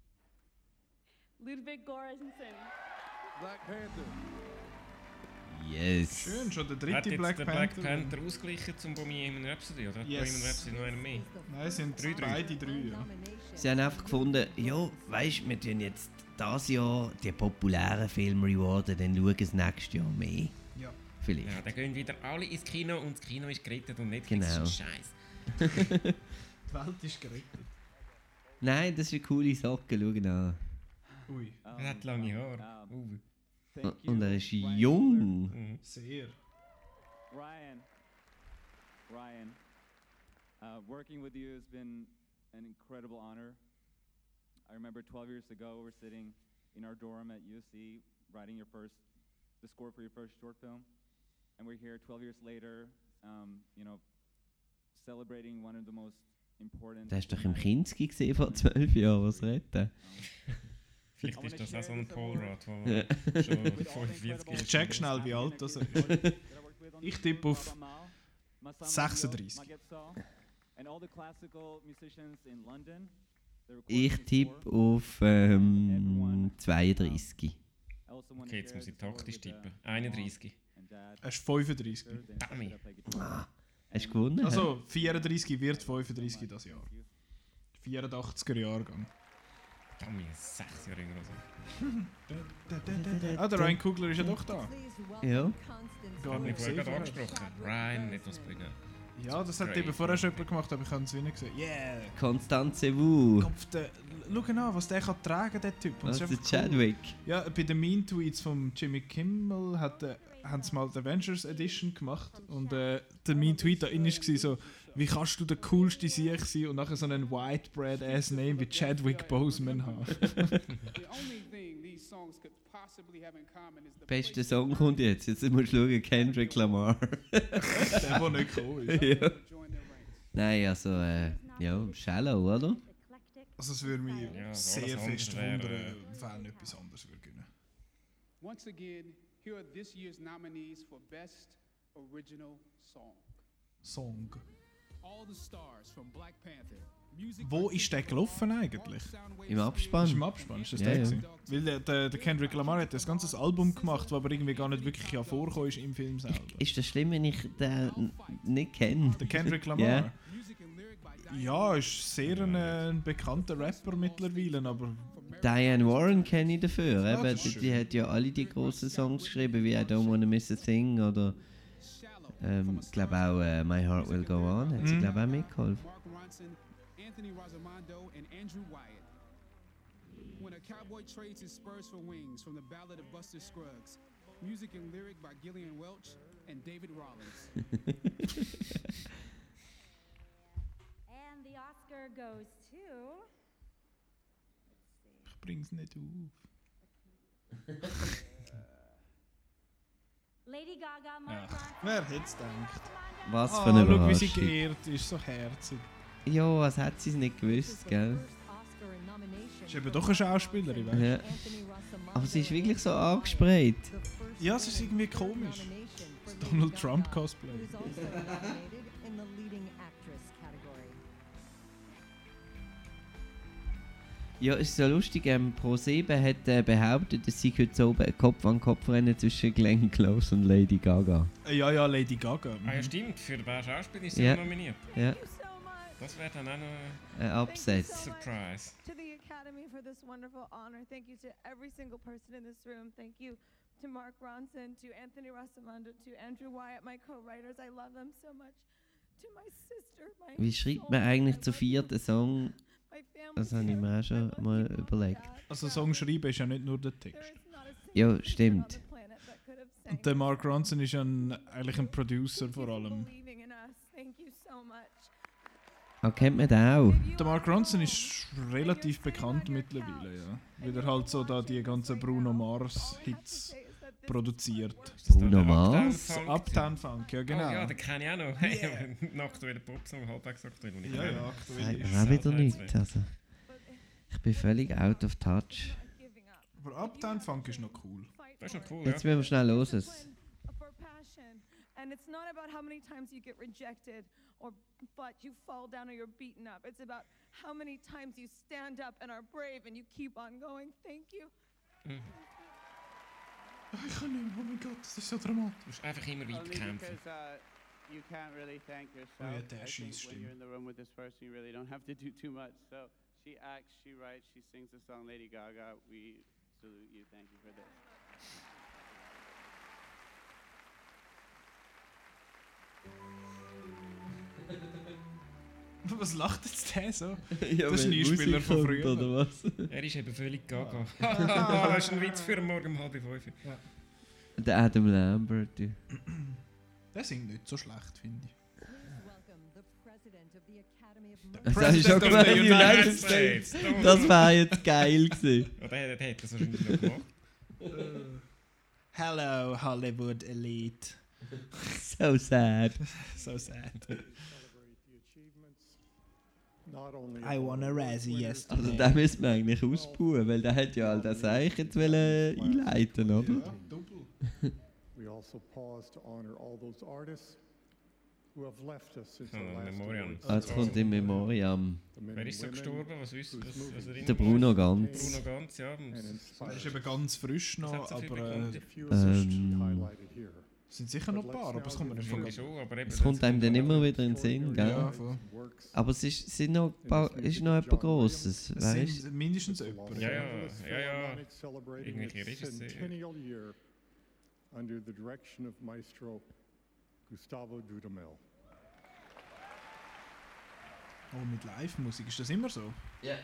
Ludwig Göransson. Black Panther. Yes. Schön, schon der Hat dritte jetzt Black der Panther. Black Panther ausgeglichen zum Bohemian Rhapsody, oder? Hat Yes. Bohemian Rhapsody noch einen mehr? Nein, es sind Drei, drei. beide drei, ja. Sie haben einfach gefunden, ja, weißt, wir tun jetzt dieses Jahr die populären Filme rewarden, dann schauen es nächstes Jahr mehr. Ja. Vielleicht. Ja, dann gehen wieder alle ins Kino und das Kino ist gerettet und Netflix Genau. ist Scheiß. Die Welt ist gerettet. Nein, das ist eine coole Socke, schau ihn an. Ui. Er hat lange Haare. Uh. Und- Und er ist jung. Mhm. Sehr. Ryan, Ryan, uh, working with you has been an incredible honor. I remember twelve years ago, we were sitting in our dorm at U S C, writing your first, the score for your first short film, and we're here twelve years later, um, you know, celebrating one of the most important. Der hast doch im Kinski gesehen vor zwölf Jahren, was redet der? Vielleicht ist das auch so ein Polrad, Ja. der schon fünfundvierzig Ich ist. check schnell, wie alt das ist. Ich tippe auf sechsunddreißig. And all the classical musicians in London. they recorded Ich the tippe score. auf ähm, zweiunddreißig. I also wanna Okay, jetzt share muss ich this award taktisch with, uh, tippen. my mom einunddreißig. and dad. Er ist fünfunddreißig. Dummy. Ah, hast du gewonnen? Also vierunddreißig wird fünfunddreißig das Jahr. vierundachtziger Jahrgang. Dummy, sechs Jahre jünger als Ah, der Ryan Coogler ist ja doch da. Ja. ich. Hab mich vorher gerade angesprochen. Ryan, etwas bringen. Ja, das hat Great. eben vorher schon jemand gemacht, aber ich habe es wieder gesehen. Yeah! Constanze Wu. Kopf, der, schau ihn an, was der kann tragen, der Typ. Und Was, das der ist einfach Chadwick? Ja, bei den Mean Tweets von Jimmy Kimmel hat, äh, haben sie mal die Avengers Edition gemacht und äh, der Mean Tweet da innen war so, wie kannst du der coolste Sieg sein und nachher so einen White Bread ass Name wie Chadwick Boseman haben. The only thing these songs could possibly have in common is the Bester Song kommt jetzt. Jetzt musst du schauen, Kendrick Lamar. Der, der nicht gekommen ist. Ja. Nein, also, äh, ja, Shallow, oder? Also es würde mich Ja, sehr alles fest andere wundern, wäre- wenn etwas anderes würde gewinnen. Once again, here are this year's nominees for Best Original Song. Song. All the stars from Black Panther. Music Wo ist der gelaufen eigentlich? Im Abspann. Das ist im Abspann, ist das Ja, der ja. gewesen? Weil der, der, der Kendrick Lamar hat das ganze Album gemacht, das aber irgendwie gar nicht wirklich ja vorgekommen ist im Film selber. Ist das schlimm, wenn ich den n- nicht kenne? Der Kendrick Lamar? Ja. Ja, ist sehr ein, äh, ein bekannter Rapper mittlerweile, aber Diane Warren kenne ich dafür. Ja, Eben, das ist die, die hat ja alle die grossen Songs geschrieben, wie I Don't Wanna Miss a Thing oder ähm, ich glaube auch äh, My Heart Will Go On. Hat sie Mhm. glaube auch mitgeholfen. Mark Ronson, Anthony Rosamando, and Andrew Wyatt. When a cowboy trades his spurs for wings from the Ballad of Buster Scruggs. Music and lyric by Gillian Welch and David Rollins. And the Oscar goes to. ich bring's nicht auf. Lady Gaga, Mark Ach, wer hätte es gedacht? Was Ah, für eine schau, wie sie Überraschung. geehrt ist, so herzig. Ja, was hat sie es nicht gewusst, gell? Ist eben doch eine Schauspielerin, weißt du? Ja. Aber sie ist wirklich so angesprayt. Ja, es ist irgendwie komisch. Das Donald Trump Cosplay. Who's also nominated in the leading actress category. Ja, es ist so lustig, ähm, ProSieben hat äh, behauptet, es sei heute so oben ein Kopf-an-Kopf-Rennen zwischen Glenn Close und Lady Gaga. Äh, Ja, ja, Lady Gaga. Ah ja, stimmt, für den besten Schauspieler ist sie Ja. nominiert. Ja. Das wäre dann auch noch Ein Upset. Surprise. To the Academy for this wonderful honor. Thank you to every single person in this room. Thank you to Mark Ronson, to Anthony Rosamando, to Andrew Wyatt, my co-writers. I love them so much. To my sister, my Wie schreibt man eigentlich zu vierten Song? Das habe ich mir auch schon mal überlegt. Also Song schreiben ist ja nicht nur der Text. Ja, stimmt. Und der Mark Ronson ist ja ein, eigentlich ein Producer vor allem. believing in us. Thank you so much. Ah, kennt man den auch? Der Mark Ronson ist relativ bekannt mittlerweile, ja. Weil er halt so da die ganzen Bruno Mars Hits produziert. Bruno Mars? So Uptown Funk, ja genau. Oh ja, den kenne ich auch noch. Hey, ein aktueller Popsong, halbwegs aktuell. den ich Ja, kenne. ja, aktuell Sagt ist mir auch wieder Southside nichts. Swing. Also, ich bin völlig out of touch. Aber Uptown Funk ist noch cool. Das ist noch cool, Jetzt ja. müssen wir schnell los. Es. For passion. And it's not about how many times you get rejected or but you fall down or you're beaten up. It's about how many times you stand up and are brave and you keep on going. Thank you. Ich kann nicht mehr, oh mein Gott, das ist so dramatisch. Du musst einfach immer weit Only kämpfen. because uh, you can't really thank yourself. Oh, yeah, der I think schießt when ihn. you're in the room with this person, you really don't have to do too much. So she acts, she writes, she sings the song Lady Gaga. We salute you. Thank you for this. Was lacht jetzt der so? Ja, das ist ein wenn Einspieler Musik von kommt, früher. oder was? Er ist eben völlig gaga. Das ist ein Witz für morgen um halb fünf. Ja. Der Adam Lambert. du. Der singt nicht so schlecht, finde ich. Welcome the president of the Academy of Das hast du schon President of gemacht, the United United States. States. Das wäre jetzt geil gewesen. Ja, der, der hat das wahrscheinlich noch gemacht. Hello, Hollywood Elite. So sad. So sad. Not only I won a Razzie yesterday. Also den müssen wir eigentlich ausbauen, weil der hat ja all das eigentlich jetzt wollen einleiten, oder? Ja, doppel. we also pause to honor all those artists who have left us since our Oh, last Memoriam. awards. Ah, jetzt kommt im Memoriam. The men Wer and ist so women gestorben? Was wisst whose was, movies was erinnert Der Bruno Ganz. Bruno Ganz, ja. and Der inspired ist eben ganz frisch Was noch, hat so viel aber bekommen? äh, a few associated Ähm, highlighted here. es sind sicher noch ein paar, aber es kommt mir nicht Finde vor. ich schon, aber eben... Es kommt einem dann immer wieder in den Sinn, gell? Ja, voll. Aber es ist, sind noch, ein paar- ist noch etwas Grosses, Es weißt sind mindestens jemand. Ja, ja, Angeles ja, ja. Philharmonic celebrating Irgendwelche its Regisseure. centennial year under the direction of Maestro Gustavo Dudamel. Oh, mit Live-Musik, ist das immer so? Ja.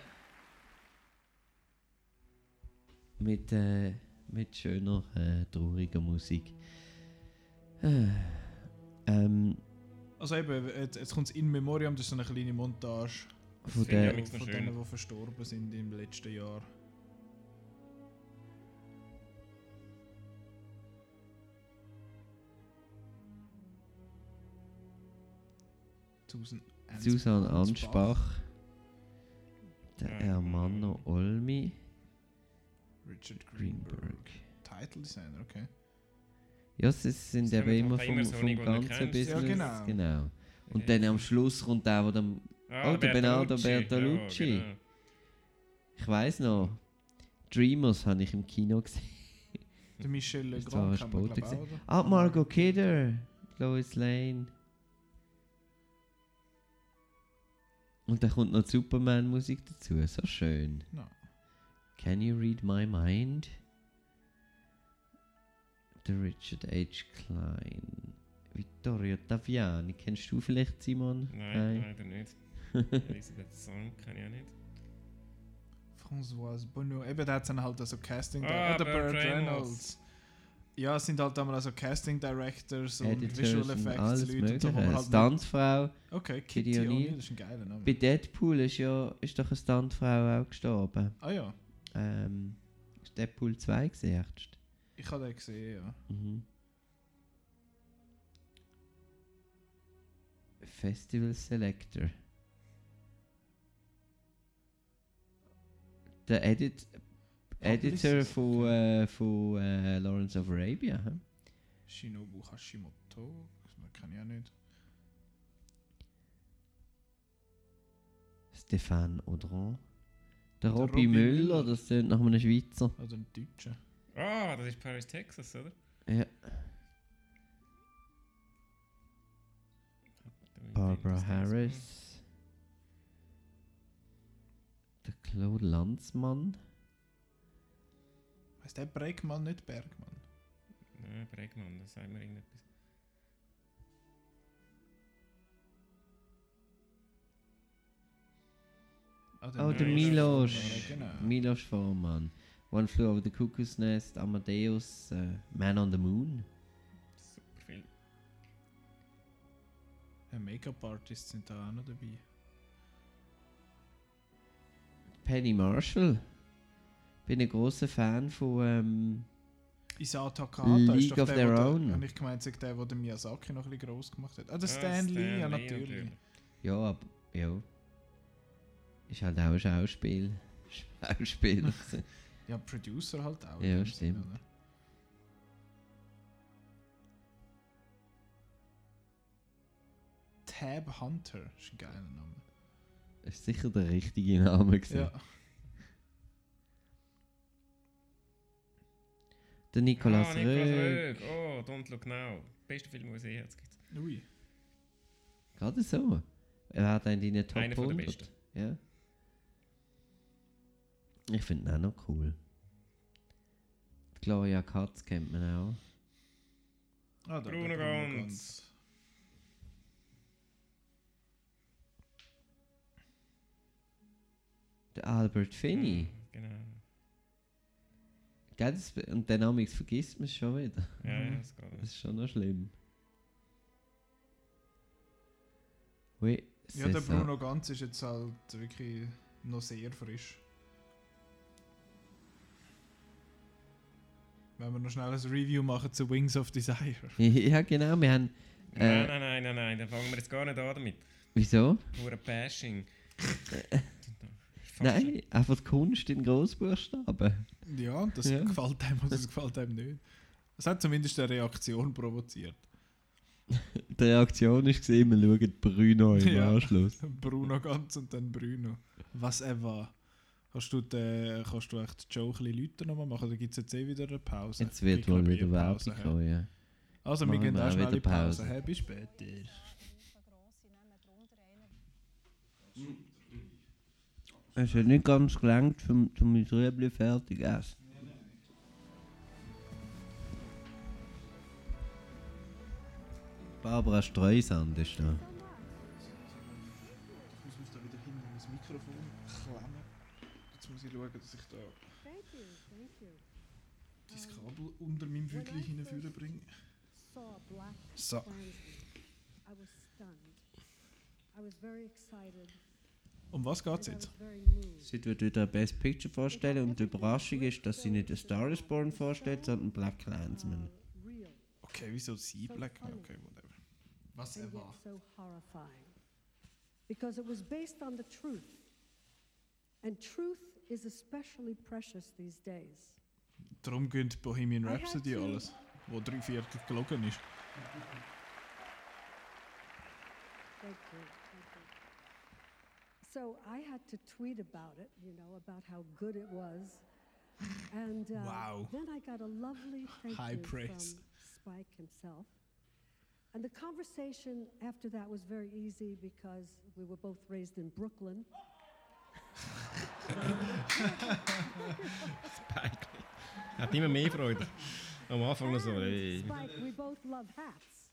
Mit, äh, mit schöner, äh, trauriger Musik. Äh, ähm, Also eben, jetzt, jetzt kommt es in Memoriam, das ist so eine kleine Montage Von finde ich der- auch nichts von noch denen, schön. die verstorben sind im letzten Jahr. Susan Ans- Susan Ansbach. Der Ja. Ermanno Olmi. Richard Greenberg. Greenberg. Title Designer, okay. Ja, sie sind Das eben haben wir immer doch vom, immer so vom nicht, wo du ganzen kennst. Business. Ja, genau. genau. Und dann am Schluss kommt der, der dann... Ah, Oh, der Bernardo Bertolucci. Bertolucci. Ja, genau. Ich weiss noch. Dreamers habe ich im Kino gesehen. Der Michel Das war Legrand kann man, später glaube ich, auch, gesehen. oder? Ah, Margot Kidder. Lois Lane. Und dann kommt noch die Superman-Musik dazu. So schön. Ja. Can you read my mind? Der Richard H. Klein. Vittorio Taviani. Kennst du vielleicht, Simon? Nein, leider nicht. Elisabeth Song kenne ich auch nicht. Françoise Bonneau. Eben, da hat es dann halt also Casting Ah, Oder Burt Burt Reynolds. Reynolds. Ja, es sind halt einmal also Casting Directors und Editors Visual und Effects alles Leute. und Mögliche. da, wo man halt Stuntfrau. Okay, Kitty Kitty O'Neill, O'Neill. das ist ein geiler Name. Bei Deadpool ist ja ist doch eine Stuntfrau auch gestorben. Ah ja, Ähm, ist Deadpool zwei gesehen? ich habe den gesehen, ja. Mhm. Festival Selector. Der Edit Editor von, äh, von äh, Lawrence of Arabia. Hm? Shinobu Hashimoto, das kann ich auch nicht. Stéphane Audran. Der Der Robbie Robbie Müller, Müller. das klingt nach einem Schweizer. Oder ein Deutscher. Ah, das ist Paris, Texas, oder? Ja. Barbara Harris. Der Claude Lanzmann. Heißt der Bregmann, nicht Bergmann? Nein, Bregmann, das sagt mir irgendetwas. Ah, Oh, der Milos Milos. Forman, genau. Milos Forman. One Flew Over the Cuckoo's Nest, Amadeus, äh, Man on the Moon. Super viel. Ja, Make-up-Artists sind da auch noch dabei. Penny Marshall. Bin ein grosser Fan von ähm, Isao Takahata ist League doch of der, Their wo der, Own. und ich gemeint, der, der den Miyazaki noch ein bisschen gross gemacht hat. Ah, der Ah, Stan Lee, Stan ja Lee, natürlich. natürlich. Ja, aber ja. Ist halt auch ein Schauspiel. Schauspieler. gewesen. Ja, Producer halt auch. Ja, in dem Sinn, stimmt. oder? Tab Hunter ist ein geiler Name. Das ist sicher der richtige Name gewesen. Ja. Der Nicolas Ah, Nicolas Roeg. Roeg. Oh, Don't Look Now. Bester Film, den ich gesehen habe. Ui. Gerade so. Er hat einen in den Top Einer von der hundert. besten. Ja. Ich finde ihn auch noch cool. Die Gloria Katz kennt man auch. Ah, da, Bruno der Ganz. Der Albert Finney. Genau. Gell, das, und den Namen vergisst man schon wieder. Ja, ja, das geht. Das ist schon noch schlimm. Oui, Ja, der c'est ça. Bruno Ganz ist jetzt halt wirklich noch sehr frisch. Wenn wir noch schnell ein Review machen zu Wings of Desire. Ja, genau, wir haben... Äh, Nein, nein, nein, nein, nein, dann fangen wir jetzt gar nicht an damit. Wieso? Nur ein Bashing. Nein, einfach die Kunst in Grossbuchstaben. Ja, das Ja. gefällt einem oder das gefällt einem nicht. Es hat zumindest eine Reaktion provoziert. Die Reaktion war, wir schauen Bruno im Ja. Anschluss. Bruno Ganz und dann Bruno. Was er war. Kannst du, den, kannst du echt Joe ein bisschen Leute nochmal machen? Da gibt es jetzt eh wieder eine Pause. Jetzt wird Ich wohl glaube, wieder eh Werbung Pause, hä? kommen, ja. Also, wir Machen gehen wir auch auch schnell wieder in Pause. Pause. Hä? Bis später. Es hat nicht ganz gelangt, um, um mein Rüebli fertig zu essen. Barbara Streisand ist da. Ich muss mich da wieder hinten an das Mikrofon klemmen. Jetzt muss ich schauen, dass ich da Thank you, thank you. das Kabel unter meinem Wütli hinführen bringe. Saw a black So. Klansman, I was stunned. I was very excited. Um was geht's and I jetzt? was very moved. Sie wird wieder Best Picture vorstellen und die Überraschung ist, dass sie nicht A Star is Born vorstellt, sondern Black Klansman. Real. Okay, wieso sie Black? Okay, whatever. Was er and yet war. so horrifying. Because it was based on the truth. And truth is especially precious these days. Darum gönnt Bohemian I had Rhapsody to- alles, wo drei Viertel gelogen ist. Thank you. Thank you. So I had to tweet about it, you know, about how good it was. And uh, Wow. then I got a lovely thank High you praise. from Spike himself. And the conversation after that was very easy because we were both raised in Brooklyn. Spike. Hat immer mehr Freude. Am Anfang noch so, And ey. Spike, we both love hats.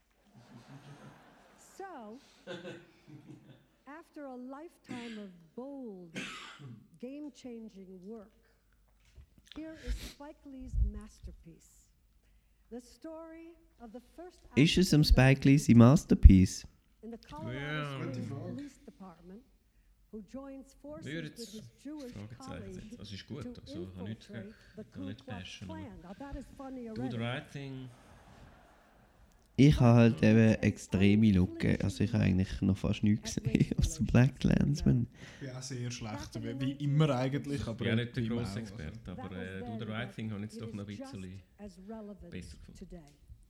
So, after a lifetime of bold, game-changing work, here is Spike Lee's masterpiece. The story of the first Ist es am African Spike Lee sein Masterpiece? in the Colorado Ja. Springs Gute Frage. Police Department, who joins forces Würde with jetzt his Jewish Fragezeichen colleagues setzen. Das ist gut, to also ich habe nichts infiltrate gegen- the ich kann Ku nicht Klux bashen, aber- Klan. Now that is funny Do the already. right thing. Ich habe halt eben extreme Lücken. Also ich habe eigentlich noch fast nichts gesehen aus Black Klansman. Ich bin auch sehr schlecht, wie, wie immer eigentlich. Ich Aber bin ja nicht der bei ihm grosse auch, Experte, also. aber äh, Do the right thing habe ich jetzt doch noch ein bisschen as relevant besser gefunden. today.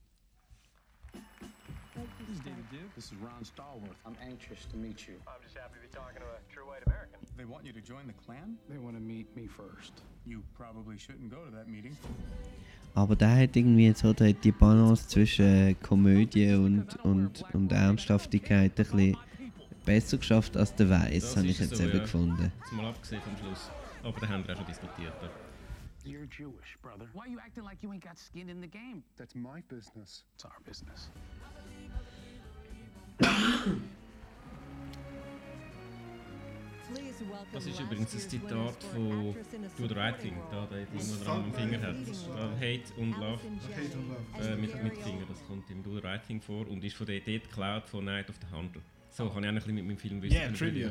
Thank you, Spike. This is Ron Stallworth. I'm anxious to meet you. I'm just happy to be talking to a true white American. They want you to join the Klan? They want to meet me first. You probably shouldn't go to that meeting. Aber der hat irgendwie so die, die Balance zwischen Komödie und, und, und Ernsthaftigkeit ein bisschen besser geschafft als der Weiss, Das habe ich ist jetzt so, eben ja. gefunden. Jetzt mal abgesehen vom Schluss. Aber da haben wir auch schon diskutiert. da. You're Jewish, brother. Why are you acting like you ain't got skin in the game? That's my business. It's our business. Please welcome Das ist last übrigens ein year's Zitat winners for von actress in a Do the Right Thing. supporting Da role. der Ding, der am Finger hat. Da Hate und Love. Hate and Love. Äh, mit, mit Finger, das kommt im Do the Right Thing vor und ist von der dort geklaut von Night of the Hunter. So kann ich auch ein bisschen mit meinem Film wissen. Yeah, Trivia.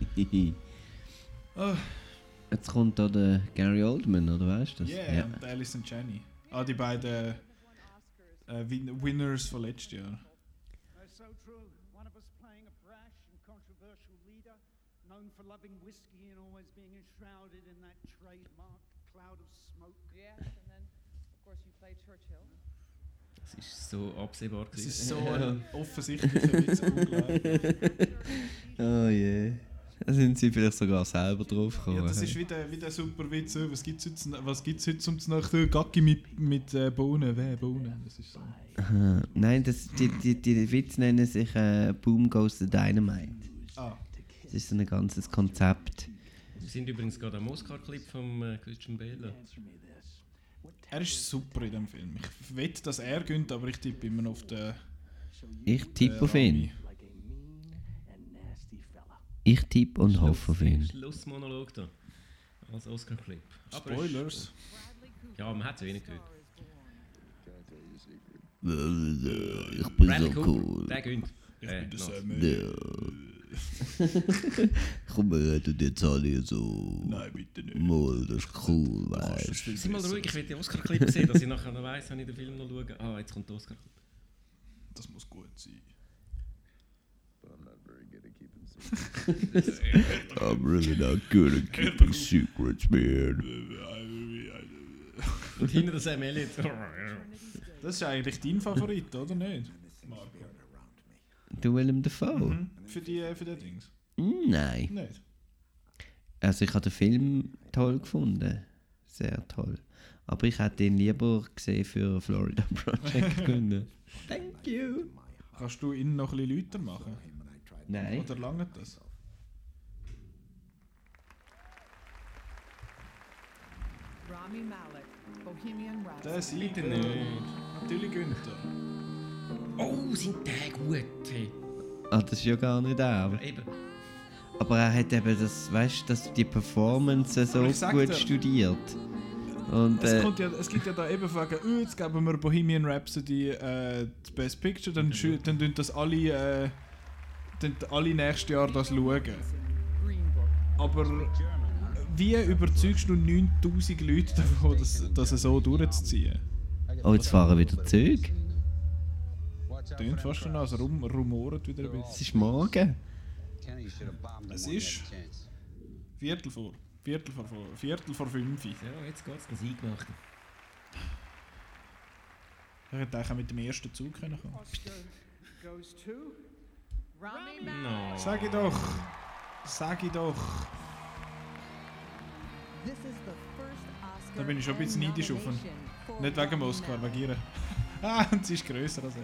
Oh. Jetzt kommt da der Gary Oldman, oder weißt du das? Yeah, und Alice und Jenny. Ah, die beiden äh, Win Winners von letztes Jahr. That's so true. One of us playing a brash and controversial leader, known for loving whiskey and always being enshrouded in that trademark cloud of smoke. Yes, and then, of course, you played Churchill. Das ist so absehbar. Das ist so ein offensichtlicher Witz, unglaublich. Oh je. Da sind sie vielleicht sogar selber drauf gekommen. Ja, das ist wie der, wie der super Witz. äh, Was gibt es heute, was gibt's heute zum Nacht? Gacki mit, mit äh, Bohnen. Wer Bohnen? Das ist so. Aha. Nein, das, die, die, die Witze nennen sich äh, Boom Goes the Dynamite. Ah. Das ist so ein ganzes Konzept. Wir sind übrigens gerade am Oscar-Clip von äh, Christian Bale. Er ist super in dem Film. Ich wette, dass er gönnt, aber ich tippe immer noch auf den. Ich tippe auf ihn. Rami. Ich tippe und hoffe auf ihn. Schlussmonolog da. Als Oscar-Clip. Aber Spoilers. Ist, ja, man hat es wenig gehört. Ich bin Bradley so Cooper, cool. Der gönnt. Ich Äh, bin der noch. Samuel. Komm, wir reden jetzt alle so. Nein, bitte nicht. Mal, das ist cool, weißt du. Sei mal ruhig, ich will den Oscar-Clip sehen, dass ich nachher noch weiss, wenn ich den Film noch schaue. Ah, jetzt kommt der Oscar-Clip. Das muss gut sein. I'm really not good at keeping secrets, man. Und hinter der Sam Elliott. Das ist eigentlich dein Favorit, oder nicht? Marco. Der Willem Dafoe? Mhm. Für die, für die Dings? Mm, nein. Nicht? Also ich habe den Film toll gefunden. Sehr toll. Aber ich hätte ihn lieber gesehen für Florida Project gefunden. Thank you. Kannst du ihn noch ein bisschen lauter machen? Nein. Oder lange das? Rami Malek, Bohemian Rhapsody. Der sieht er nicht. Natürlich Günther. Oh, sind die gut. Hey. Ah, das ist ja gar nicht er. Aber, Eben. aber er hat eben das, weißt du, die Performance so ich sag gut dir- studiert. Und, Es, äh, kommt ja, es gibt ja da eben Fragen, oh, jetzt geben wir Bohemian Rhapsody äh, das Best Picture, dann, schü- dann tun das alle, äh, tun alle nächstes Jahr das schauen. Aber wie überzeugst du neuntausend Leute davon, das, das so durchzuziehen? oh, jetzt fahren wieder Züge. Tönt fast schon an, also rum, rumort wieder ein bisschen. Es ist morgen. Es ist Viertel vor. Viertel vor, vor Viertel vor fünf. Ja, jetzt geht's das eingemacht. Ich hätte eigentlich auch mit dem ersten Zug können kommen. Oscar goes to Rami No. Sag ich doch! Sag ich doch! This is the first Oscar Da bin ich schon ein bisschen and neidisch auf ihn. nomination for Nicht wegen dem Rami Oscar, Malek. wegen ihr. Ah, und sie ist grösser als er.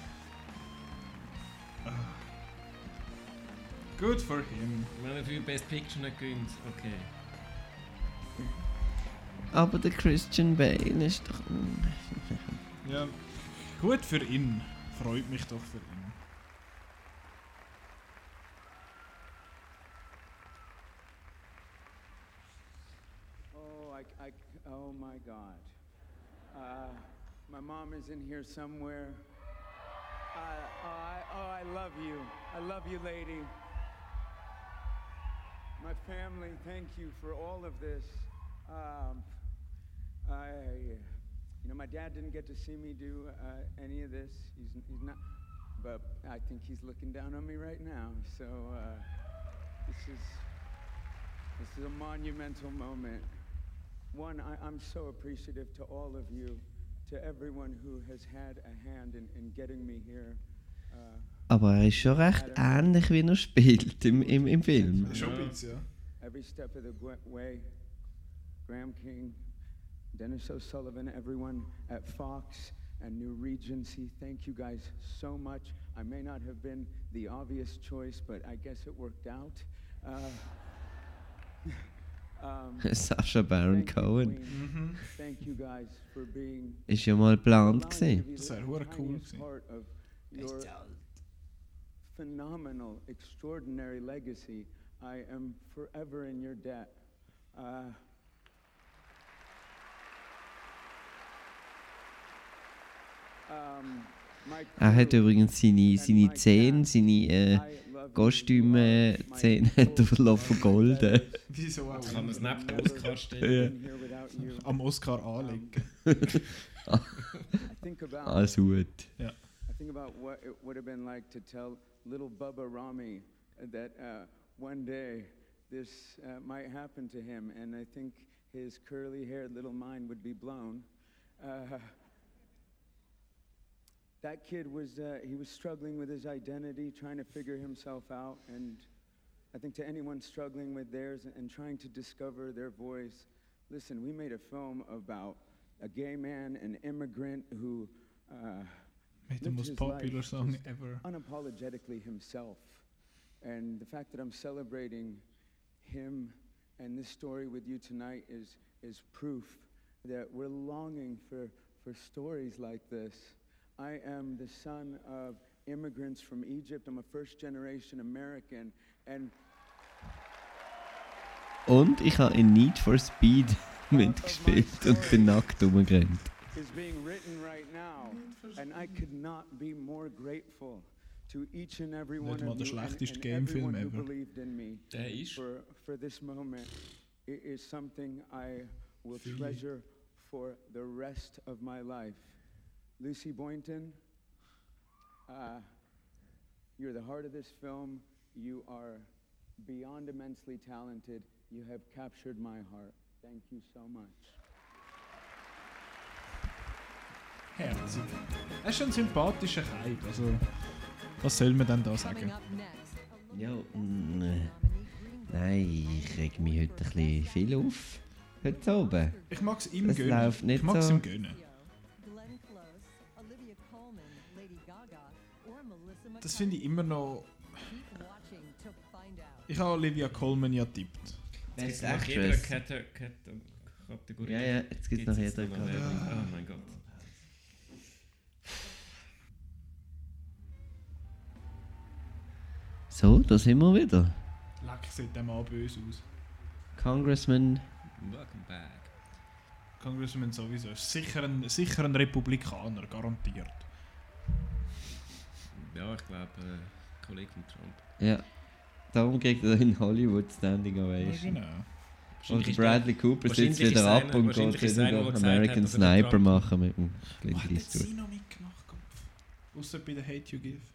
Ah. Good for him. Wenn er für Best Picture nicht gönnt, okay. Aber der Christian Bale ist doch... Ja, gut für ihn. Freut mich doch für ihn. Oh, I, I, oh my God. Uh, my mom is in here somewhere. Uh, oh, I, oh, I love you. I love you, lady. My family, thank you for all of this. Um, I, you know, my dad didn't get to see me do uh, any of this. He's, he's not, but I think he's looking down on me right now. So uh, this is, this is a monumental moment. One, I, I'm so appreciative to all of you, to everyone who has had a hand in, in getting me here. Uh, Aber er ist schon recht ähnlich, wie er spielt im, im, im Film. Schon ein bisschen, ja. Every step of the gw- way, Graham King, Dennis O'Sullivan, everyone at Fox and New Regency, thank you guys so much. I may not have been the obvious choice, but I guess it worked out. Uh, um, Sacha Baron thank you, Cohen. Queen. Mhm. Thank you guys for being Ist ja mal geplant allowing gewesen. me to be Das the wäre hure cool tiniest gewesen. part of your phenomenal, extraordinary legacy. I am forever in your debt. Uh, um, my Er hat crew übrigens seine, seine and my Zähne, cast, seine äh, I love you. Kostüme-Zähne hat er verlassen vergolden. Wieso auch? Kann man es neben den Never Oscar stellen? been here without you. Am Oscar anlegen. I think about Alles gut. Ja. I think about what it would have been like to tell little Bubba Rami that uh, one day this uh, might happen to him, and I think his curly-haired little mind would be blown. Uh, that kid was uh, he was struggling with his identity, trying to figure himself out, and I think to anyone struggling with theirs and trying to discover their voice, listen, we made a film about a gay man, an immigrant who uh, Made the lived most his popular life song just ever. unapologetically himself. And the fact that I'm celebrating him and this story with you tonight is, is proof that we're longing for, for stories like this. I am the son of immigrants from Egypt. I'm a first generation American. And Und ich habe in Need for Speed mitgespielt und bin nackt rumgerannt. is being written right now. And I could not be more grateful to each and every Nicht one mal of der you and, schlechteste and Gamefilm everyone who ever. believed in me Der ist. for, for this moment. It is something I will Fühle ich. treasure for the rest of my life. Lucy Boynton, uh, you're the heart of this film. You are beyond immensely talented. You have captured my heart. Thank you so much. Herzig. Er ist schon ein sympathischer Kaib. Also, was soll man denn da sagen? Ja, mm, äh, nein, ich reg mich heute ein bisschen viel auf. Heute oben. Ich mag es ihm Das gönnen. läuft nicht Ich mag es so. ihm gönnen. Das finde ich immer noch. Ich habe Olivia Colman ja tippt. Best Nach jeder Actress. Kate- Kate- Kategorie. Ja, ja, jetzt gibt's nach jeder noch eine Kategorie. Werbung. Oh mein Gott. So, da sind wir wieder. Leck, sieht der Mann böse aus. Congressman. Welcome back. Congressman sowieso. Ist sicher ein, sicher ein Republikaner, garantiert. Ja, ich glaube, äh, Kollege von Trump. Ja. Darum kriegt er in Hollywood Standing Ovation. Ja, genau. Und Wahrscheinlich ist Bradley der- Cooper sitzt wahrscheinlich ist wieder ab einer- und wahrscheinlich geht ist wieder einer, der den gesagt hat, American dass er den Sniper Trump- machen mit dem Clint Wo hat Eastwood. sie noch mitgemacht, Kopf? Ausser bei The Hate You Give.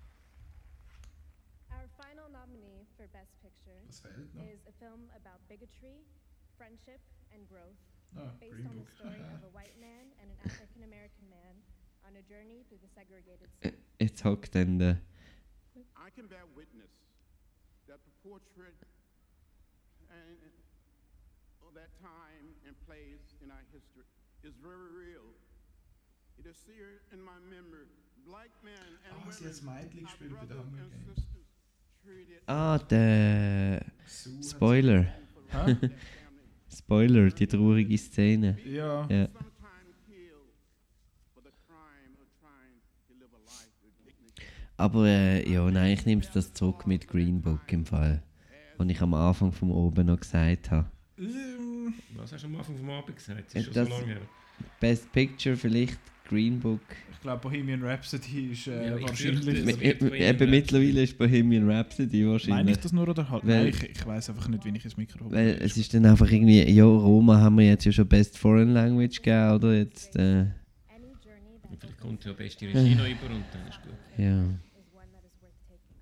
Our final nominee for Best Picture Was fehlt noch? is a film about bigotry, friendship, and growth, Ah, based Green on the Book. story of a white man and an African American man on a journey through the segregated Ä- South. Jetzt hockt dann der. I can bear witness that the portrait and of that time and place in our history is very real. It is seared in my memory. Black men and Ah, sie women, hat das Mädchen our gespielt bei den brothers Hunger and Games. sisters, treated Ah, der. Sue hat Spoiler. Hä? Spoiler, die traurige Szene. Ja. ja. sometimes killed for the crime of trying to live a life with dignity. Aber äh, ja, nein, ich nehme das zurück mit Green Book im Fall. Und ich am Anfang vom oben noch gesagt habe. Ähm, Was hast du am Anfang vom Abend gesagt? Das ist schon Das so lange her. Best Picture vielleicht Green Book. Ich glaube, Bohemian Rhapsody ist äh, Ja, ich wahrscheinlich. fürchte, Mi- es wird mi- Bohemian Eben mittlerweile ist Bohemian Rhapsody wahrscheinlich. Meine ich das nur oder halt? Weil- Nein, ich, ich weiß einfach nicht, wie ich ins Mikrofon. Weil es ist dann einfach irgendwie, ja, Roma haben wir jetzt ja schon Best Foreign Language gegeben, oder? Jetzt, äh, Any journey that Und vielleicht opens kommt ja up beste to Regie noch über und dann ist gut. ja. is one that is worth taking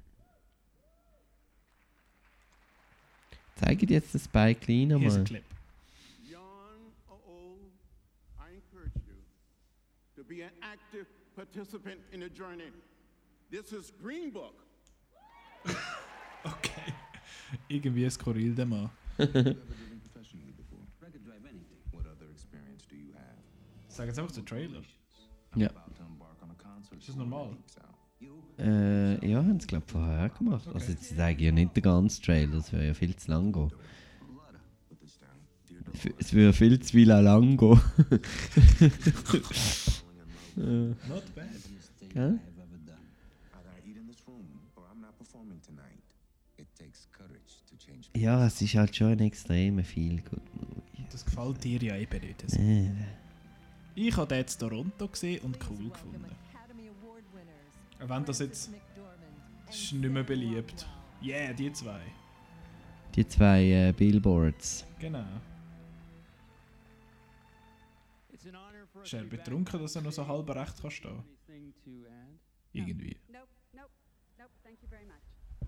on. Zeigt jetzt den Spike Lee Hier ist nochmal. ein Clip. Young or old, I encourage you to be an active participant in the journey. This is Green Book. Okay. Irgendwie skurril der Mann. Record drive anything. What other experience do you have? Sag jetzt einfach den Trailer. Ja. About to embark on a concert Ist das tour normal? deep south. You Äh, ja, haben sie glaube ich vorher gemacht. Also jetzt sage ich ja nicht den ganzen Trailer, das würde ja viel zu lang gehen. put this down. Dear Dolores, F- Es würde viel zu viel lang gehen. Äh, Not bad. Gell? I have ever done. Either I eat in this room or I'm not performing tonight. It takes courage to change. Ja, es ist halt schon ein extrem viel gut Movie. Das gefällt dir ja eben nicht. Also. Äh, Ich habe den in Toronto gesehen und cool gefunden. Auch wenn das jetzt. Das ist nicht mehr beliebt. Yeah, die zwei. die zwei äh, Billboards. Genau. It's an honor for us Ist er to be back betrunken, dass er noch so halb recht kann stehen? Anything to add? Irgendwie. Nope, nope, nope, thank you very much.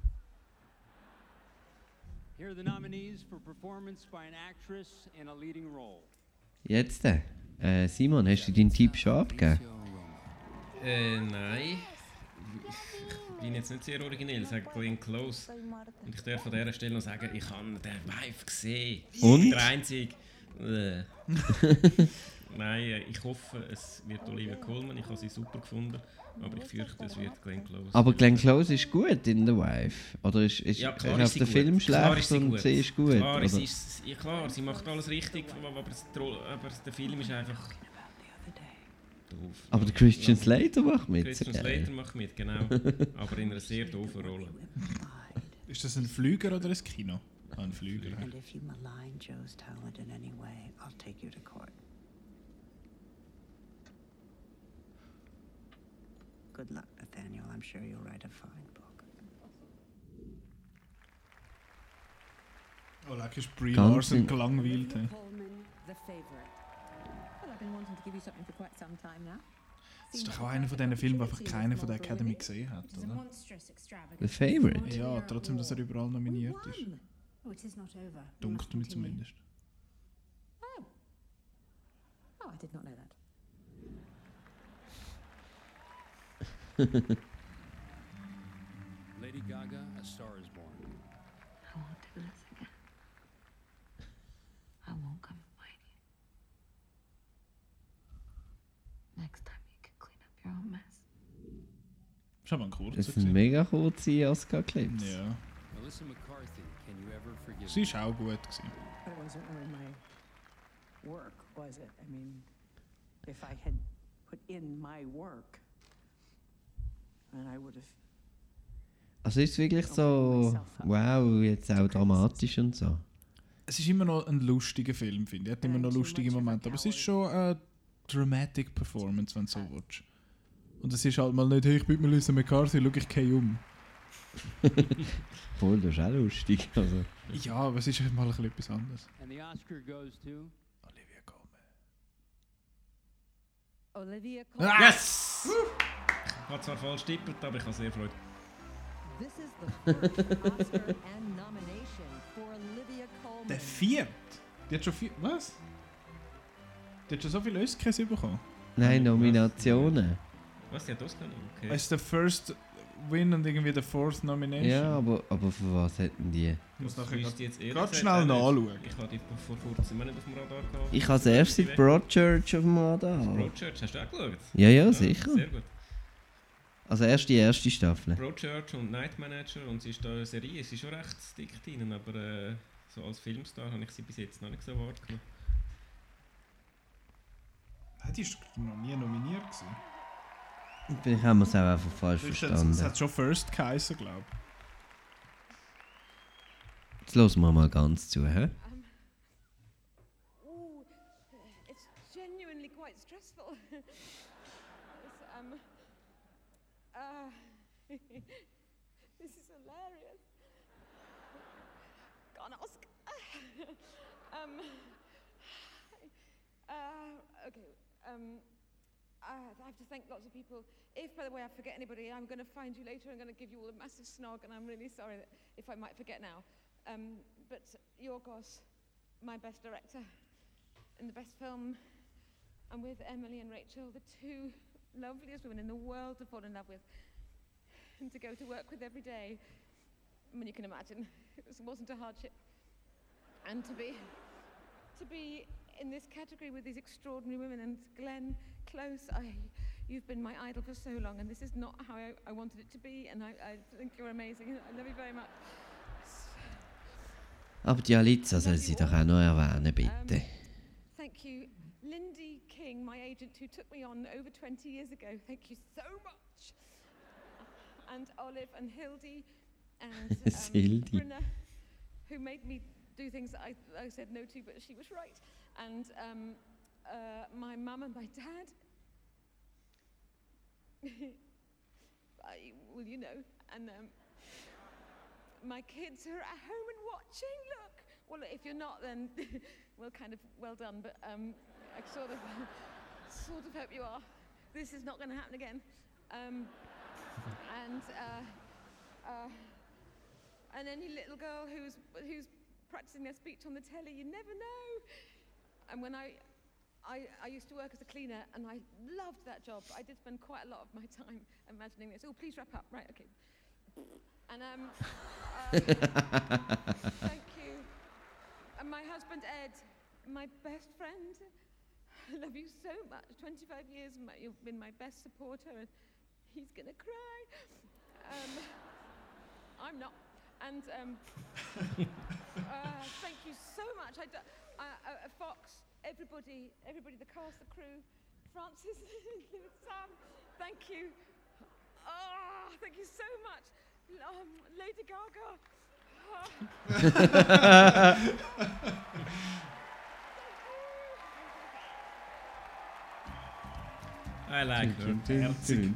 Here are the nominees for performance by an actress in a leading role. Jetzt, äh, Simon, hast du deinen Tipp schon abgegeben? Äh, nein. ich bin jetzt nicht sehr originell, ich sage Glenn Close. Und ich darf an dieser Stelle noch sagen, ich habe den Wife gesehen. Und? Der einzige. Äh. Nein, ich hoffe, es wird Olivia Colman. Ich habe sie super gefunden, aber ich fürchte, es wird Glenn Close. Aber Glenn Close ist gut in The Wife? Oder ist, ist, ja, klar ist ist sie der gut. Film Klar schlecht ist sie und gut. sie ist gut? Klar, oder? sie ist, ja, klar, sie macht alles richtig, aber, das, aber der Film ist einfach doof. Aber der Christian Slater macht mit. Christian okay. Slater macht mit, genau. Aber in einer sehr doofen Rolle. Ist das ein Flüger oder ein Kino? Ah, ein Flüger. And if you malign Joe's talent in any way, I'll take you to court. Good luck, Nathaniel. I'm sure you'll write a fine book. Oh, leck, ist Brie Ganz Larson in- gelangweilt. Hey. Coleman, the favorite. Well, I've been wanting to give you something for quite some time now. Das ist doch auch einer von diesen Filmen, den einfach keiner von der Academy gesehen hat, oder? The Favorite? Ja, trotzdem, dass er überall nominiert ist. Oh, it is not over. Dunkt mir zumindest. Oh. Oh, I did not know that. Lady Gaga, A Star is Born. I won't do this again. I won't come and find you. Next time you can clean up your own mess. Das ist aber ein kurzer. Das sind mega kurze Oscar-Clips. Ja. Melissa McCarthy, Can You Ever Forgive Sie Me? ist auch gut gewesen. But it wasn't really my work, was it? I mean, if I had put in my work, then I would have. Also ist es wirklich so, wow, jetzt auch dramatisch und so. Es ist immer noch ein lustiger Film, finde ich. Er hat immer noch lustige Momente. Aber es ist schon eine dramatic Performance, wenn du so willst. Und es ist halt mal nicht, hey, ich bin Melissa McCarthy, schau, ich gehe um. Voll, das ist auch lustig. Also. Ja, aber es ist halt mal ein bisschen etwas anderes. And the Oscar goes to Olivia Colman. Olivia Ah! Colman. Yes! Ich habe zwar falsch tippelt, aber ich habe sehr Freude. This is the first Oscar and nomination for Olivia Colman. Der vierte? Die hat schon vier. Was? Die hat schon so viele Oscars bekommen. Nein, Nominationen. Was, die hat Oscar noch? Okay. Es ist der First Win und irgendwie der Fourth Nomination. Ja, aber, aber für was hätten die? Ich muss nachher wüsste grad- jetzt ehrlich grad gesagt schnell auch nicht. nachschauen. Ich habe die vor kurzem nicht auf dem Radar gehabt. Ich habe erst seit Broadchurch auf dem Radar. Broadchurch, hast du auch geschaut? Ja, ja, sicher. Sehr gut. Also erst die erste Staffel. Broadchurch und Night Manager und sie ist da eine Serie, sie ist schon recht dick drin, aber äh, so als Filmstar habe ich sie bis jetzt noch nicht so wahrgenommen. Die ist noch nie nominiert gewesen. Vielleicht haben wir es auch einfach falsch Es verstanden. hat schon First geheißen, glaube Jetzt hören wir mal ganz zu, hä? Um, ooh, it's genuinely quite stressful. it's, um, uh, this is hilarious. Got an Oscar. um, uh, okay. Um, uh, I have to thank lots of people. If, by the way, I forget anybody, I'm going to find you later. I'm going to give you all a massive snog, and I'm really sorry that if I might forget now. Um, but Yorgos, my best director, in the best film, and with Emily and Rachel, the two loveliest women in the world to fall in love with, and to go to work with every day. I mean, you can imagine, it was, wasn't a hardship. And to be, to be in this category with these extraordinary women, and Glenn Close, I, you've been my idol for so long, and this is not how I, I wanted it to be, and I, I think you're amazing. I love you very much. Aber die Aliza soll sie doch auch noch erwähnen, bitte. Um, thank you, Lindy King, my agent who took me on over twenty years ago. Thank you so much. And Olive and Hildy and um, Hildy. Brynna, who made me do things that I, I said no to, but she was right. And um, uh, my mum and my dad. I, well, you know, and um, my kids who are at home and watching. Look, well, if you're not, then well, kind of well done. But um, I sort of, sort of hope you are. This is not going to happen again. Um, and uh, uh, and any little girl who's who's practicing their speech on the telly, you never know. And when I I, I used to work as a cleaner, and I loved that job. I did spend quite a lot of my time imagining this. Oh, please wrap up. Right, okay. And um, uh, thank you. And my husband Ed, my best friend. I love you so much. twenty-five years, my, you've been my best supporter, and he's gonna cry. Um, I'm not. And um, uh, thank you so much. I do, uh, uh, Fox, everybody, everybody, the cast, the crew, Francis, Sam, thank you. Oh, thank you so much. Um, Lady Gaga. I like her. Herzig.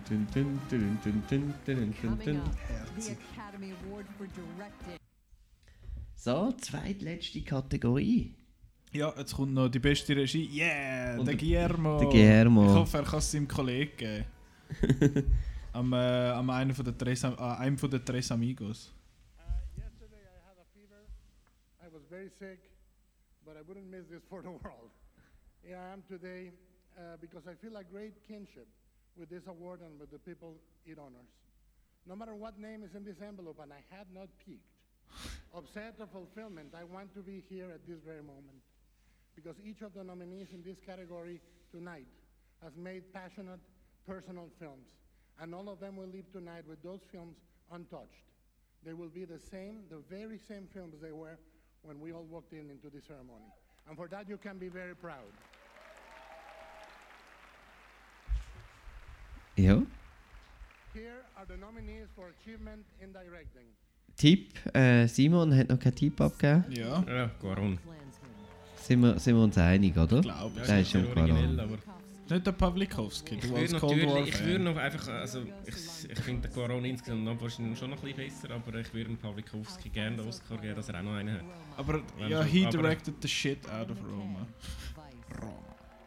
Coming up, the Academy Award for Directing. So, zweitletzte Kategorie. Ja, jetzt kommt noch die beste Regie. Yeah, Und der Guillermo. der Guillermo. Ich hoffe, er kann es seinem Kollegen geben. am, äh, am einen von der tres, äh, einem von den Tres Amigos. Yesterday I had a fever. I was very sick, but I wouldn't miss this for the world. Here I am today uh, because I feel a great kinship with this award and with the people it honors. No matter what name is in this envelope, and I had not peeked, upset or fulfillment, I want to be here at this very moment. Because each of the nominees in this category tonight has made passionate, personal films. And all of them will leave tonight with those films untouched. They will be the same, the very same films they were when we all walked in into this ceremony. And for that you can be very proud. Ja. Here are the nominees for achievement in directing. Tipp, äh, Simon hat noch keinen Tipp abgegeben. Ja. Ja, Cuarón. Sind wir, sind wir uns einig, oder? Ich glaube, der ist schon originell, Cuarón. aber Nicht der Pawlikowski, ich du würde als Cold natürlich, War ich Fan. würde noch einfach, also ich, ich finde den Cuarón insgesamt noch wahrscheinlich schon noch ein bisschen besser, aber ich würde dem Pawlikowski gerne den Oscar geben, dass er auch noch einen hat. Aber Wenn ja, schon- he aber- directed the shit out of Roma. Roma.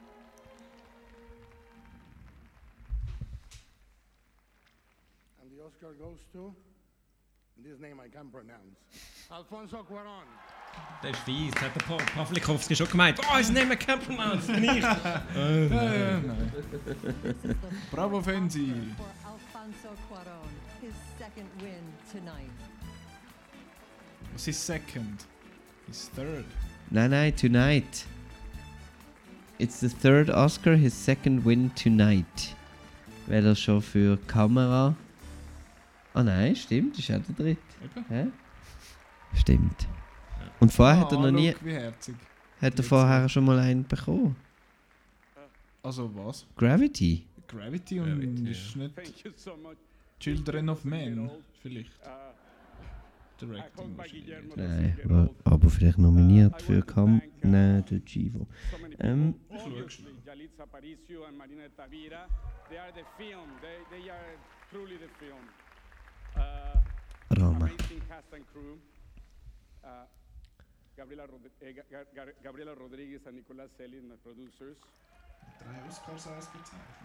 And the Oscar goes to, this name I can't pronounce, Alfonso Cuarón. Der ist fies, das hat der Pa- Pawlikowski schon gemeint. Oh, his name I can't pronounce, nicht. Ja, ja, nein. Bravo Fenzi. For Alfonso Cuarón, his second win tonight. Was ist second? His third. Nein, nein, tonight. It's the third Oscar, his second win tonight. Weil er schon für Kamera... Ah nein, stimmt, ist auch der dritte. Eben. Hä? Stimmt. Und vorher hat er Ah, noch nie... schau, wie herzig. Hat er vorher schon mal einen bekommen? Also was? Gravity? Gravity und Gravity, ist nicht Thank you so much. Children of Men, vielleicht. Uh, Directing wahrscheinlich. Nein, aber, aber vielleicht nominiert für Kam... Nein, der Givo. Ähm, Obviously, Yalitza Aparicio and Marina Tavira, they are the film. They, they are truly the film. Uh, Roma. Amazing cast and crew. Uh, Gabriela, Rod- eh, Ga- Ga- Ga- Gabriela Rodriguez and Nicolas Selin, my producers. Drei Oscars ausgezeichnet.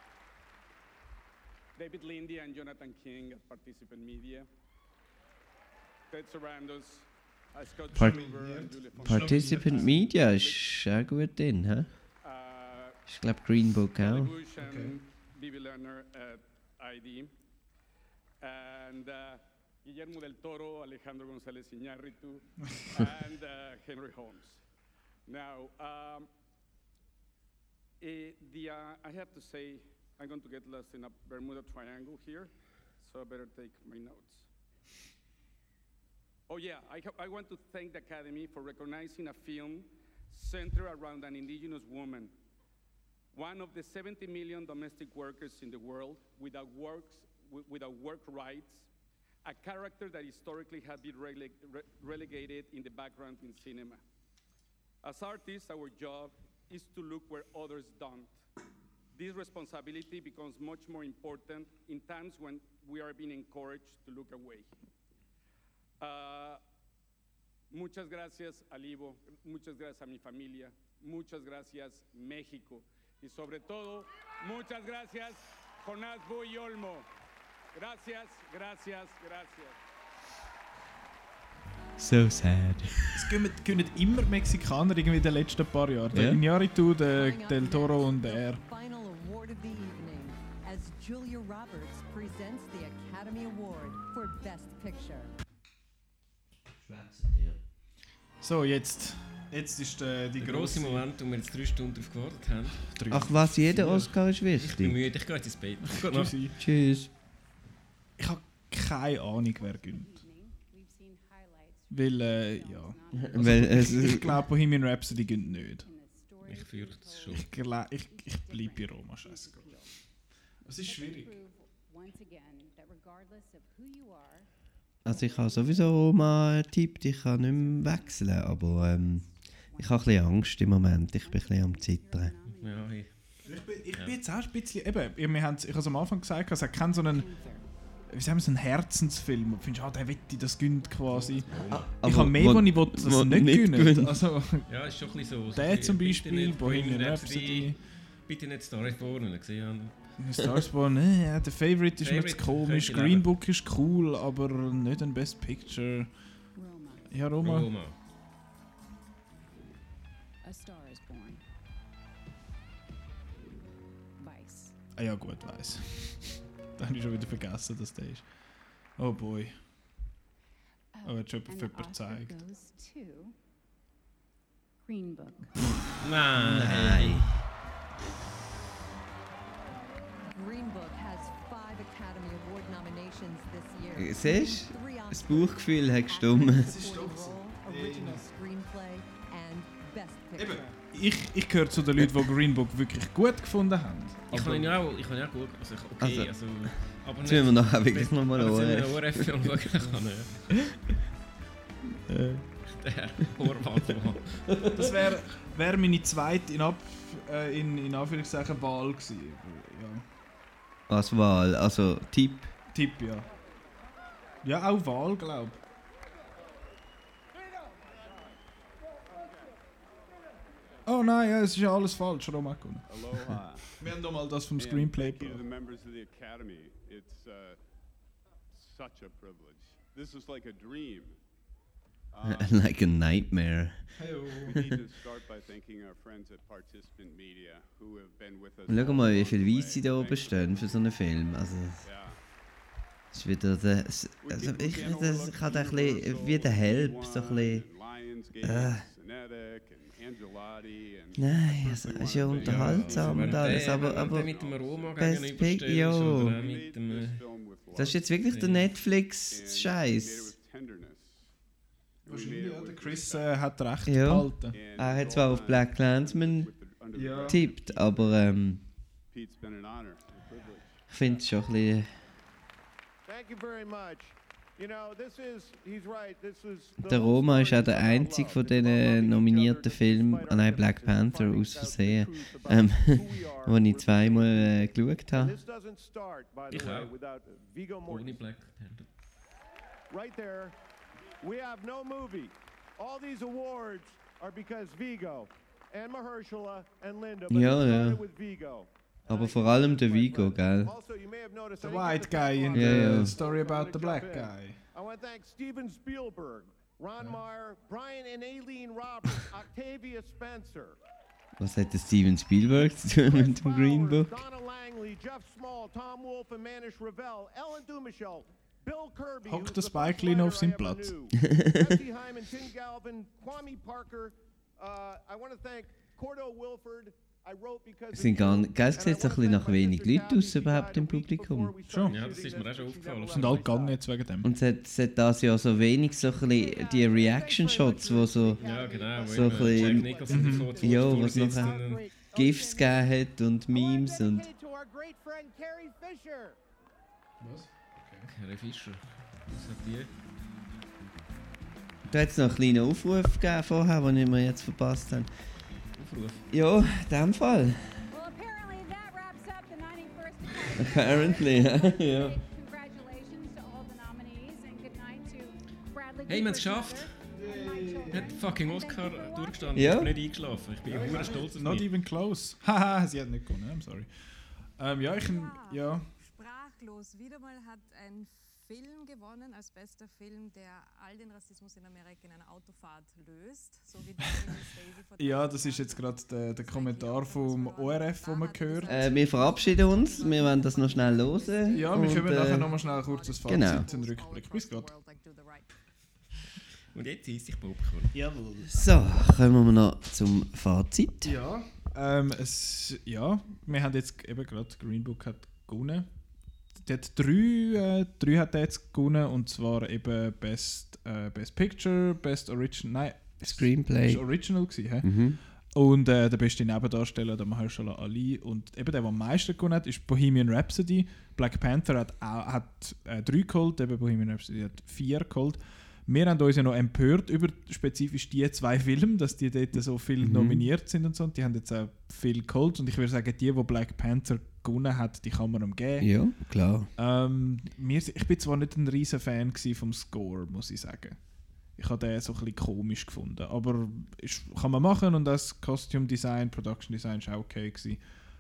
David Lindy and Jonathan King at Participant Media. Ted Sarandos, uh, Scott Part Schluber and Julie von Participant Media ist auch gut drin, hä? Uh, Ich glaube Green Book Kelly auch. Bush and Bibi Lerner at I D. And uh, Guillermo del Toro, Alejandro González Iñárritu, and uh, Henry Holmes. Now, um, eh, the, uh, I have to say, I'm going to get lost in a Bermuda Triangle here, so I better take my notes. Oh yeah, I, ha- I want to thank the Academy for recognizing a film centered around an indigenous woman, one of the seventy million domestic workers in the world without, works, wi- without work rights, a character that historically had been rele- re- relegated in the background in cinema. As artists, our job is to look where others don't. This responsibility becomes much more important in times when we are being encouraged to look away. Uh, muchas gracias al Ivo, muchas gracias a mi familia, muchas gracias México y sobre todo muchas gracias Jonás Buy Olmo. Gracias, gracias, gracias. So sad. Es gehen gehen nicht immer Mexikaner irgendwie in den letzten paar Jahren. Der Ja. Iñárritu, der Del Toro und er. Final award of the evening as Julia Roberts presents the Academy Award for Best Picture. So, jetzt. Jetzt ist äh, die Der grosse Moment, wo wir jetzt drei Stunden drauf gewartet haben. Ach was, jeder Oscar ist Ich bin wichtig. müde, ich gehe jetzt ins Bett. Gute Nacht. Tschüssi. Tschüss. Ich habe keine Ahnung, wer gönnt. Weil, äh, ja. Also, Weil es- ich ich glaube, Bohemian Rhapsody gönnt nicht. Ich fürchte es schon. Ich, glaub, ich, ich bleibe bei Roma, scheiße. Es ist schwierig. Also ich habe sowieso Roma getippt, ich kann nicht mehr wechseln, aber ähm, ich habe ein bisschen Angst im Moment, ich bin ein bisschen am Zittern. Ja, ich, Ich bin, ich Ja. bin jetzt auch ein bisschen. Eben, wir haben, ich habe es am Anfang gesagt, es hat keinen so einen. Wie sagen wir, so einen Herzensfilm. Du findest, ah, der wette, das gönnt quasi. Aber ich habe mehr, wo- wo ich will, dass wo es nicht nicht gönnt. gönnt. Also, ja, ist schon ein bisschen so. so der ein zum bisschen, Beispiel, bitte nicht Bohemian Rhapsody. Bitte nicht Star Born, wenn ich gesehen habe. Star is Born, äh, ja, der Favorite ist mir zu Favorite komisch. könnte Green leben. Book ist cool, aber nicht ein Best Picture. Ja, Roma. Roma. A Star is Born. Vice. Ah ja, gut, weiss. Da habe ich schon wieder vergessen, dass der ist. Oh boy. Oh, hat schon And jemand the jemand Oscar gezeigt. goes to Green Book. Nein. Nein. Green Book has five Academy Award nominations this year. Siehst du? Three Das Oscars. Bauchgefühl hat gestimmt. Supporting Role, Original Screenplay and Best Picture. Ich, ich gehöre zu den Leuten, die Green Book wirklich gut gefunden haben. Ich Aber- habe ihn ja auch, ich habe ihn auch gut, also ich- okay, Also, also, aber jetzt müssen wir nachher wirklich noch mal aber jetzt müssen wir O R F. noch O R F anschauen kann, ja. Der Horvath. Das wäre wär meine zweite in, Ab, äh, in, in Anführungszeichen Wahl gewesen. Ja. Als Wahl, also Tipp. Tipp, ja. Ja, auch Wahl, glaube ich. Oh nein, ja, es ist ja alles falsch, Roma. Aloha. Wir haben doch mal das vom And Screenplay. Thank you to the members of the Academy. It's uh, such a privilege. This is like a dream. Um, Like a nightmare. we need to start by thanking our friends at Participant Media who have been with us. Schau all mal, wie along viele the Weisse way. da oben Thank you. stehen für so einen Film. Also, Ja. es ist wieder der. es- Also, ich, das, ich habe ein bisschen wie der Help, so ein bisschen. Äh, nein, es ist ja unterhaltsam und alles, aber. aber der mit dem Roma Best Pic, gegenüberstellst, ja. oder auch mit dem, äh, Das ist jetzt wirklich der Netflix-Scheiß. Wahrscheinlich, ja, der Chris äh, hat recht Ja. behalten. Er hat zwar auf Black Clansman Ja. getippt, aber ähm, Pete's been an honor, a privilege. ich finde es schon ein bisschen. Thank you very much. You know, this is, he's right, this is the Der Roma ist auch der einzige von diesen nominierten Filmen, ah nein, Black Panther aus Versehen, ähm, wo ich zweimal äh, geschaut habe. This doesn't start, by the Ich way, auch. without Viggo ohne Mortensen. Black Panther. Right there, we have no movie. All these awards are because Vigo and Mahershala and Linda, but Ja, it ja. started with Vigo. Aber vor allem der Vigo, gell? Also, you may have noticed, The I didn't white get the guy in tech Yeah, the yeah. story about the Jump black in. guy. I want to thank Steven Spielberg, Ron Meyer, Brian and Aileen Roberts, Octavia Spencer, Was hat der Steven Spielberg zu tun mit dem Green Book? Donna Langley, Jeff Small, Tom Wolfe and Manish Ravel, Ellen Dumichel, Bill Kirby, Hockt who's der the Spike first Lee noch writer auf seinen I ever Platz? knew. Jesse Hyman, Tim Galvin, Kwame Parker. Uh, I want to thank Cordo Wilford. I wrote because Es of sind gar you, nicht, gell, es and I sieht so ein wanna bisschen thank nach my wenig sister Leuten Kathy. aus She überhaupt died im a week Publikum. before we Schon. started Ja, das shooting ist mir auch this, schon and she aufgefallen. never Sind left alle my gegangen side. jetzt wegen dem. Und es hat, es hat das ja so wenig so ein bisschen die Reaction-Shots, wo so, Ja, genau. so ein Jack bisschen, Nicholson davor zu ja, Fuß was sitzt nachher und, äh, GIFs gegeben hat und Memes und... Dedicated to our great friend Carrie Fisher. Carrie Fisher. Was hat die? Da hat es noch einen kleinen Aufruf gegeben vorher, den wir jetzt verpasst haben. Aufruf? Ja, in dem Fall. Well, apparently that wraps up the ninety-first Apparently, ja. ja. Congratulations to all the nominees and good night to Bradley Hey, wir haben es Cooper's geschafft! mother and my children. Hat fucking Oscar durchgestanden. Ja. Ich bin nicht eingeschlafen. Ich bin hure stolz auf Not mich. even close. Haha, sie hat nicht gewonnen, I'm sorry. Ähm, ja, ich... Ja. Sprachlos. Wieder mal hat ein Film gewonnen, als bester Film, der all den Rassismus in Amerika in einer Autofahrt löst. So wie ja, das ist jetzt gerade der, der Kommentar vom O R F, den man hört. Äh, wir verabschieden uns, wir wollen das noch schnell hören. Ja, wir können und, äh, nachher noch mal schnell kurz das Fazit, genau. einen Rückblick. Bis gleich. Und jetzt ist ich Popcorn. Jawohl. So, kommen wir noch zum Fazit. Ja, ähm, es, ja wir haben jetzt eben gerade, Green Book hat gewonnen. Die hat drei, äh, drei hat er jetzt gewonnen, und zwar eben Best, äh, Best Picture, Best Original, nein, Screenplay. Das war Original gewesen, hä? Mhm. Und äh, der beste Nebendarsteller, der Mahershala Ali, und eben der, der am meisten gewonnen hat, ist Bohemian Rhapsody. Black Panther hat, auch, hat äh, drei geholt, eben Bohemian Rhapsody hat vier geholt. Wir haben uns ja noch empört über spezifisch die zwei Filme, dass die dort so viel Mhm. nominiert sind und so. Und die haben jetzt auch viel geholt. Und ich würde sagen, die, die Black Panther gewonnen hat, die kann man ihm geben. Ja, klar. Ähm, mir, ich bin zwar nicht ein riesen Fan vom Score, muss ich sagen. Ich habe den so ein bisschen komisch gefunden. Aber ist, kann man machen, und das Costume Design, Production Design war auch okay gewesen.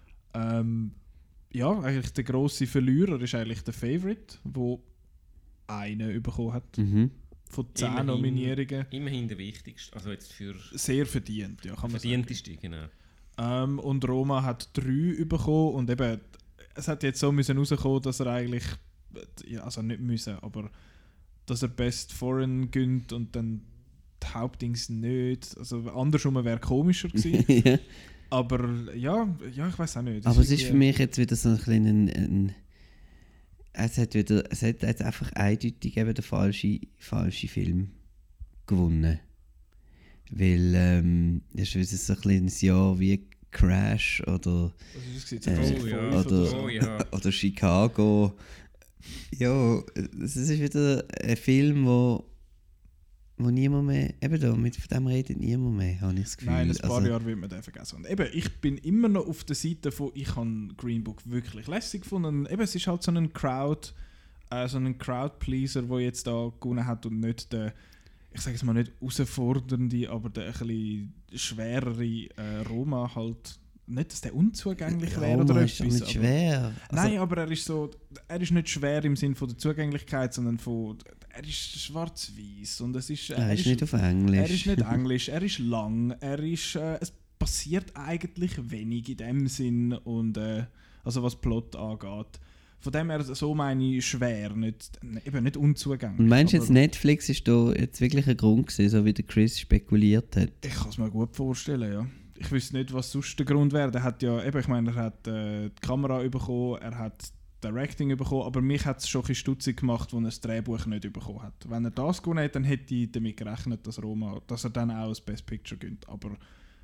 Ähm, ja, eigentlich der grosse Verlierer ist eigentlich der Favorite, der einen bekommen hat. Mhm. Von zehn Immerhin- Nominierungen. Immerhin der wichtigste. Also jetzt für Sehr verdient, ja, kann man verdienteste, genau. Ähm, und Roma hat drei bekommen, und eben, es hat jetzt so müssen rauskommen, dass er eigentlich, ja, also nicht müssen, aber dass er Best Foreign gönnt und dann die Hauptdings nicht. Also andersrum wäre komischer gewesen. Ja. Aber ja, ja, ich weiß auch nicht. Aber es ist für mich jetzt wieder so ein kleiner... Ein, ein, es hat wieder, es hat jetzt einfach eindeutig eben der falsche, falsche Film gewonnen. Weil ähm, es ist so ein kleines Jahr wie Crash oder, Was ist das äh, gewesen? Oh ja. oder, Oh ja. oder Chicago. Ja, es ist wieder ein Film, wo, wo niemand mehr, eben da, mit von dem redet niemand mehr, habe ich das Gefühl. Nein, ein paar Also, Jahre wird man den vergessen. Und eben, ich bin immer noch auf der Seite von, ich habe Green Book wirklich lässig gefunden. Eben, es ist halt so ein Crowd, äh, so ein Crowd-Pleaser, der jetzt da gewonnen hat, und nicht der, ich sage es mal nicht herausfordernde, aber der ein bisschen schwerere äh, Roma halt. Nicht, dass der unzugänglich wäre Roma oder ist doch etwas. nicht aber- schwer. Also- Nein, aber er ist so, er ist nicht schwer im Sinne von der Zugänglichkeit, sondern von, er ist schwarz-weiß und es ist, Er ist nicht auf Englisch. Er ist nicht Englisch, er ist lang, er ist, äh, es passiert eigentlich wenig in dem Sinn, und äh, also was Plot angeht. Von dem her, so meine ich schwer, nicht, eben nicht unzugänglich. Und meinst du aber jetzt, Netflix ist da jetzt wirklich ein Grund gewesen, so wie der Chris spekuliert hat? Ich kann es mir gut vorstellen, ja. Ich wüsste nicht, was sonst der Grund wäre. Er hat ja, eben, ich meine, er hat äh, die Kamera bekommen, er hat Directing bekommen, aber mich hat es schon ein bisschen stutzig gemacht, als er das Drehbuch nicht bekommen hat. Wenn er das gewonnen hat, dann hätte ich damit gerechnet, dass, Roma, dass er dann auch das Best Picture gönnt. Aber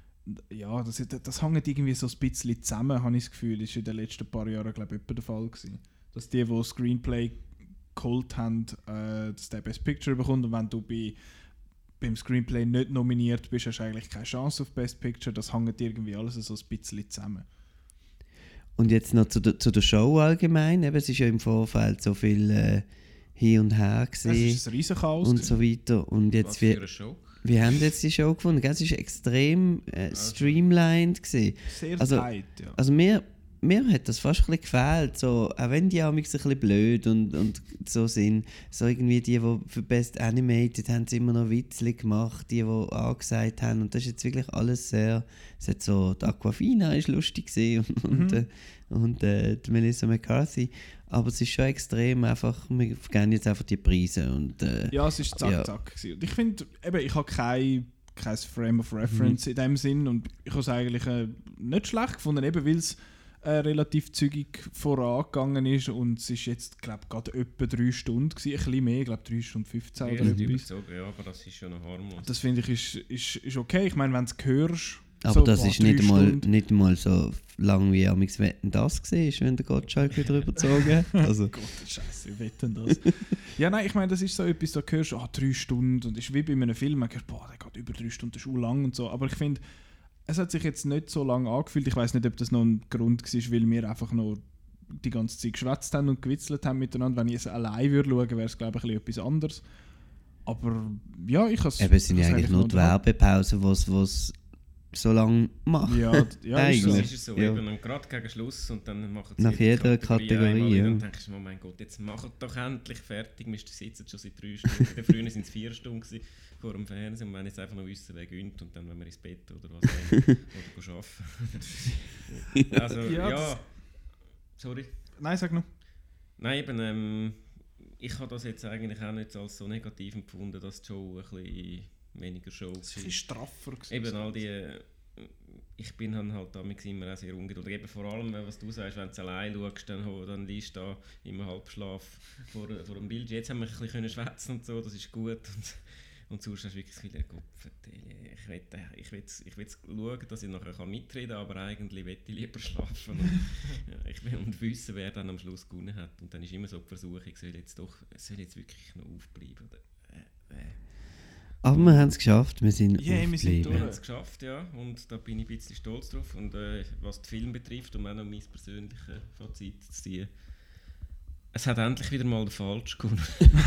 ja, das, das hängt irgendwie so ein bisschen zusammen, habe ich das Gefühl. Das war in den letzten paar Jahren, glaube ich, etwa der Fall gewesen. Dass die, die das Screenplay geholt haben, äh, dass der Best Picture bekommt, und wenn du bei beim Screenplay nicht nominiert bist, hast du eigentlich keine Chance auf Best Picture. Das hängt irgendwie alles so ein bisschen zusammen. Und jetzt noch zu der, zu der Show allgemein. Eben, es ist ja im Vorfeld so viel äh, hin und her gesehen. Es ist ein Riesenchaos und so weiter. Und jetzt, Was wie, für eine Show? wie haben jetzt die Show gefunden? Gell? Es ist extrem äh, streamlined gewesen. Sehr also, tight, ja. Also mir, mir hat das fast ein bisschen gefehlt, so, auch wenn die amigs ein bisschen blöd und, und so sind, so irgendwie die, die für Best Animated haben sie immer noch Witzli gemacht, die, die angesagt haben, und das ist jetzt wirklich alles sehr, es hat so, die Aquafina ist lustig gewesen und, Mhm. und, äh, und äh, die Melissa McCarthy, aber es ist schon extrem einfach, wir geben jetzt einfach die Preise und äh, Ja, es ist zack, ja. zack gewesen. Und ich finde, eben, ich habe kein, kein Frame of Reference Mhm. in dem Sinn, und ich habe es eigentlich äh, nicht schlecht gefunden, eben weil es äh, relativ zügig vorangegangen ist, und es ist jetzt, glaube ich, gerade etwa drei Stunden gewesen, ein bisschen mehr, ich glaube drei Stunden fünfzehn Ja, oder das etwas. überzogen, ja, aber das ist schon noch harmlos. Das finde ich ist, ist, ist okay. Ich meine, wenn du es hörst, aber so, das boah, ist drei nicht einmal, Stunden. nicht einmal so lang wie amigs Wetten das war, wenn der Gottschalk wieder überzogen hat. Also, Gott, Scheiße, wie wetten das? Ja, nein, ich meine, das ist so etwas, da hörst du, ah, drei Stunden, und ist wie bei einem Film, man hört, boah, der geht über drei Stunden, das ist auch lang und so. Aber ich finde, es hat sich jetzt nicht so lange angefühlt. Ich weiß nicht, ob das noch ein Grund war, weil wir einfach noch die ganze Zeit geschwätzt haben und gewitzelt haben miteinander. Wenn ich es allein würde schauen, wäre es, glaube ich, ein bisschen etwas anderes. Aber ja, ich habe es... eben, es sind ja eigentlich nur die Werbepausen, was was so lange mache. Ja, d- ja, eigentlich. Das ist so, Ja. eben, und gerade gegen Schluss und dann machen sie Nach jede jeder Kategorie, einmal ja. und dann denkst du, oh mein Gott, jetzt macht doch endlich fertig, wir sitzen schon seit drei Stunden, früher sind es vier Stunden gewesen, vor dem Fernsehen und wenn jetzt einfach noch wissen, wer gönnt und dann wenn wir ins Bett oder was wollen, oder gehen arbeiten. Also, Ja, ja, das- sorry. Nein, sag noch. Nein, eben, ähm, ich habe das jetzt eigentlich auch nicht als so negativ empfunden, dass die Show ein bisschen weniger Show war. Es war ein bisschen straffer gewesen, Eben so. all die, äh, ich bin dann halt damals immer auch sehr ungeduldig. Eben vor allem, äh, was du sagst, wenn du allein schaust, dann, ho- dann liegst du da im Halbschlaf vor, vor dem Bildschirm. Jetzt haben wir ein bisschen schwätzen und so, das ist gut. Und, und sonst hast du wirklich das Gefühl, Gott, ich will, ich will, ich will schauen, dass ich nachher kann mitreden kann, aber eigentlich will ich lieber schlafen. Und, ja, ich will und wissen, wer dann am Schluss gewonnen hat. Und dann ist immer so die Versuchung, soll jetzt doch, soll jetzt wirklich noch aufbleiben. Oder, äh, äh. Aber wir haben es geschafft, wir sind Yeah, wir sind Wir aufgeblieben. haben es geschafft, ja, und da bin ich ein bisschen stolz drauf. Und äh, was den Film betrifft, um auch noch mein persönliches Fazit zu ziehen, es hat endlich wieder mal der Falsch gewonnen.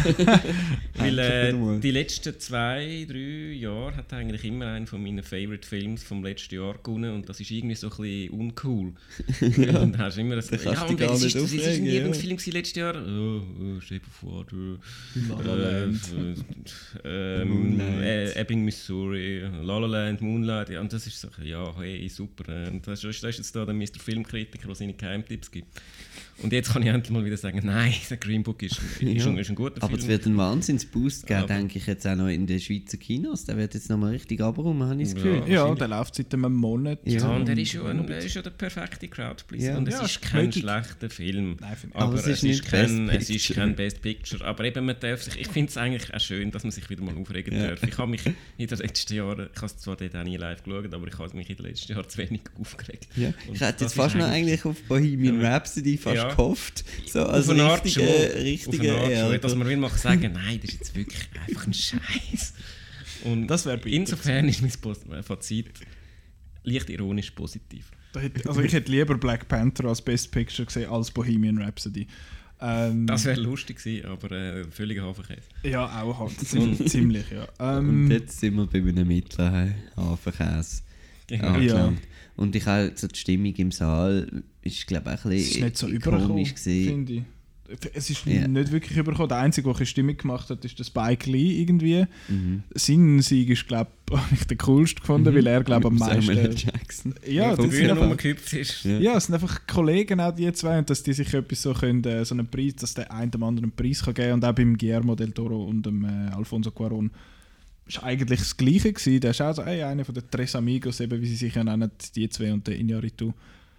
Weil äh, die letzten zwei, drei Jahre hat eigentlich immer einen von meinen Favorite Films vom letzten Jahr gewonnen und das ist irgendwie so ein bisschen uncool. Ja. Und dann hast du immer das, Da kannst ja, du und dich gar es nicht ist, es ist aufregen, irgendwie ja. ein Film gewesen letztes Jahr. Oh, oh, Shape of Water, La La äh, Land. äh, ähm, Moonlight. äh, Ebbing, Missouri, La La Land, Moonlight, ja, und das ist so, ja, hey, super. äh, Und das ist, das ist jetzt da der Mister Filmkritiker, der seine Geheimtipps gibt. Und jetzt kann ich endlich mal wieder sagen, nein, der Green Book ist, ist, Ja. ein, ist ein guter Aber Film. es wird einen Wahnsinnsboost geben, Aber- denke ich jetzt auch noch in den Schweizer Kinos. Der wird jetzt nochmal richtig abräumen, habe ich das Gefühl. Ja, der läuft seit einem Monat. Ja. Ja, und er ist ja, ein, er ist ja der perfekte Crowdpleaser. Ja. Und es Ja, ist ist kein Comedic. schlechter Film. Nein, finde ich aber, Aber es es, ist ist nicht kein, Best es ist Picture. kein Best Picture. Aber eben, man darf sich, ich finde es eigentlich auch schön, dass man sich wieder mal aufregen Ja. darf. Ich habe mich in den letzten Jahren, ich habe es zwar dort auch nie live geschaut, aber ich habe mich in den letzten Jahren zu wenig aufgeregt. Ja. Und Ich hätte das jetzt ist fast noch eigentlich auf Bohemian Rhapsody fast Ja. gehofft. So als auf eine Art richtige, schon. richtige auf eine Art schon, Ärger. dass man will mal sagen, nein, das ist jetzt wirklich einfach ein Scheiß. Und Das wär bitter insofern ist mein Pos- Fazit leicht ironisch positiv. Da hätte- Also ich hätte lieber Black Panther als Best Picture gesehen als Bohemian Rhapsody. Ähm, Das wäre lustig gewesen, aber äh, völliger Hafenkäse. ja, auch halt. Ziemlich, ziemlich ja. Und Ähm, jetzt sind wir bei einem mittleren Hafenkäse Genau. angelangt. Und ich auch so die Stimmung im Saal ist, glaube ich, ein es ist bisschen nicht so übergekommen, komisch gewesen. finde ich. Es ist Ja. nicht wirklich übergekommen. Der Einzige, der ein bisschen Stimmung gemacht hat, ist der Spike Lee irgendwie. Mhm. Sein Sieg ist, glaube ich, der coolste gefunden, Mhm. weil er, glaube ich, am Mit meisten... Samuel L. Jackson. Ja, Von das sind Bühnen einfach, rumgehüpft ist. Ja. ja, es sind einfach Kollegen, auch die zwei, und dass die sich etwas so können, äh, so einen Preis, dass der einen dem anderen einen Preis kann geben. Und auch beim Guillermo del Toro und dem äh, Alfonso Cuarón ist eigentlich das Gleiche gewesen. Der ist auch so, ey, einer von den Tres Amigos, eben, wie sie sich ja nennen, die zwei und der Iñárritu.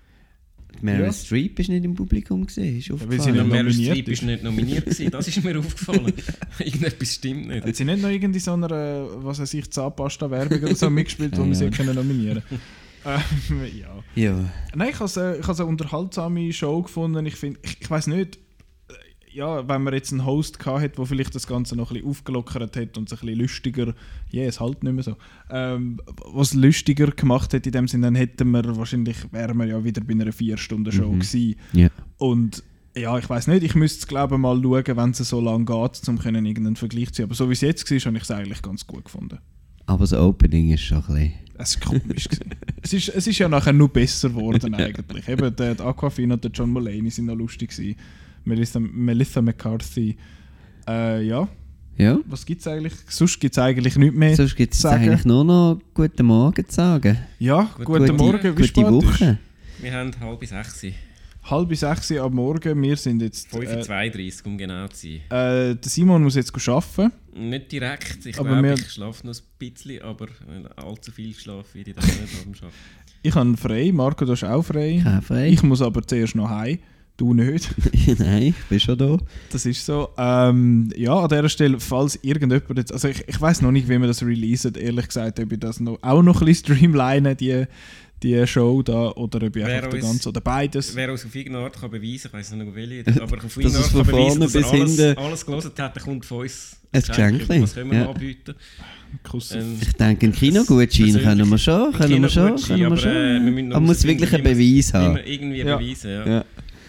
Meryl Ja. Streep ist nicht im Publikum gesehen, ist weil sie aufgefallen. nicht Meryl nominiert Streep ist ist. nicht nominiert gewesen, das ist mir aufgefallen. Irgendetwas stimmt nicht. Hat sie nicht noch irgendwie so einer, äh, was weiß ich, Zahnpasta-Werbung oder so mitgespielt, wo wir sie Keine können nominieren ähm, ja. Ja. Nein, ich habe es äh, ich habe es eine unterhaltsame Show gefunden. Ich finde, ich, ich weiß nicht, äh, ja, wenn man jetzt einen Host gehabt hat, der vielleicht das Ganze noch ein bisschen aufgelockert hat und es ein bisschen lustiger, ja, yeah, es halt nicht mehr so, ähm, was lustiger gemacht hat in dem Sinne, dann hätten wir wahrscheinlich, wären wir ja wieder bei einer vier-Stunden-Show Mhm. gewesen. Ja. Und ja, ich weiß nicht, ich müsste es glaube ich mal schauen, wenn es so lange geht, um können irgendeinen Vergleich zu ziehen. Aber so wie es jetzt war, habe ich es eigentlich ganz gut gefunden. Aber das Opening ist schon ein bisschen... Es war komisch. gewesen. es, ist, es ist ja nachher noch besser geworden eigentlich. Eben, der, der Aquafina und der John Mulaney sind noch lustig gewesen. Melissa, Melissa McCarthy. Äh, ja. Ja. Was gibt es eigentlich? Sonst gibt es eigentlich nichts mehr Sonst gibt es zu sagen. eigentlich nur noch «Guten Morgen» zu sagen. Ja, Gut- guten Gute- Morgen. Wie Gute spät Woche. ist? Wir haben halb sechs. Halb sechs Uhr am Morgen. Wir sind jetzt... fünf Uhr Äh, zweiunddreißig, um genau zu sein. äh, der Simon muss jetzt arbeiten. Nicht direkt, ich Aber glaube, wir- ich schlafe noch ein bisschen, aber allzu viel schlafe ich dann nicht beim Arbeiten. Ich habe frei. Marco, du hast auch frei. Ich habe frei. Ich muss aber zuerst noch heim. Du nicht. Nein, ich bin schon da. Das ist so. Ähm, ja, an dieser Stelle, falls irgendjemand jetzt... Also ich, ich weiß noch nicht, wie wir das releasen, ehrlich gesagt, ob ich das noch, auch noch ein bisschen streamline, die, die Show da, oder ob ich Wer einfach den uns- ganzen... Oder beides. Wer uns auf irgendeine Art kann beweisen kann, ich weiß nicht welche, aber auf Dass irgendeine es Art von kann beweisen, vorne dass er bis alles, hinten- alles gelesen hat, der kommt von uns Ein Geschenkchen, Was können wir ja. anbieten? Kuss. Ähm, Ich denke, einen Kinogutschein können wir schon. Können wir schon. Kinogutschein, Können wir aber, schon. äh, wir müssen noch Aber man muss herausfinden, wirklich einen wie wir- Beweis wie haben. wir irgendwie Ja. beweisen, ja. Ja.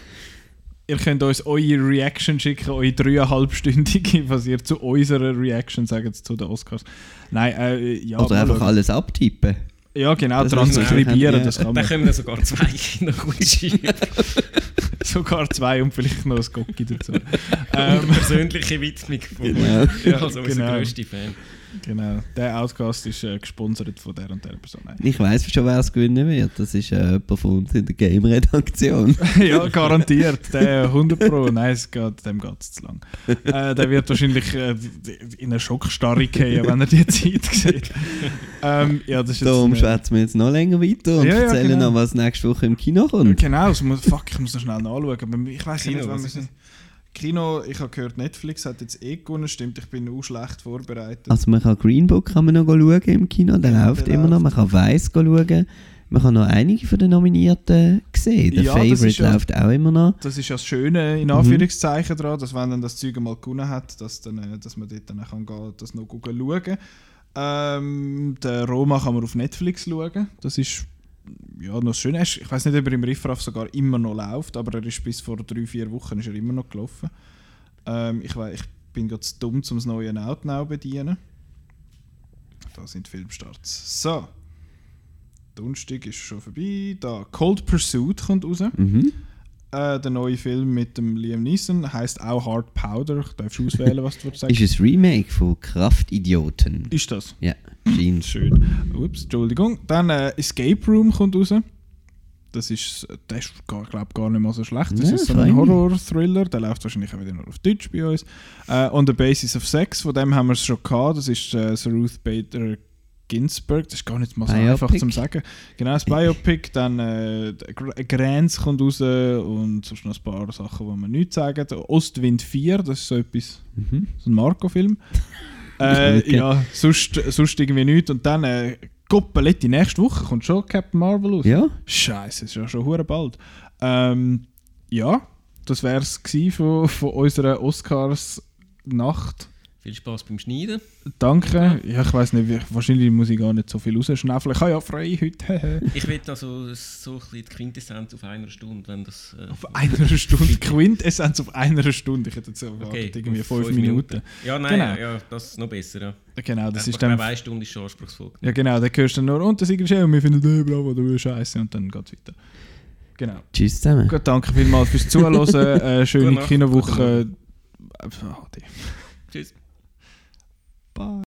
Ihr könnt uns eure Reaction schicken, eure dreieinhalbstündige, was ihr zu unserer Reaction sagt zu den Oscars. Nein, äh, ja. Oder mal einfach schauen. alles abtippen. Ja, genau, Das transkribieren, ist- das kann Da man. können wir sogar zwei Kinder schieben. Sogar zwei und vielleicht noch ein Gocki dazu. Ähm, ähm, persönliche Widmung von Genau. Ja, also unser genau. grösster Fan. Genau, der Outcast ist äh, gesponsert von der und der Person. Nein. Ich weiss schon, wer es gewinnen wird. Das ist äh, jemand von uns in der Game-Redaktion. Ja, garantiert. Der hundert Pro. Nein, es geht, dem geht es zu lang. Äh, der wird wahrscheinlich äh, in eine Schockstarre gehen, wenn er die Zeit sieht. Ähm, ja, das ist jetzt Darum eine- schwätzen wir jetzt noch länger weiter und Ja, ja, erzählen genau. noch, was nächste Woche im Kino kommt. Genau, also, muss- fuck, ich muss noch schnell nachschauen. Aber ich weiß ja Kino, nicht, wann was wir ist sind. Kino, ich habe gehört, Netflix hat jetzt eh gewonnen. Stimmt, ich bin auch schlecht vorbereitet. Also man kann Green Book kann man noch schauen im Kino, der Ja, läuft der immer noch. Man läuft. kann Weiss schauen. Man kann noch einige von den Nominierten sehen. Der Ja, das Favorite ist ja- läuft auch immer noch. Das ist ja das Schöne in Anführungszeichen daran, dass wenn dann das Zeug mal gewonnen hat, dass, dann, äh, dass man dort dann kann gehen, das noch schauen kann. Ähm, der Roma kann man auf Netflix schauen. Das ist ja noch das Schöne. Ich weiß nicht, ob er im Riffraff sogar immer noch läuft, aber er ist bis vor drei, vier Wochen ist er immer noch gelaufen. Ähm, ich, weiss, ich bin gerade zu dumm, um das neue Outnow zu bedienen. Da sind die Filmstarts. So. Donnerstag ist schon vorbei. Da Cold Pursuit kommt raus. Mhm. Äh, der neue Film mit dem Liam Neeson heißt auch Hard Powder. Ich darf auswählen, was du sagst. Ist ein Remake von Kraftidioten. Ist das? Ja, scheint. Schön. Ups, Entschuldigung. Dann äh, Escape Room kommt raus. Das ist, der ist glaube gar nicht mal so schlecht. Das Ja, ist so fein. ein Horror-Thriller. Der läuft wahrscheinlich auch wieder nur auf Deutsch bei uns. Äh, On the Basis of Sex, von dem haben wir es schon gehabt. Das ist äh, so Ruth Bader Ginsburg. Das ist gar nicht mal so Biopic. einfach zu sagen. Genau, das Biopic. Dann äh, Grants kommt raus und sonst noch ein paar Sachen, die wir nicht sagen. Ostwind vier, das ist so etwas, Mhm. so ein Marco-Film. äh, Okay. Ja, sonst, sonst irgendwie nichts. Und dann äh, Goppeletti, nächste Woche kommt schon Captain Marvel raus. Ja. Scheiße, ist ja schon hure bald. Ähm, ja, das wäre es von, von unserer Oscars-Nacht. Viel Spaß beim Schneiden. Danke. Ja, ich weiß nicht, wie, wahrscheinlich muss ich gar nicht so viel rausschnäfeln. Ich habe ja frei heute. Ich will also so ein bisschen die Quintessenz auf einer Stunde, wenn das... Äh, Auf einer Stunde. Quintessenz auf einer Stunde. Ich hätte jetzt erwartet, okay, irgendwie auf fünf, Minuten. Ja, nein, Genau. ja, das ist noch besser, ja. Genau, das Einfach ist dann... glaube, eine Stunde ist schon anspruchsvoll. Ja genau, dann hörst du dann nur und das ist und wir finden, äh, bravo, du Scheiße und dann geht es weiter. Genau. Tschüss zusammen. Gut, danke vielmals fürs Zuhören. Äh, schöne Gute Nacht. Kinowoche. Tschüss. Bye.